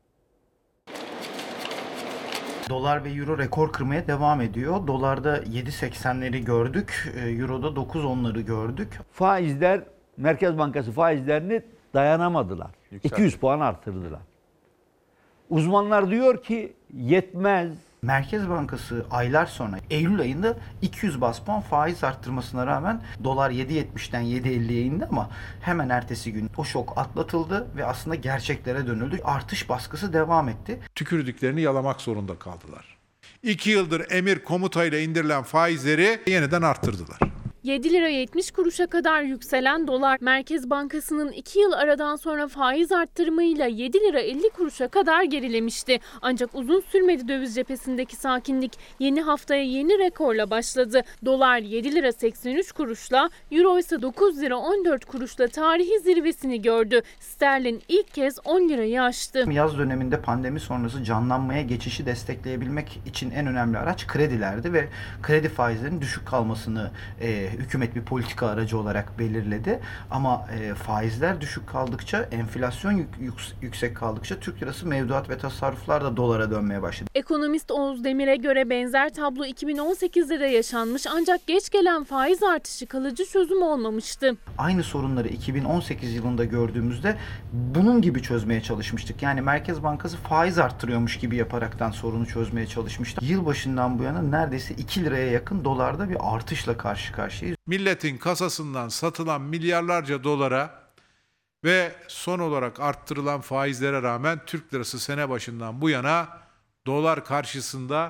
Dolar ve euro rekor kırmaya devam ediyor. Dolarda 7.80'leri gördük. Euro'da 9.10'ları gördük. Faizler, Merkez Bankası faizlerini dayanamadılar. 200 puan artırdılar. Uzmanlar diyor ki yetmez. Merkez Bankası aylar sonra Eylül ayında 200 bas puan faiz arttırmasına rağmen dolar 7.70'den 7.50'ye indi ama hemen ertesi gün o şok atlatıldı ve aslında gerçeklere dönüldü. Artış baskısı devam etti. Tükürdüklerini yalamak zorunda kaldılar. 2 yıldır emir komutayla indirilen faizleri yeniden arttırdılar. 7 lira 70 kuruşa kadar yükselen dolar, Merkez Bankası'nın 2 yıl aradan sonra faiz arttırımıyla 7 lira 50 kuruşa kadar gerilemişti. Ancak uzun sürmedi döviz cephesindeki sakinlik. Yeni haftaya yeni rekorla başladı. Dolar 7 lira 83 kuruşla, euro ise 9 lira 14 kuruşla tarihi zirvesini gördü. Sterlin ilk kez 10 lirayı aştı. Yaz döneminde pandemi sonrası canlanmaya geçişi destekleyebilmek için en önemli araç kredilerdi ve kredi faizlerinin düşük kalmasını hükümet bir politika aracı olarak belirledi. Ama faizler düşük kaldıkça, enflasyon yüksek kaldıkça Türk lirası mevduat ve tasarruflar da dolara dönmeye başladı. Ekonomist Oğuz Demir'e göre benzer tablo 2018'de de yaşanmış ancak geç gelen faiz artışı kalıcı çözüm olmamıştı. Aynı sorunları 2018 yılında gördüğümüzde bunun gibi çözmeye çalışmıştık. Yani Merkez Bankası faiz arttırıyormuş gibi yaparaktan sorunu çözmeye çalışmıştı. Yılbaşından bu yana neredeyse 2 liraya yakın dolarda bir artışla karşı karşıyayız. Milletin kasasından satılan milyarlarca dolara ve son olarak arttırılan faizlere rağmen Türk lirası sene başından bu yana dolar karşısında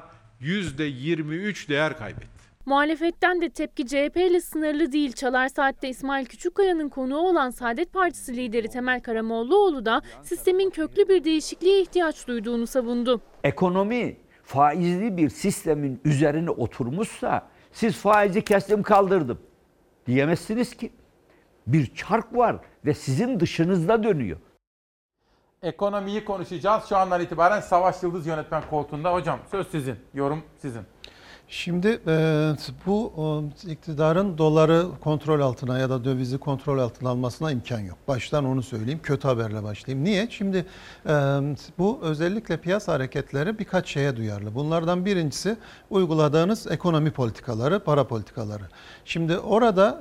%23 değer kaybetti. Muhalefetten de tepki CHP ile sınırlı değil. Çalar Saat'te İsmail Küçükkaya'nın konuğu olan Saadet Partisi lideri Temel Karamollaoğlu da sistemin köklü bir değişikliğe ihtiyaç duyduğunu savundu. Ekonomi faizli bir sistemin üzerine oturmuşsa siz faizi kestim kaldırdım diyemezsiniz ki. Bir çark var ve sizin dışınızda dönüyor. Ekonomiyi konuşacağız. Şu andan itibaren Savaş Yıldız yönetmen koltuğunda. Hocam söz sizin, yorum sizin. Şimdi bu iktidarın doları kontrol altına ya da dövizi kontrol altına almasına imkan yok. Baştan onu söyleyeyim. Kötü haberle başlayayım. Niye? Şimdi bu özellikle piyasa hareketleri birkaç şeye duyarlı. Bunlardan birincisi uyguladığınız ekonomi politikaları, para politikaları. Şimdi orada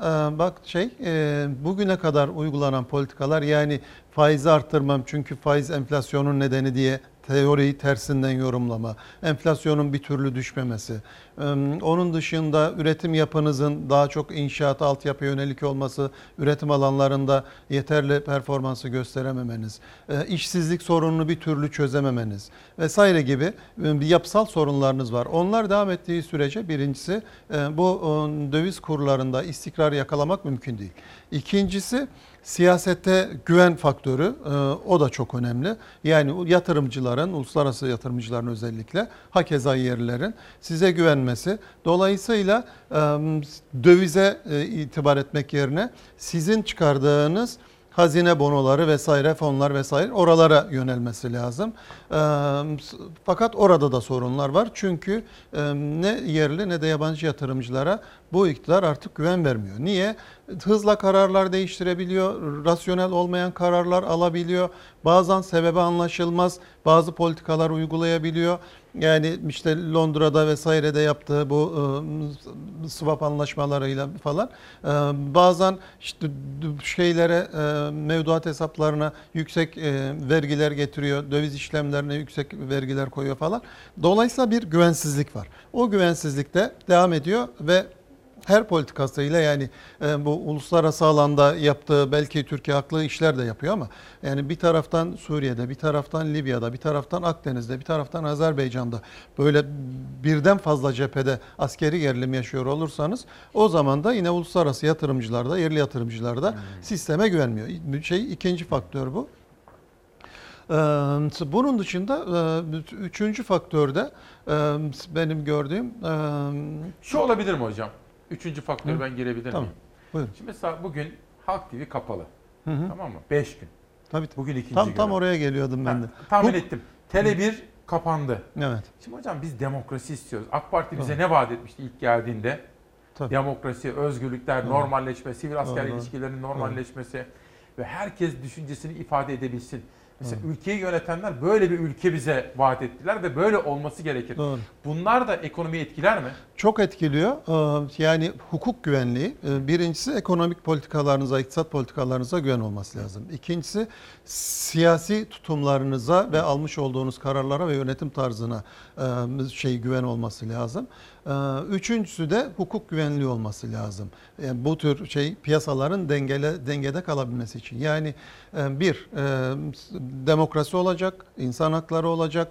bugüne kadar uygulanan politikalar, yani faizi arttırmam çünkü faiz enflasyonun nedeni diye teoriyi tersinden yorumlama, enflasyonun bir türlü düşmemesi, onun dışında üretim yapınızın daha çok inşaat, altyapıya yönelik olması, üretim alanlarında yeterli performansı gösterememeniz, işsizlik sorununu bir türlü çözememeniz vesaire gibi bir yapısal sorunlarınız var. Onlar devam ettiği sürece birincisi bu döviz kurlarında istikrar yakalamak mümkün değil. İkincisi siyasette güven faktörü, o da çok önemli. Yani yatırımcıların, uluslararası yatırımcıların özellikle, hakeza yerlilerin size güvenmesi. Dolayısıyla dövize itibar etmek yerine sizin çıkardığınız hazine bonoları vesaire, fonlar vesaire oralara yönelmesi lazım. Fakat orada da sorunlar var. Çünkü ne yerli ne de yabancı yatırımcılara bu iktidar artık güven vermiyor. Niye? Hızla kararlar değiştirebiliyor, rasyonel olmayan kararlar alabiliyor. Bazen sebebi anlaşılmaz bazı politikalar uygulayabiliyor. Yani işte Londra'da vesairede yaptığı bu swap anlaşmalarıyla falan bazen işte şeylere, mevduat hesaplarına yüksek vergiler getiriyor, döviz işlemlerine yüksek vergiler koyuyor falan. Dolayısıyla bir güvensizlik var. O güvensizlik de devam ediyor ve her politikasıyla, yani bu uluslararası alanda yaptığı, belki Türkiye haklı işler de yapıyor ama yani bir taraftan Suriye'de, bir taraftan Libya'da, bir taraftan Akdeniz'de, bir taraftan Azerbaycan'da böyle birden fazla cephede askeri gerilim yaşıyor olursanız o zaman da yine uluslararası yatırımcılar da, yerli yatırımcılar da sisteme güvenmiyor. İkinci faktör bu. Bunun dışında üçüncü faktörde benim gördüğüm... Şu olabilir mi hocam? Üçüncü faktörü ben girebilir Tamam. miyim? Buyurun. Şimdi mesela bugün Halk TV kapalı. Hı hı. Tamam mı? 5 gün. Tabii. Bugün ikinci gün. Tam oraya geliyordum ben de. Tahmin ettim. Tele1 kapandı. Evet. Şimdi hocam biz demokrasi istiyoruz. AK Parti bize ne vaat etmişti ilk geldiğinde? Tabii. Demokrasi, özgürlükler, normalleşme, sivil asker Doğru. ilişkilerinin normalleşmesi ve herkes düşüncesini ifade edebilsin. Mesela ülkeyi yönetenler böyle bir ülke bize vaat ettiler ve böyle olması gerekir. Doğru. Bunlar da ekonomiyi etkiler mi? Çok etkiliyor. Yani hukuk güvenliği. Birincisi ekonomik politikalarınıza, iktisat politikalarınıza güven olması lazım. İkincisi siyasi tutumlarınıza ve almış olduğunuz kararlara ve yönetim tarzına güven olması lazım. Üçüncüsü de hukuk güvenliği olması lazım. Yani bu tür piyasaların dengede kalabilmesi için. Yani bir, demokrasi olacak, insan hakları olacak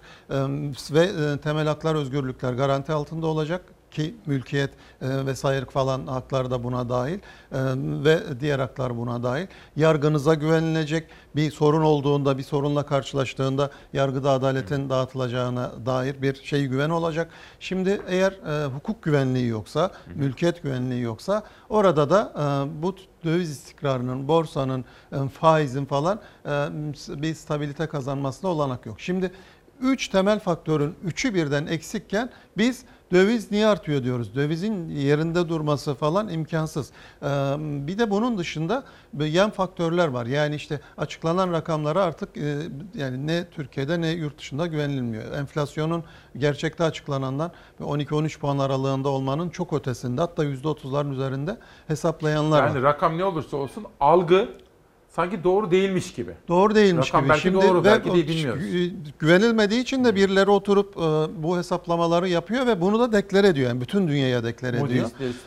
ve temel haklar, özgürlükler garanti altında olacak ki mülkiyet vesaire falan haklar da buna dahil ve diğer haklar buna dahil. Yargınıza güvenilecek, bir sorun olduğunda, bir sorunla karşılaştığında yargıda adaletin dağıtılacağına dair bir güven olacak. Şimdi eğer hukuk güvenliği yoksa, mülkiyet güvenliği yoksa orada da bu döviz istikrarının, borsanın, faizin falan bir stabilite kazanmasına olanak yok. Şimdi 3 temel faktörün 3'ü birden eksikken biz döviz niye artıyor diyoruz. Dövizin yerinde durması falan imkansız. Bir de bunun dışında yan faktörler var. Yani işte açıklanan rakamlara artık yani ne Türkiye'de ne yurt dışında güvenilmiyor. Enflasyonun gerçekte açıklanandan 12-13 puan aralığında olmanın çok ötesinde, hatta %30'ların üzerinde hesaplayanlar var. Yani rakam ne olursa olsun algı sanki doğru değilmiş gibi. Doğru değilmiş rakam gibi. Belki şimdi doğru, belki de bilmiyoruz. Güvenilmediği için de birileri oturup bu hesaplamaları yapıyor ve bunu da deklar ediyor. Yani bütün dünyaya deklar ediyor.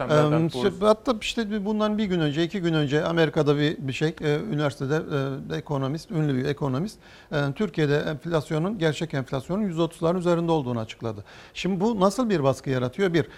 Hatta işte bundan bir gün önce, 2 gün önce Amerika'da bir üniversitede ekonomist, ünlü bir ekonomist Türkiye'de enflasyonun, gerçek enflasyonun %30'ların üzerinde olduğunu açıkladı. Şimdi bu nasıl bir baskı yaratıyor? Bir,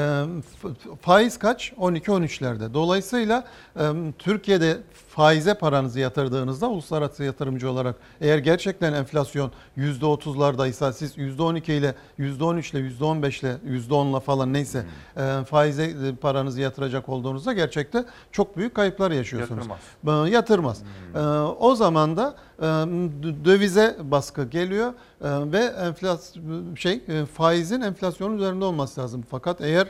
faiz kaç? 12-13'lerde. Dolayısıyla Türkiye'de faize paranızı yatırdığınızda uluslararası yatırımcı olarak eğer gerçekten enflasyon %30'lardaysa siz %12 ile %13 ile %15 ile %10'la falan neyse faize paranızı yatıracak olduğunuzda gerçekten çok büyük kayıplar yaşıyorsunuz. Yatırmaz. O zaman da dövize baskı geliyor ve faizin enflasyonun üzerinde olması lazım. Fakat eğer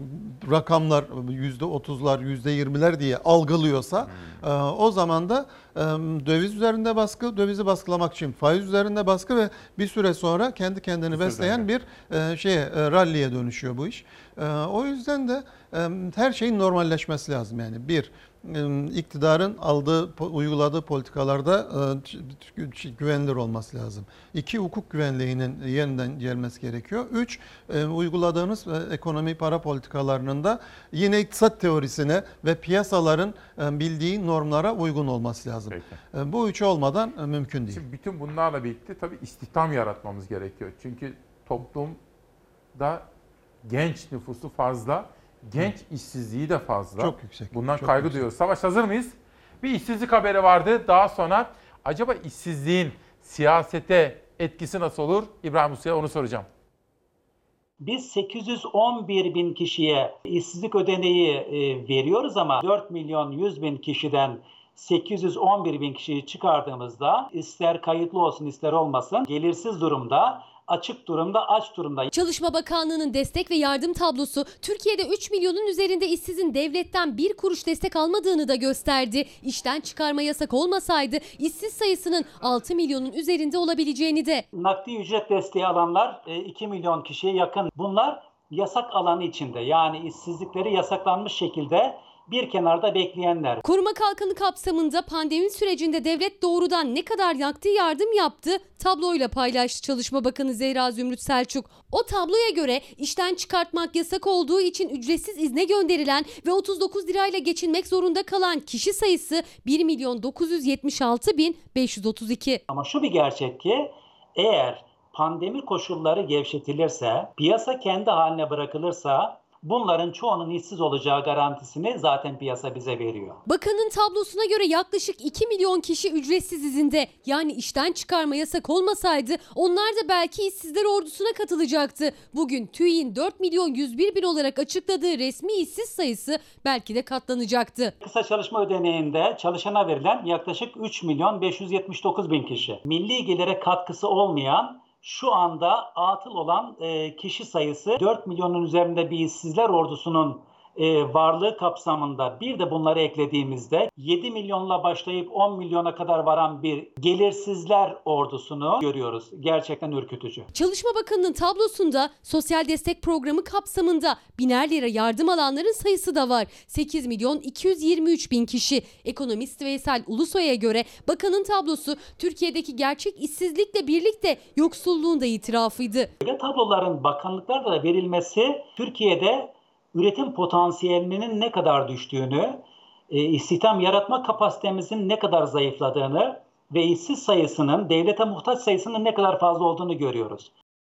rakamlar %30'lar, %20'ler diye algılıyorsa o zaman da döviz üzerinde baskı, dövizi baskılamak için faiz üzerinde baskı ve bir süre sonra kendi kendini besleyen bir ralliye dönüşüyor bu iş. O yüzden de her şeyin normalleşmesi lazım. Yani bir, iktidarın uyguladığı politikalarda güvenilir olması lazım. İki, hukuk güvenliğinin yeniden gelmesi gerekiyor. Üç, uyguladığınız ekonomi para politikalarının da yine iktisat teorisine ve piyasaların bildiği normlara uygun olması lazım. Bu üçü olmadan mümkün değil. Şimdi bütün bunlarla birlikte tabii istihdam yaratmamız gerekiyor. Çünkü toplumda genç nüfusu fazla, genç işsizliği de fazla. Çok yüksek. Bundan çok kaygı yüksek. duyuyoruz. Savaş, hazır mıyız? Bir işsizlik haberi vardı. Daha sonra acaba işsizliğin siyasete etkisi nasıl olur? İbrahim Usta'ya onu soracağım. Biz 811 bin kişiye işsizlik ödeneği veriyoruz ama 4 milyon 100 bin kişiden 811 bin kişiyi çıkardığımızda ister kayıtlı olsun ister olmasın gelirsiz durumda, açık durumda, aç durumda. Çalışma Bakanlığı'nın destek ve yardım tablosu Türkiye'de 3 milyonun üzerinde işsizin devletten bir kuruş destek almadığını da gösterdi. İşten çıkarma yasak olmasaydı işsiz sayısının 6 milyonun üzerinde olabileceğini de. Nakdi ücret desteği alanlar 2 milyon kişiye yakın. Bunlar yasak alanı içinde, yani işsizlikleri yasaklanmış şekilde bir kenarda bekleyenler. Koruma Kalkanı kapsamında pandemi sürecinde devlet doğrudan ne kadar nakdi yardım yaptı tabloyla paylaştı Çalışma Bakanı Zehra Zümrüt Selçuk. O tabloya göre işten çıkartmak yasak olduğu için ücretsiz izne gönderilen ve 39 lirayla geçinmek zorunda kalan kişi sayısı 1.976.532. Ama şu bir gerçek ki eğer pandemi koşulları gevşetilirse, piyasa kendi haline bırakılırsa bunların çoğunun işsiz olacağı garantisini zaten piyasa bize veriyor. Bakanın tablosuna göre yaklaşık 2 milyon kişi ücretsiz izinde. Yani işten çıkarma yasak olmasaydı onlar da belki işsizler ordusuna katılacaktı. Bugün TÜİK'in 4 milyon 101 bin olarak açıkladığı resmi işsiz sayısı belki de katlanacaktı. Kısa çalışma ödeneğinde çalışana verilen yaklaşık 3 milyon 579 bin kişi. Milli gelire katkısı olmayan, şu anda atıl olan kişi sayısı 4 milyonun üzerinde bir işsizler ordusunun varlığı kapsamında bir de bunları eklediğimizde 7 milyonla başlayıp 10 milyona kadar varan bir gelirsizler ordusunu görüyoruz. Gerçekten ürkütücü. Çalışma Bakanı'nın tablosunda sosyal destek programı kapsamında biner lira yardım alanların sayısı da var. 8 milyon 223 bin kişi. Ekonomist Veysel Ulusoy'a göre bakanın tablosu Türkiye'deki gerçek işsizlikle birlikte yoksulluğun da itirafıydı. Böyle tabloların bakanlıklarla da verilmesi Türkiye'de üretim potansiyelinin ne kadar düştüğünü, istihdam yaratma kapasitemizin ne kadar zayıfladığını ve işsiz sayısının, devlete muhtaç sayısının ne kadar fazla olduğunu görüyoruz.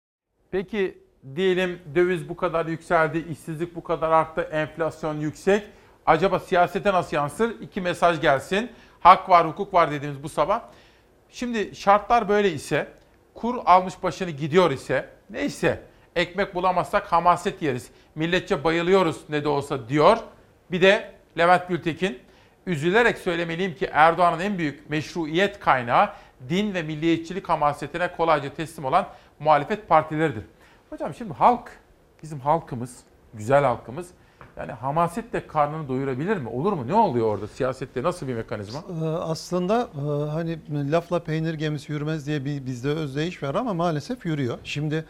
Peki diyelim döviz bu kadar yükseldi, işsizlik bu kadar arttı, enflasyon yüksek. Acaba siyasete nasıl yansır? İki mesaj gelsin. Hak var, hukuk var dediğimiz bu sabah. Şimdi şartlar böyle ise, kur almış başını gidiyor ise, neyse ekmek bulamazsak hamaset yeriz. Milletçe bayılıyoruz ne de olsa diyor. Bir de Levent Gültekin, üzülerek söylemeliyim ki Erdoğan'ın en büyük meşruiyet kaynağı din ve milliyetçilik hamasetine kolayca teslim olan muhalefet partileridir. Hocam şimdi halk, bizim halkımız, güzel halkımız yani hamasetle karnını doyurabilir mi? Olur mu? Ne oluyor orada? Siyasette nasıl bir mekanizma? Aslında hani lafla peynir gemisi yürümez diye bizde özdeyiş var ama maalesef yürüyor. Şimdi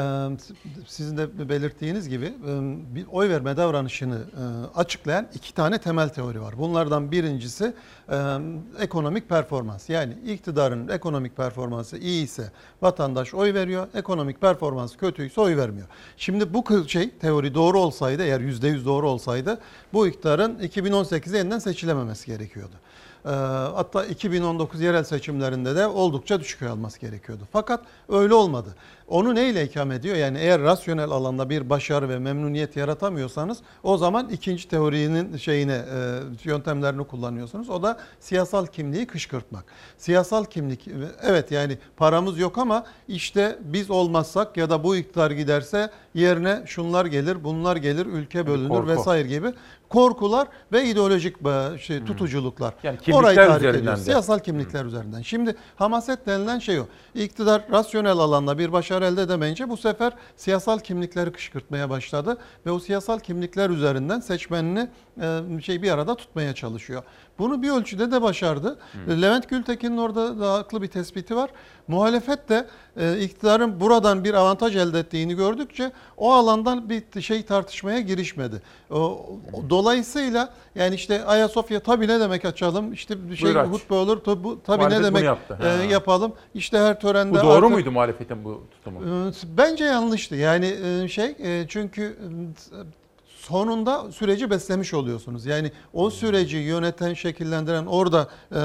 sizin de belirttiğiniz gibi bir oy verme davranışını açıklayan iki tane temel teori var. Bunlardan birincisi ekonomik performans. Yani iktidarın ekonomik performansı iyi ise vatandaş oy veriyor. Ekonomik performans kötüyse oy vermiyor. Şimdi bu teori doğru olsaydı, eğer %100 doğru olsaydı bu iktidarın 2018'de yeniden seçilememesi gerekiyordu. Hatta 2019 yerel seçimlerinde de oldukça düşük alması gerekiyordu. Fakat öyle olmadı. Onu neyle ikame ediyor? Yani eğer rasyonel alanda bir başarı ve memnuniyet yaratamıyorsanız o zaman ikinci teorinin yöntemlerini kullanıyorsunuz. O da siyasal kimliği kışkırtmak. Siyasal kimlik, evet yani paramız yok ama işte biz olmazsak ya da bu iktidar giderse yerine şunlar gelir, bunlar gelir, ülke bölünür vesaire gibi korkular ve ideolojik tutuculuklar. Yani kimlikler üzerinden de. Siyasal kimlikler üzerinden. Şimdi hamaset denilen şey o. İktidar rasyonel alanda bir başarı başarı elde edemeyince bu sefer siyasal kimlikleri kışkırtmaya başladı ve o siyasal kimlikler üzerinden seçmenini bir arada tutmaya çalışıyor. Bunu bir ölçüde de başardı. Levent Gültekin'in orada da haklı bir tespiti var. Muhalefet de iktidarın buradan bir avantaj elde ettiğini gördükçe o alandan bir tartışmaya girişmedi. Dolayısıyla yani işte Ayasofya tabii ne demek açalım, işte hutbe olur tabii ne demek yapalım. İşte her törende... Bu doğru muydu muhalefetin bu tutumu? Bence yanlıştı. Yani çünkü sonunda süreci beslemiş oluyorsunuz. Yani o süreci yöneten, şekillendiren orada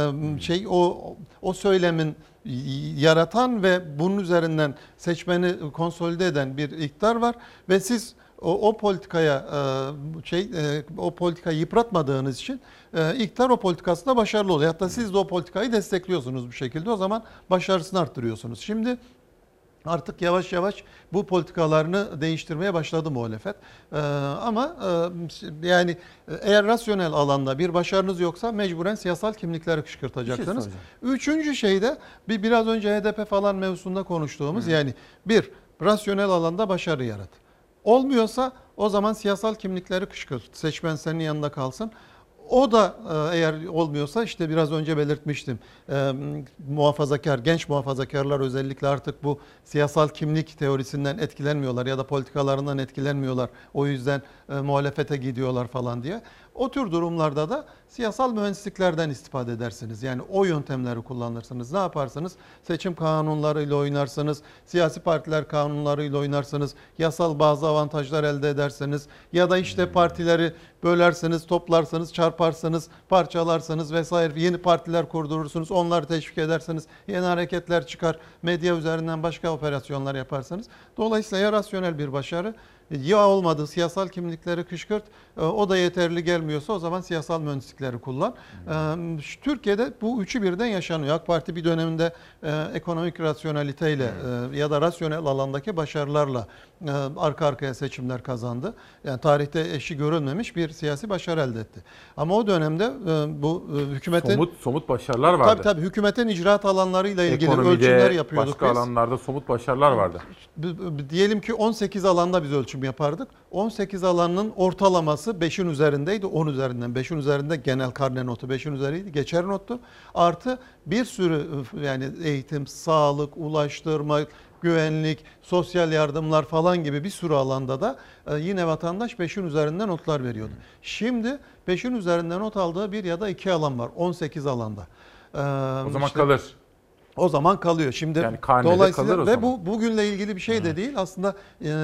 o söylemin yaratan ve bunun üzerinden seçmeni konsolide eden bir iktidar var ve siz o politikayı yıpratmadığınız için iktidar o politikasında başarılı oluyor. Hatta siz de o politikayı destekliyorsunuz bu şekilde. O zaman başarısını arttırıyorsunuz. Şimdi artık yavaş yavaş bu politikalarını değiştirmeye başladı muhalefet. Ama yani eğer rasyonel alanda bir başarınız yoksa mecburen siyasal kimlikleri kışkırtacaksınız. Üçüncü şey de biraz önce HDP falan mevzusunda konuştuğumuz yani rasyonel alanda başarı yarat. Olmuyorsa o zaman siyasal kimlikleri kışkırt. Seçmen senin yanında kalsın. O da eğer olmuyorsa işte biraz önce belirtmiştim. Genç muhafazakarlar özellikle artık bu siyasal kimlik teorisinden etkilenmiyorlar ya da politikalarından etkilenmiyorlar. O yüzden muhalefete gidiyorlar falan diye. O tür durumlarda da siyasal mühendisliklerden istifade edersiniz. Yani o yöntemleri kullanırsınız. Ne yaparsınız? Seçim kanunlarıyla oynarsınız. Siyasi partiler kanunlarıyla oynarsınız. Yasal bazı avantajlar elde edersiniz. Ya da işte partileri bölersiniz, toplarsınız, çarparsınız, parçalarsanız vesaire. Yeni partiler kurdurursunuz. Onları teşvik ederseniz yeni hareketler çıkar. Medya üzerinden başka operasyonlar yaparsanız. Dolayısıyla rasyonel bir başarı. Ya olmadı siyasal kimlikleri kışkırt, o da yeterli gelmiyorsa o zaman siyasal mühendislikleri kullan. Türkiye'de bu üçü birden yaşanıyor. AK Parti bir döneminde ekonomik rasyoneliteyle ya da rasyonel alandaki başarılarla arka arkaya seçimler kazandı. Yani tarihte eşi görülmemiş bir siyasi başarı elde etti. Ama o dönemde bu hükümetin... Somut başarılar vardı. Tabii hükümetin icraat alanlarıyla ilgili ölçümler yapıyorduk. Başka alanlarda somut başarılar vardı. Diyelim ki 18 alanda biz ölçüm yapardık. 18 alanın ortalaması 5'in üzerindeydi. 10 üzerinden 5'in üzerinde genel karne notu 5'in üzeriydi. Geçer nottu. Artı bir sürü yani eğitim, sağlık, ulaştırma, güvenlik, sosyal yardımlar falan gibi bir sürü alanda da yine vatandaş 5'in üzerinden notlar veriyordu. Şimdi 5'in üzerinden not aldığı bir ya da 2 alan var. 18 alanda. O zaman kalır. O zaman kalıyor. Şimdi yani dolayısıyla kalır ve bu bugünle ilgili bir şey de değil. Aslında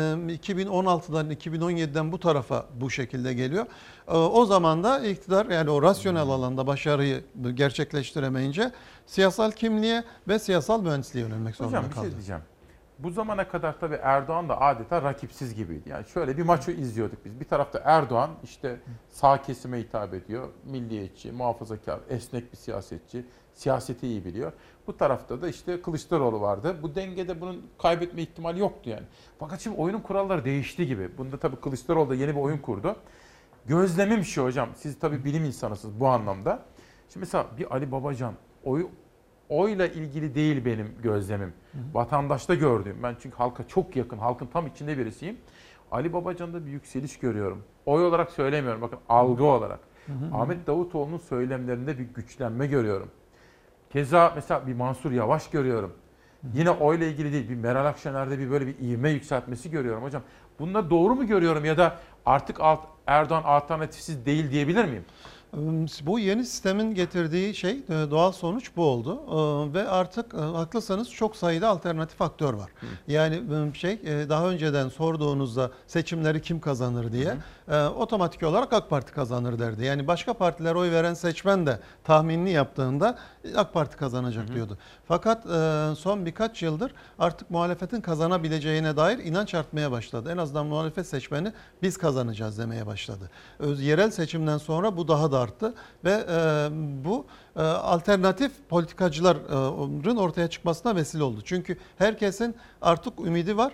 2016'dan 2017'den bu tarafa bu şekilde geliyor. O zaman da iktidar yani o rasyonel alanda başarıyı gerçekleştiremeyince siyasal kimliğe ve siyasal mühendisliğe yönelmek zorunda kaldı. Hocam bir şey diyeceğim. Bu zamana kadar tabii Erdoğan da adeta rakipsiz gibiydi. Yani şöyle bir maçı izliyorduk biz. Bir tarafta Erdoğan işte sağ kesime hitap ediyor. Milliyetçi, muhafazakar, esnek bir siyasetçi. Siyaseti iyi biliyor. Bu tarafta da işte Kılıçdaroğlu vardı. Bu dengede bunun kaybetme ihtimali yoktu yani. Fakat şimdi oyunun kuralları değişti gibi. Bunda tabii Kılıçdaroğlu da yeni bir oyun kurdu. Gözlemim şu hocam. Siz tabii bilim insanısınız bu anlamda. Şimdi mesela bir Ali Babacan oyla ilgili değil benim gözlemim. Vatandaşta gördüğüm. Ben çünkü halka çok yakın, halkın tam içinde birisiyim. Ali Babacan'da bir yükseliş görüyorum. Oy olarak söylemiyorum. Bakın algı olarak. Ahmet Davutoğlu'nun söylemlerinde bir güçlenme görüyorum. Keza mesela bir Mansur Yavaş görüyorum. Yine oyla ilgili değil. Bir Meral Akşener'de bir böyle bir ivme yükseltmesi görüyorum hocam. Bunları doğru mu görüyorum ya da artık Erdoğan alternatifsiz değil diyebilir miyim? Bu yeni sistemin getirdiği doğal sonuç bu oldu ve artık haklısınız çok sayıda alternatif aktör var. Yani daha önceden sorduğunuzda seçimleri kim kazanır diye otomatik olarak AK Parti kazanır derdi. Yani başka partiler oy veren seçmen de tahminini yaptığında AK Parti kazanacak diyordu. Fakat son birkaç yıldır artık muhalefetin kazanabileceğine dair inanç artmaya başladı. En azından muhalefet seçmeni biz kazanacağız demeye başladı. Yerel seçimden sonra bu daha da arttı ve bu alternatif politikacıların ortaya çıkmasına vesile oldu. Çünkü herkesin artık ümidi var.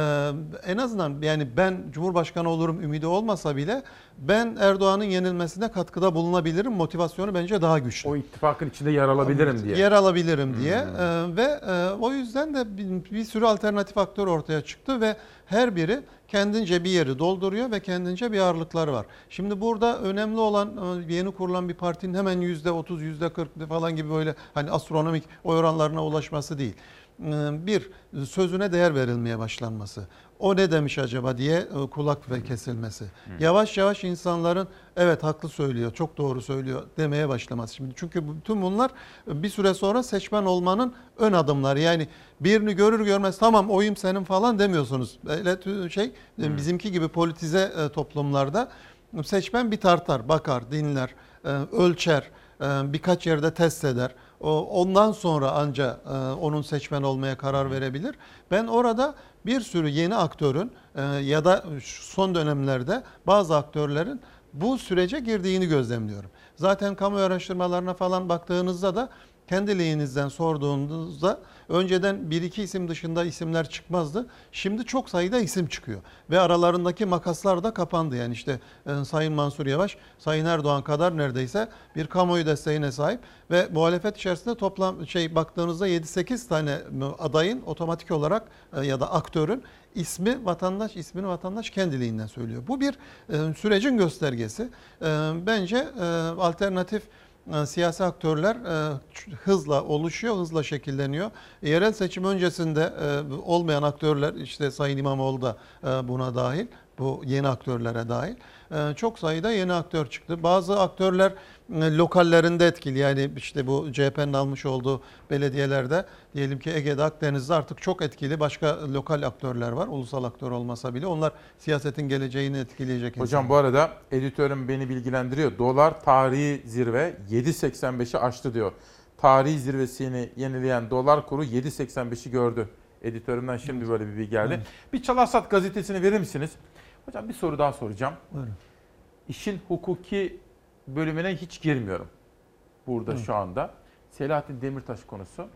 En azından yani ben Cumhurbaşkanı olurum ümidi olmasa bile ben Erdoğan'ın yenilmesine katkıda bulunabilirim. Motivasyonu bence daha güçlü. O ittifakın içinde yer alabilirim diye. Yer alabilirim diye ve o yüzden de bir sürü alternatif aktör ortaya çıktı ve her biri kendince bir yeri dolduruyor ve kendince bir ağırlıkları var. Şimdi burada önemli olan yeni kurulan bir partinin hemen %30, %40 falan gibi böyle hani astronomik oy oranlarına ulaşması değil. Bir, sözüne değer verilmeye başlanması. O ne demiş acaba diye kulak ve kesilmesi. Yavaş yavaş insanların evet haklı söylüyor, çok doğru söylüyor demeye başlaması. Şimdi çünkü bütün bunlar bir süre sonra seçmen olmanın ön adımları. Yani birini görür görmez tamam oyum senin falan demiyorsunuz. Öyle bizimki gibi politize toplumlarda seçmen bir tartar, bakar, dinler, ölçer, birkaç yerde test eder. Ondan sonra ancak onun seçmen olmaya karar verebilir. Ben orada bir sürü yeni aktörün ya da son dönemlerde bazı aktörlerin bu sürece girdiğini gözlemliyorum. Zaten kamu araştırmalarına falan baktığınızda da kendiliğinizden sorduğunuzda önceden bir iki isim dışında isimler çıkmazdı. Şimdi çok sayıda isim çıkıyor. Ve aralarındaki makaslar da kapandı. Yani işte Sayın Mansur Yavaş, Sayın Erdoğan kadar neredeyse bir kamuoyu desteğine sahip. Ve muhalefet içerisinde toplam baktığınızda 7-8 tane adayın otomatik olarak ya da aktörün ismini vatandaş kendiliğinden söylüyor. Bu bir sürecin göstergesi. Bence alternatif siyasi aktörler hızla oluşuyor, hızla şekilleniyor. Yerel seçim öncesinde olmayan aktörler, işte Sayın İmamoğlu da buna dahil, bu yeni aktörlere dahil. Çok sayıda yeni aktör çıktı. Bazı aktörler lokallerinde etkili. Yani işte bu CHP'nin almış olduğu belediyelerde diyelim ki Ege'de, Akdeniz'de artık çok etkili başka lokal aktörler var. Ulusal aktör olmasa bile onlar siyasetin geleceğini etkileyecek. Hocam bu arada editörüm beni bilgilendiriyor. Dolar tarihi zirve 7.85'i aştı diyor. Tarihi zirvesini yenileyen dolar kuru 7.85'i gördü. Editörümden şimdi böyle bir bilgi geldi. Evet. Bir Çalarsat gazetesini verir misiniz? Hocam bir soru daha soracağım. Buyurun. İşin hukuki bölümüne hiç girmiyorum burada şu anda. Selahattin Demirtaş konusu.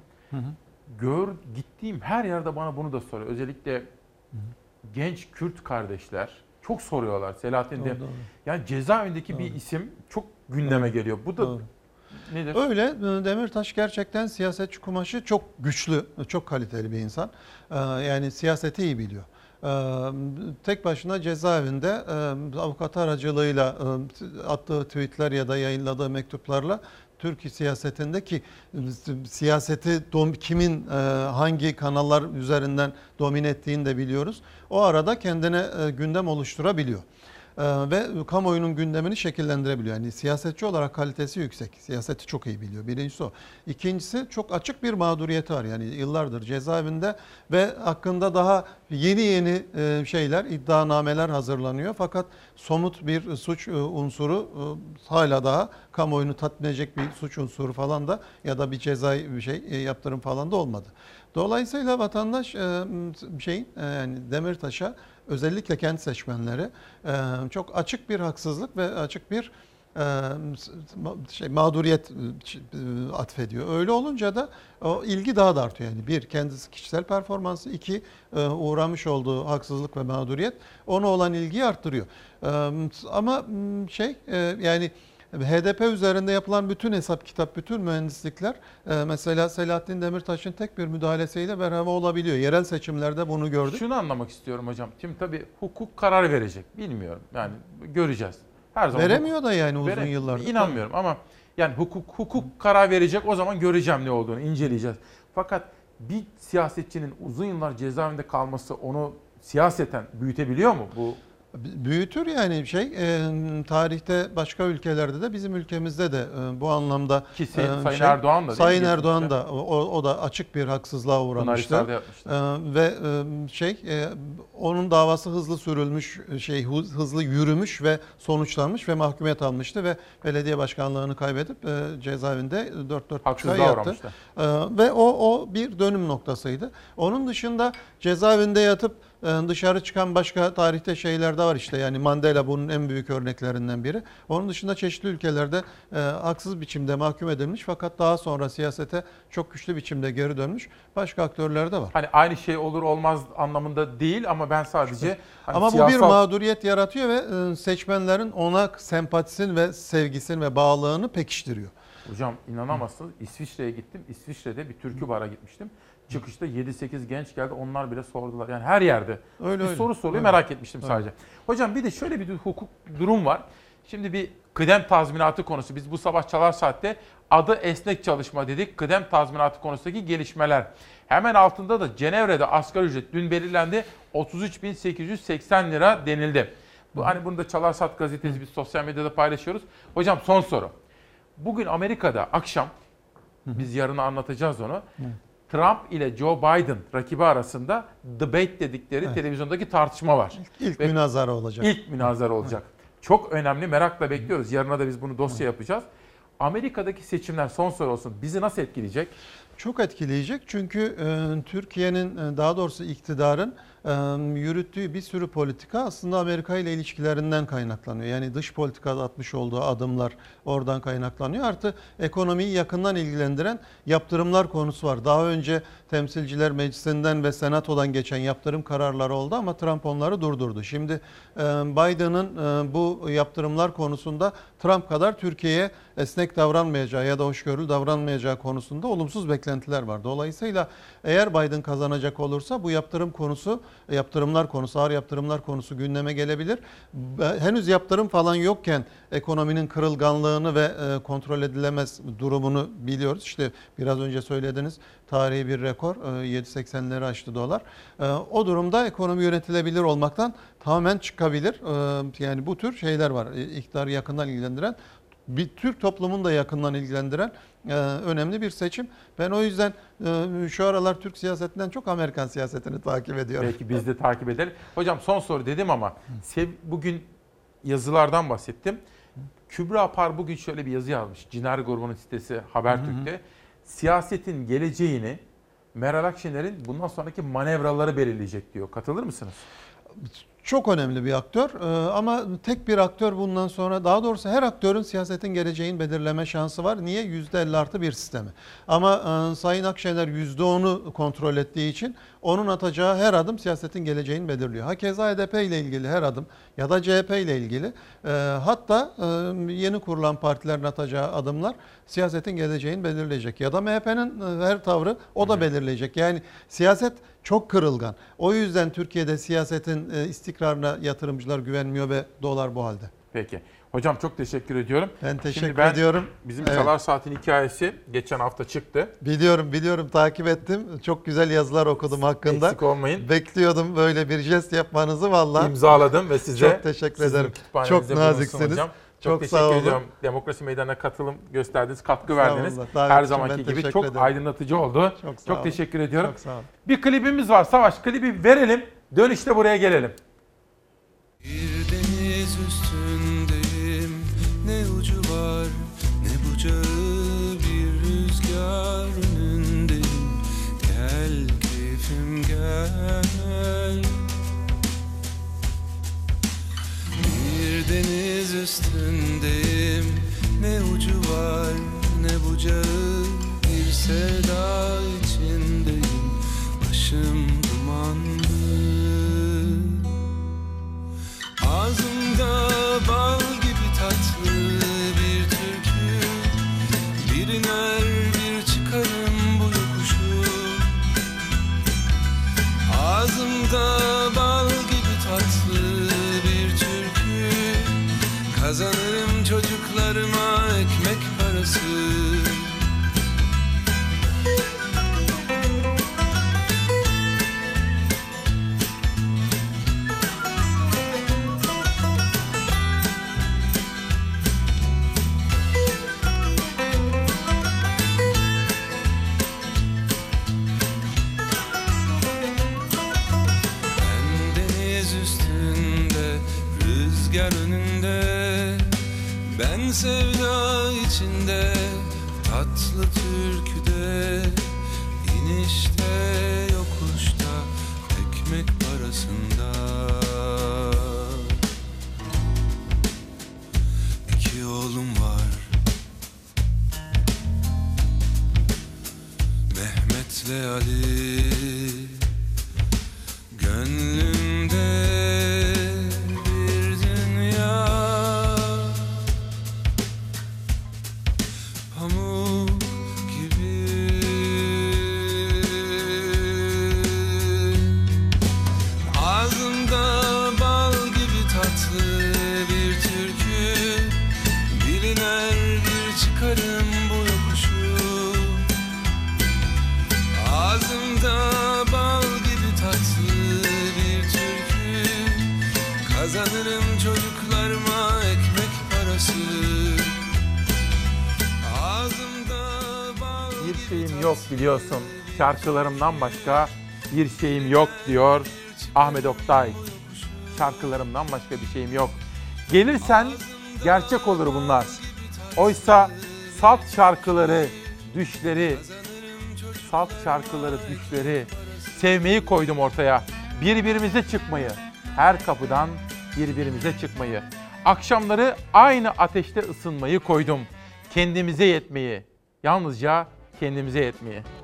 Gittiğim her yerde bana bunu da soruyor. Özellikle genç Kürt kardeşler çok soruyorlar Selahattin Demirtaş. Yani cezaevindeki bir isim çok gündeme geliyor. Bu da nedir? Öyle. Demirtaş gerçekten siyasetçi kumaşı çok güçlü, çok kaliteli bir insan. Yani siyaseti iyi biliyor. Tek başına cezaevinde avukat aracılığıyla attığı tweetler ya da yayınladığı mektuplarla Türkiye siyasetindeki siyaseti kimin hangi kanallar üzerinden domine ettiğini de biliyoruz. O arada kendine gündem oluşturabiliyor. Ve kamuoyunun gündemini şekillendirebiliyor. Yani siyasetçi olarak kalitesi yüksek. Siyaseti çok iyi biliyor. Birincisi o. İkincisi çok açık bir mağduriyeti var. Yani yıllardır cezaevinde ve hakkında daha yeni iddianameler hazırlanıyor. Fakat somut bir suç unsuru hala daha kamuoyunu tatmin edecek bir suç unsuru falan da ya da bir cezai yaptırım falan da olmadı. Dolayısıyla vatandaş yani Demirtaş'a özellikle kendi seçmenleri çok açık bir haksızlık ve açık bir mağduriyet atfediyor. Öyle olunca da o ilgi daha da artıyor. Yani bir, kendisi kişisel performansı, iki, uğramış olduğu haksızlık ve mağduriyet ona olan ilgiyi arttırıyor. Ama yani HDP üzerinde yapılan bütün hesap kitap, bütün mühendislikler mesela Selahattin Demirtaş'ın tek bir müdahalesiyle berhava olabiliyor. Yerel seçimlerde bunu gördük. Şunu anlamak istiyorum hocam. Şimdi tabii hukuk karar verecek. Bilmiyorum. Yani göreceğiz. Her zaman veremiyor da yani uzun yıllardır. İnanmıyorum ama yani hukuk karar verecek, o zaman göreceğim ne olduğunu, inceleyeceğiz. Fakat bir siyasetçinin uzun yıllar cezaevinde kalması onu siyaseten büyütebiliyor mu bu? Büyütür yani tarihte başka ülkelerde de bizim ülkemizde de bu anlamda ki Sayın Erdoğan da Sayın Erdoğan da o da açık bir haksızlığa uğramıştı. Ve onun davası hızlı sürülmüş, hızlı yürümüş ve sonuçlanmış ve mahkumiyet almıştı ve belediye başkanlığını kaybedip cezaevinde 4-4,5 ay yattı. Ve o bir dönüm noktasıydı. Onun dışında cezaevinde yatıp Dışarı çıkan başka tarihte şeyler de var işte. Yani Mandela bunun en büyük örneklerinden biri. Onun dışında çeşitli ülkelerde haksız biçimde mahkum edilmiş fakat daha sonra siyasete çok güçlü biçimde geri dönmüş başka aktörler de var. Hani aynı şey olur olmaz anlamında değil ama ben sadece... Hani ama siyasal... bu bir mağduriyet yaratıyor ve seçmenlerin ona sempatisini ve sevgisini ve bağlılığını pekiştiriyor. Hocam inanamazsınız. İsviçre'ye gittim. İsviçre'de bir türkü bara gitmiştim. Çıkışta 7-8 genç geldi. Onlar bile sordular. Yani her yerde. Öyle, bir soru soruyor. Merak etmiştim sadece. Hocam bir de şöyle bir hukuk durum var. Şimdi bir kıdem tazminatı konusu. Biz bu sabah Çalar Saat'te adı esnek çalışma dedik. Kıdem tazminatı konusundaki gelişmeler. Hemen altında da Cenevre'de asgari ücret dün belirlendi. 33.880 lira denildi. Bu hani bunu da Çalar Saat gazetesi biz sosyal medyada paylaşıyoruz. Hocam son soru. Bugün Amerika'da akşam, biz yarını anlatacağız onu, Trump ile Joe Biden rakibi arasında debate dedikleri televizyondaki tartışma var. İlk münazara olacak. İlk münazara olacak. Çok önemli, merakla bekliyoruz. Yarına da biz bunu dosya yapacağız. Amerika'daki seçimler, son soru olsun, bizi nasıl etkileyecek? Çok etkileyecek çünkü Türkiye'nin daha doğrusu iktidarın yürüttüğü bir sürü politika aslında Amerika ile ilişkilerinden kaynaklanıyor. Yani dış politikada atmış olduğu adımlar oradan kaynaklanıyor. Artı ekonomiyi yakından ilgilendiren yaptırımlar konusu var. Daha önce Temsilciler Meclisi'nden ve Senato'dan geçen yaptırım kararları oldu ama Trump onları durdurdu. Şimdi Biden'ın bu yaptırımlar konusunda Trump kadar Türkiye'ye esnek davranmayacağı ya da hoşgörülü davranmayacağı konusunda olumsuz beklentiler var. Dolayısıyla eğer Biden kazanacak olursa bu yaptırımlar konusu, ağır yaptırımlar konusu gündeme gelebilir. Henüz yaptırım falan yokken ekonominin kırılganlığını ve kontrol edilemez durumunu biliyoruz. İşte biraz önce söylediniz, tarihi bir rekor 7.80'leri aştı dolar. O durumda ekonomi yönetilebilir olmaktan tamamen çıkabilir. Yani bu tür şeyler var. İktidarı yakından ilgilendiren, bir Türk toplumunu da yakından ilgilendiren önemli bir seçim. Ben o yüzden şu aralar Türk siyasetinden çok Amerikan siyasetini takip ediyorum. Belki biz de takip edelim. Hocam son soru dedim ama bugün yazılardan bahsettim. Kübra Apar bugün şöyle bir yazı yazmış. Cinar grubunun sitesi Habertürk'te. Siyasetin geleceğini Meral Akşener'in bundan sonraki manevraları belirleyecek diyor. Katılır mısınız? Çok önemli bir aktör ama tek bir aktör bundan sonra, daha doğrusu her aktörün siyasetin geleceğini belirleme şansı var. Niye? %50+1 sistemi. Ama Sayın Akşener %10'u kontrol ettiği için onun atacağı her adım siyasetin geleceğini belirliyor. Hakeza HDP ile ilgili her adım ya da CHP ile ilgili hatta yeni kurulan partilerin atacağı adımlar siyasetin geleceğini belirleyecek. Ya da MHP'nin her tavrı o da belirleyecek. Yani siyaset çok kırılgan. O yüzden Türkiye'de siyasetin istikrarına yatırımcılar güvenmiyor ve dolar bu halde. Peki. Hocam çok teşekkür ediyorum. Ben teşekkür ediyorum. Bizim Çalar Saat'in hikayesi geçen hafta çıktı. Biliyorum takip ettim. Çok güzel yazılar okudum hakkında. Eksik olmayın. Bekliyordum böyle bir jest yapmanızı vallahi. İmzaladım ve size çok teşekkür ederim. Çok naziksiniz. Çok teşekkür ediyorum. Demokrasi Meydanı'na katılım gösterdiniz, katkı verdiniz. Her zamanki gibi çok ederim. Aydınlatıcı oldu. Çok teşekkür ediyorum. Çok sağ olun. Bir klibimiz var. Savaş klibi verelim. Dönüşte buraya gelelim. Bir deniz üstündeyim, ne ucu var ne bucağı, bir rüzgar önündeyim. Gel keyfim gel. Bir deniz üstündeyim, ne ucu var ne bucağı, bir sevda içindeyim, başım dumanlı. Ağzımda bal gibi tatlı bir türkü, bir iner bir çıkarım bu yokuşu. Ağzımda bal gibi tatlı bir türkü, kazanırım çocuklarıma ekmek parası. Rüzgar önünde, ben sevda içinde, tatlı türküde, inişte yokuşta ekmek parası. arasında iki oğlum var, Mehmet'le Ali. Gönlümde bir dünya, pamuk gibi. Ağzımda bal gibi tatlı bir türkü, biliner bir çıkarım bu yokuşu. Ağzımda bal gibi tatlı bir türkü, kazanırım çocuklarıma ekmek parası. Ağzımda bal Bir şeyim yok biliyorsun, şarkılarımdan başka bir şeyim yok diyor Ahmet Oktay. Şarkılarımdan başka bir şeyim yok. Gelirsen gerçek olur bunlar. Oysa salt şarkıları, düşleri, sevmeyi koydum ortaya. Birbirimize çıkmayı, her kapıdan birbirimize çıkmayı. Akşamları aynı ateşte ısınmayı koydum. Kendimize yetmeyi, yalnızca kendimize yetmeyi.